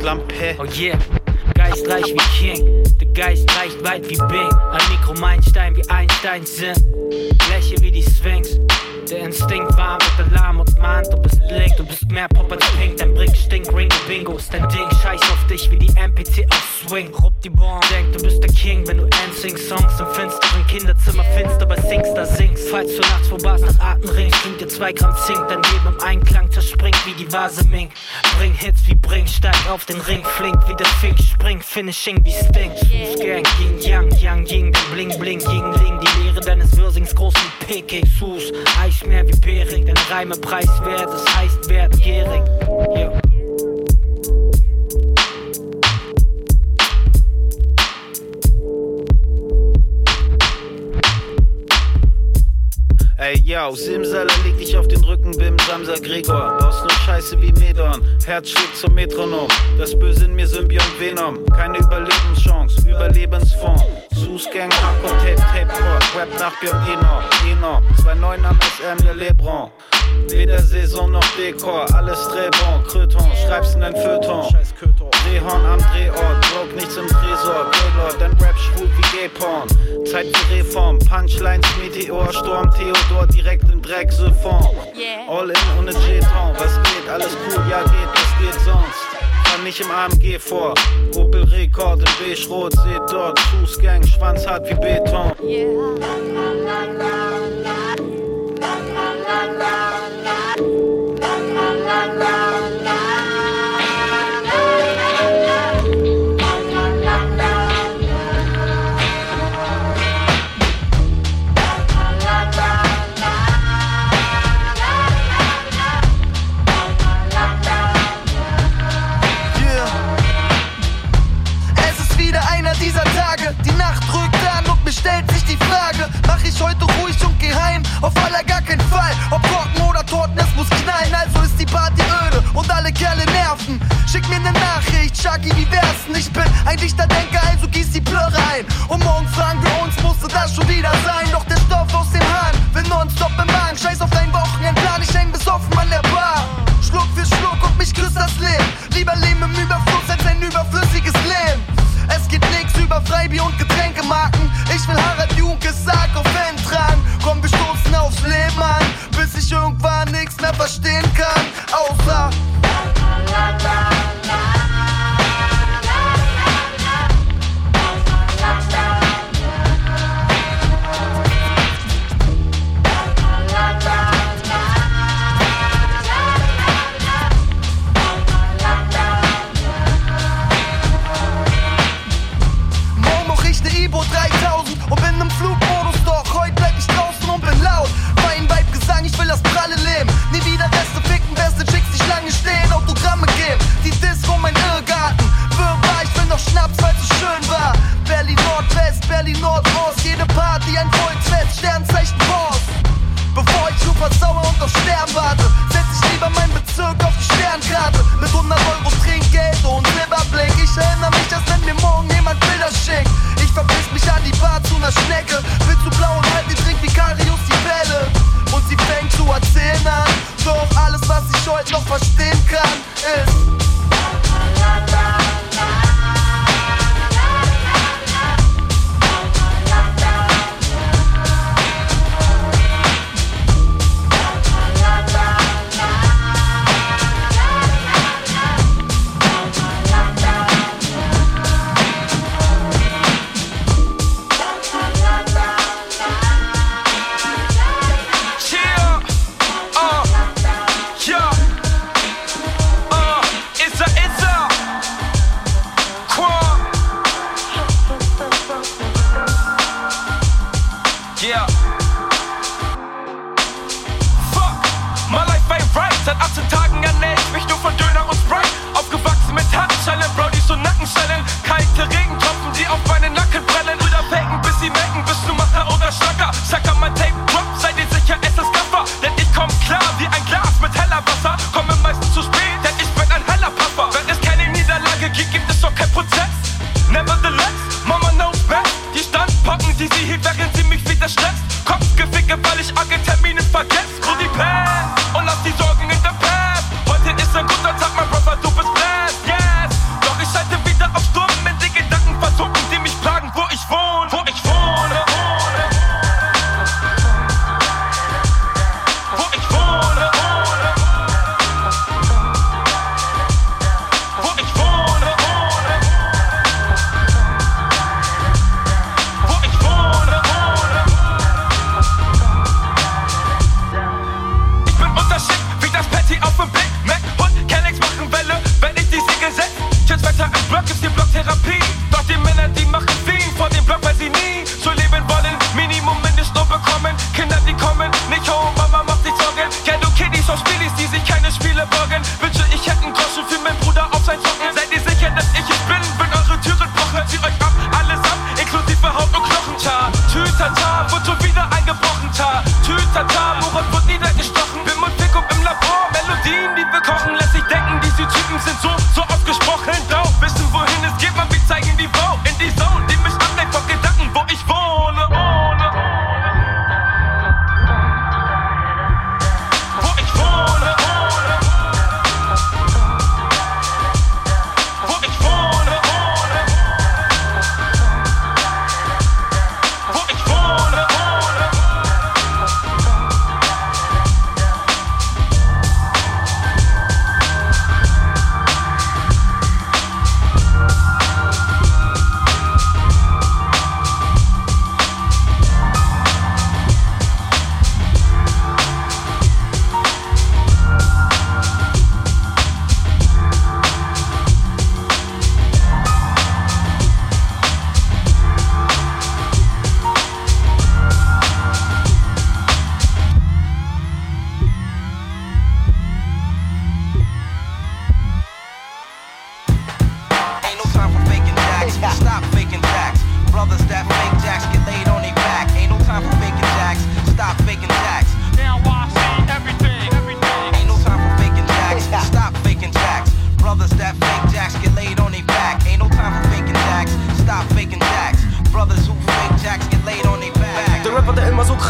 Lampe. Oh yeah, geistreich wie King, der Geist reicht weit wie Bing. Ein Mikromeilenstein wie Einsteins Sinn, Fläche wie die Sphinx. Der Instinkt war mit Alarm und mahnt, du bist link, du bist mehr Pop als Pink. Dein Brick stinkt, Ringo Bingo ist dein Ding. Scheiß auf dich wie die M P C auf Swing. Rupp die Born, denk du bist der King, wenn du N-Sing-Songs im finsteren Kinderzimmer finster bei Singster singst. Falls du nachts vor Bars nach Atem ringst, klingt dir zwei Gramm Zink, dein Leben im Einklang zerspringt wie die Vase Mink. Bring Hits wie Bring, steig auf den Ring, flink wie der Fink, spring, Finishing wie Sting. Fußgang, Yin Yang, Yang Ying, der Bling Bling, Ying Ling. Die Leere deines Wirsings groß wie Peking, Sus, Eismeer wie Bering. Deine Reime preiswert, das heißt wertgierig. Yo. Ey yo, Simsala leg dich auf den Rücken, Bim Samsa Gregor. Baust nur Scheiße wie Medon, Herz schlägt zum Metronom. Das Böse in mir Symbiont Venom, keine Überlebenschance, Überlebensfonds. Sus Gang, Hardcore, Tape, Tape, Core, Rap nach Björn Enor, Enor. zwei neun am S M, der Lebron. Weder Saison noch Dekor, alles Drehbon, Kröton, schreibst in dein Feuilleton. Drehhorn am Drehort, broke nichts im Tresor, Gaylord, dein Rap schwul wie Gay-Porn. Zeit für Reform, Punchlines, Meteor, Sturm, Theodor, direkt in Dreck, Siphon. All in ohne Jeton, was geht, alles cool, ja geht, was geht sonst? Fahr nicht im A M G vor, Opel Rekord in beige-rot, seht dort, Fußgang, schwanzhart wie Beton. Stellt sich die Frage, mach ich heute ruhig und geheim? Auf aller gar keinen Fall, ob Korken oder Torten, es muss knallen, also ist die Party öde und alle Kerle nerven. Schick mir ne Nachricht, Chucky, wie wär's denn? Ich bin ein dichter Denker, also gieß die Plörre ein. Und morgen fragen wir uns, musste das schon wieder sein? Doch der Stoff aus dem Hahn will nonstop im Magen. Scheiß auf dein Wochenendplan, ich häng besoffen an der Bar. Schluck für Schluck und mich küsst das Leben. Lieber Leben im Überfluss als ein überflüssiges Leben. Es geht nix über Freibier und Getränkemarken. Ich will Harald Junkes Sarg auf Fan tragen. Komm, wir stoßen aufs Leben an, bis ich irgendwann nichts mehr verstehen kann. Außer dreitausend und bin im Flugmodus, doch heute bleib ich draußen und bin laut. Mein Weibgesang, ich will das pralle Leben. Nie wieder Reste ficken, beste Chicks, die Schlange stehen, Autogramme geben. Die Disco, mein Irrgarten. Wirrwarr, ich will noch Schnaps, weil es so schön war. Berlin Nordwest, Berlin Nordost, jede Party ein Volksfest, Sternzeichen Post. Bevor ich nur versauere und auf Stern warte, setz ich lieber meinen Bezirk auf die Sternkarte. Mit hundert Euro Trinkgeld und Silberblick. Ich erinnere mich, dass wenn mir morgen jemand Bilder schickt. Ich verpiss mich an die Bar zu ner Schnecke. Will zu blau und halt die Trink Vicarius die Bälle. Und sie fängt zu erzählen an. Doch alles, was ich heute noch verstehen kann, ist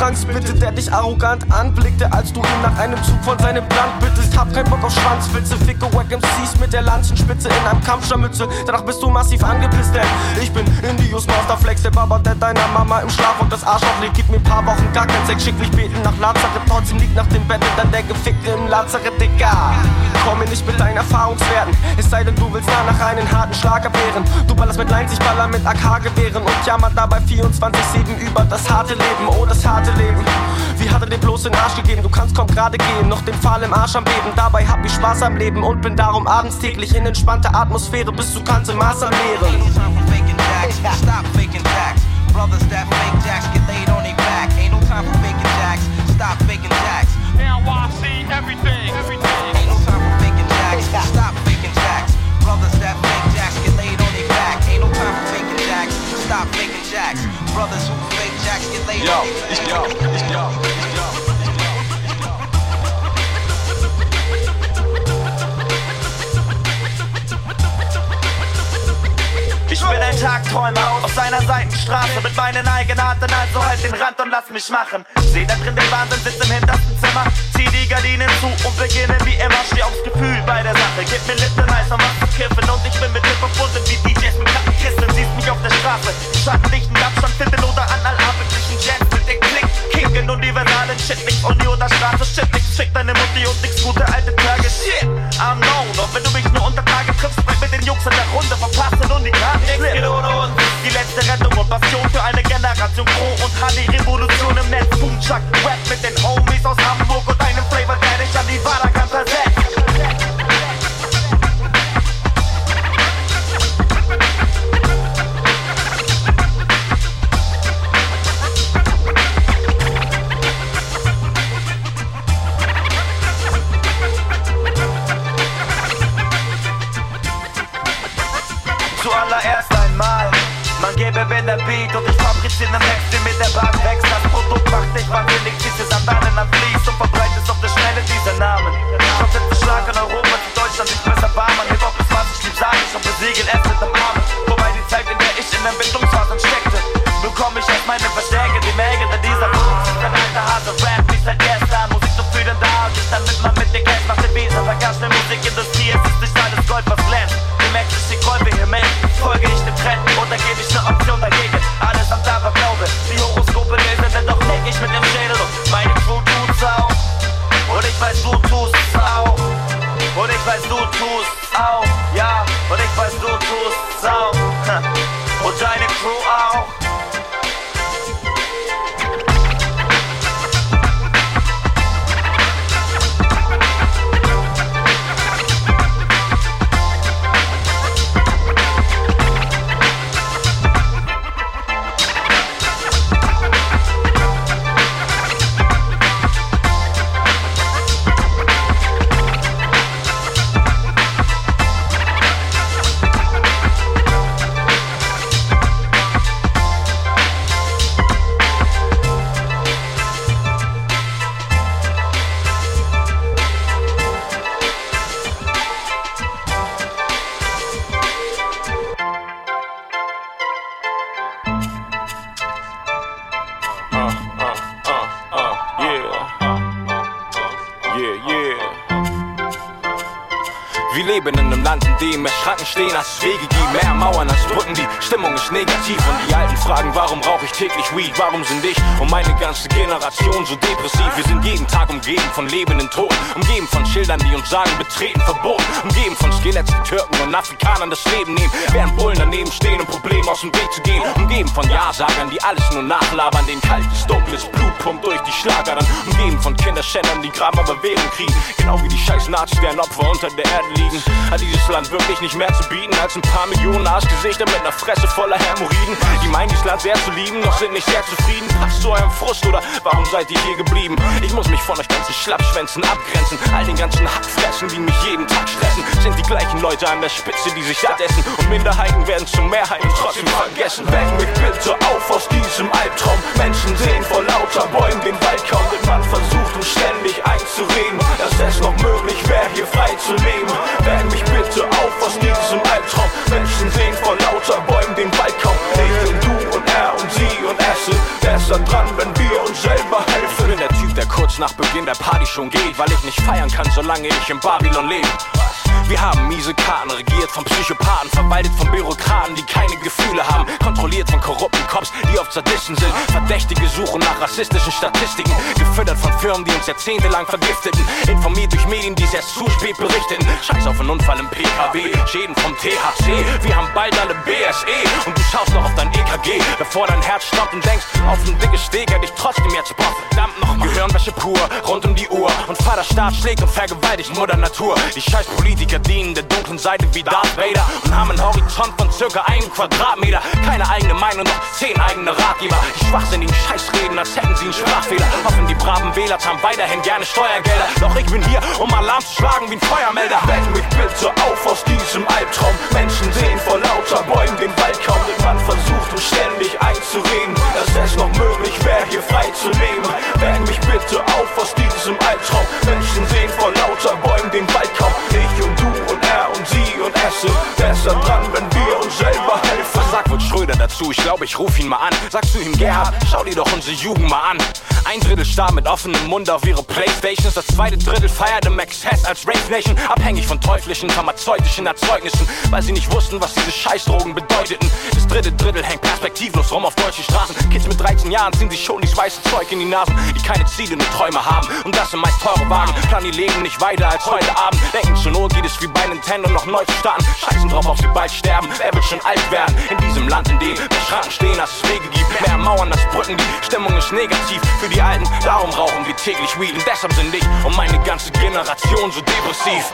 Tranksbitte, der dich arrogant anblickte, als du ihn nach einem Zug von seinem Land bittest. Hab kein Bock auf Schwanzwitze, ficke Wack M Cs mit der Lanzenspitze in einem Kampfscharmütze. Danach bist du massiv angepisst, denn ich bin Indios Masterflex, der Baba, der deiner Mama im Schlaf und das Arschloch legt. Gib mir paar Wochen gar kein Sex, schick mich beten nach Lazarett. Trotzdem liegt nach dem Bett dann der Gefickte im Lazarett, Digga. Komm mir nicht mit deinen Erfahrungswerten, es sei denn du willst danach einen harten Schlag abwehren. Du ballerst mit Lines, ich baller mit A K-Gewehren und jammert dabei vierundzwanzig sieben über das harte Leben, oh das harte Leben. Wie hat er dir bloß den Arsch gegeben? Du kannst kaum gerade gehen, noch den Pfahl im Arsch am Beben. Dabei hab ich Spaß am Leben und bin darum abends täglich in entspannter Atmosphäre, bis du kannst im Maß erlehren. Stop faking jacks. Brothers that fake jacks get laid on their back. Ain't no time for faking jacks. Stop faking jacks. N Y C, everything, everything. Ain't no time for faking jacks. Stop faking jacks. Brothers that fake jacks get laid on their back. Ain't no time for faking jacks. Stop faking jacks. Brothers who fake jacks get laid on their back. Yo, yo, yo, yo. Ich bin ein Tagträumer auf seiner Seitenstraße mit meinen eigenen Arten, also halt den Rand und lass mich machen. Seh da drin den Wahnsinn, sitz im hintersten Zimmer, zieh die Gardinen zu und beginne wie immer. Steh aufs Gefühl bei der Sache, gib mir Lippen Eis und was zu kiffen und ich bin mit dir verbunden wie D Js mit Plattenkisten. Siehst mich auf der Straße, schattendichten Abstand finden oder an allabendlichen Jets mit den Klick, Kinken, universalen Shit, nix Uni oder Straße, Shit, nix schick deine Mutti und nix gute alte Tage, Shit, I'm known. Doch wenn du mich nur unter Tage triffst, bleib mit den Jungs in der Runde, verpasst und die Karten. Die letzte Rettung und Passion für eine Generation Pro und H D-Revolution im Netz. Boomchuck, Rap mit den Homies aus Hamburg und einem Flavor, der dich an die Waderkant versetzt. Zuallererst einmal, man gebe mir der Beat und ich fabriziere einen Text, den mit der Bahn wächst. Das Produkt macht dich wahnsinnig, ziehst dir Sandalen am Vlies und verbreitest auf der Schnelle diese Namen. Konzepte Schlag in Europa, zu Deutschland sich besser warmen. Hip-Hop ist was ich lieb, sag ich und besiegel es mit dem Arm. Wobei die Zeit, in der ich in Entwicklungsphasen steckte, bekomme ich erst meine Verstärke. Die Mäge dieser Boots sind ein alter harte Rap, wie seit gestern. Musik zum Fühlen da und ich damit man mit dir Cash macht den Wiesen. Verkauft der Musikindustrie, es ist nicht alles Gold, was glänzt. Du merkst, ich schick Gold vehement, folge ich dem Trend oder gebe ich eine Option dagegen. Alles am Tag glaube, die Horoskope lesen, denn doch leg ich mit dem Schädel und meine Crew tut's auch. Und ich weiß, du tust es auch. Und ich weiß, du tust es auch. Ja, und ich weiß, du tust es auch. Und deine Crew auch. Wir leben in einem Land, in dem mehr Schranken stehen, als es Wege gibt, mehr Mauern als Brücken, die Stimmung ist negativ. Und die Alten fragen, warum rauche ich täglich Weed, warum sind ich und meine ganze Generation so depressiv? Wir sind jeden Tag umgeben von lebenden Toten, umgeben von Schildern, die uns sagen, betreten verboten, umgeben von Skeletts, die Türken und Afrikanern das Leben nehmen, während Bullen daneben stehen, um Problemen aus dem Weg zu gehen, umgeben von Ja-Sagern, die alles nur nachlabern, den kaltes, dunkles Blut pumpt durch die Schlagadern, umgeben von Kinderschändern, die Graben aber Währung kriegen, genau wie die scheiß Nazis, deren Opfer unter der Erde liegen. Hat dieses Land wirklich nicht mehr zu bieten als ein paar Millionen Arschgesichter mit einer Fresse voller Hämorrhoiden? Die meinen, dieses Land sehr zu lieben, doch sind nicht sehr zufrieden. Passt zu eurem Frust oder warum seid ihr hier geblieben? Ich muss mich von euch ganzen Schlappschwänzen abgrenzen. All den ganzen Hackfressen, die mich jeden Tag stressen, sind die gleichen Leute an der Spitze, die sich satt essen. Und Minderheiten werden zur Mehrheit und trotzdem vergessen. Weck mich bitte auf aus diesem Albtraum. Menschen sehen vor lauter Bäumen den Wald kaum, denn man versucht uns ständig einzureden, dass es noch möglich wäre, hier frei zu leben. Weck mich bitte auf aus diesem Albtraum. Menschen sehen vor lauter Bäumen den Wald kaum. Ich und du und er und sie und es sind besser dran, wenn wir uns selber kurz nach Beginn der Party schon geht, weil ich nicht feiern kann, solange ich in Babylon lebe. Wir haben miese Karten, regiert von Psychopathen, verwaltet von Bürokraten, die keine Gefühle haben, kontrolliert von korrupten Cops, die oft Sadisten sind. Verdächtige suchen nach rassistischen Statistiken, gefüttert von Firmen, die uns jahrzehntelang vergifteten, informiert durch Medien, die es erst zu spät berichteten. Scheiß auf einen Unfall im P K W, Schäden vom T H C, wir haben bald alle B S E und du schaust noch auf dein E K G, bevor dein Herz stoppt und denkst, auf ein dickes Steak hätte ich trotzdem jetzt Bock. Verdammt nochmal, Gehirnwäsche pur, rund um die Uhr und Vaterstaat schlägt und vergewaltigt Mutter Natur. Die scheiß Politiker dienen der dunklen Seite wie Darth Vader und haben einen Horizont von circa einem Quadratmeter. Keine eigene Meinung, noch zehn eigene Ratgeber. Die schwachsinnigen Scheißreden, als hätten sie einen Sprachfehler. Hoffen die braven Wähler zahlen weiterhin gerne Steuergelder. Doch ich bin hier, um Alarm zu schlagen wie ein Feuermelder. Weck mich bitte auf aus diesem Albtraum. Menschen sehen vor lauter Bäumen den Wald kaum. Denn man versucht uns ständig einzureden, dass es noch möglich wäre, hier frei zu leben. Weck mich bitte auf aus diesem Albtraum. Menschen sehen vor lauter Bäumen den Wald kaum. Ich und du und er und sie und es sind besser dran, wenn wir uns selber helfen. Sag wohl Schröder dazu, ich glaube ich ruf ihn mal an. Sag zu ihm, Gerhard, schau dir doch unsere Jugend mal an. Ein Drittel starr mit offenem Mund auf ihre Playstations. Das zweite Drittel feierte Max Hess als Rave Nation. Abhängig von teuflischen, pharmazeutischen Erzeugnissen, weil sie nicht wussten, was diese Scheißdrogen bedeuteten. Das dritte Drittel hängt perspektivlos rum auf deutschen Straßen. Kids mit dreizehn Jahren ziehen sich schon dieses weiße Zeug in die Nasen, die keine Ziele, nur Träume haben. Und das sind meist teure Wagen. Planen ihr Leben nicht weiter als heute Abend. Denken zur Not geht es wie bei Nintendo noch neu zu starten. Scheißen drauf, ob sie bald sterben. Wer wird schon alt werden? In diesem Land, in dem mehr Schranken stehen, als es Wege gibt. Mehr Mauern als Brücken, die Stimmung ist negativ für die Alten. Darum rauchen wir täglich Weed. Und deshalb sind ich und meine ganze Generation so depressiv.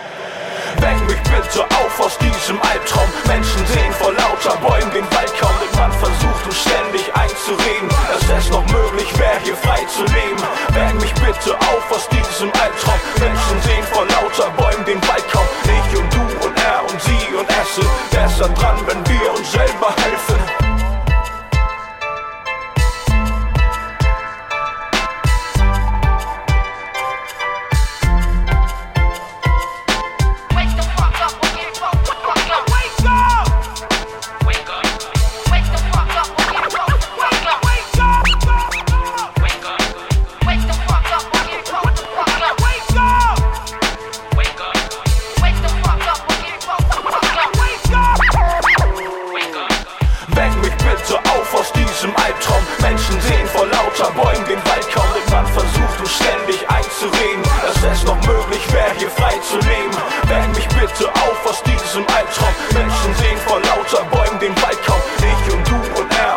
Weck mich bitte auf aus diesem Albtraum. Menschen sehen vor lauter Bäumen den Wald kaum. Denn man versucht uns ständig einzureden, dass es noch möglich wäre, hier frei zu leben. Weck mich bitte auf aus diesem Albtraum. Menschen sehen vor lauter Bäumen den Wald kaum. Ich und du und er und sie und es sind besser dran, wenn wir uns selber helfen. Menschen sehen vor lauter Bäumen den Wald kaum, denn man versucht uns ständig einzureden, dass es noch möglich wäre, hier frei zu leben. Weck mich bitte auf aus diesem Albtraum. Menschen sehen vor lauter Bäumen den Wald kaum. Ich und du und er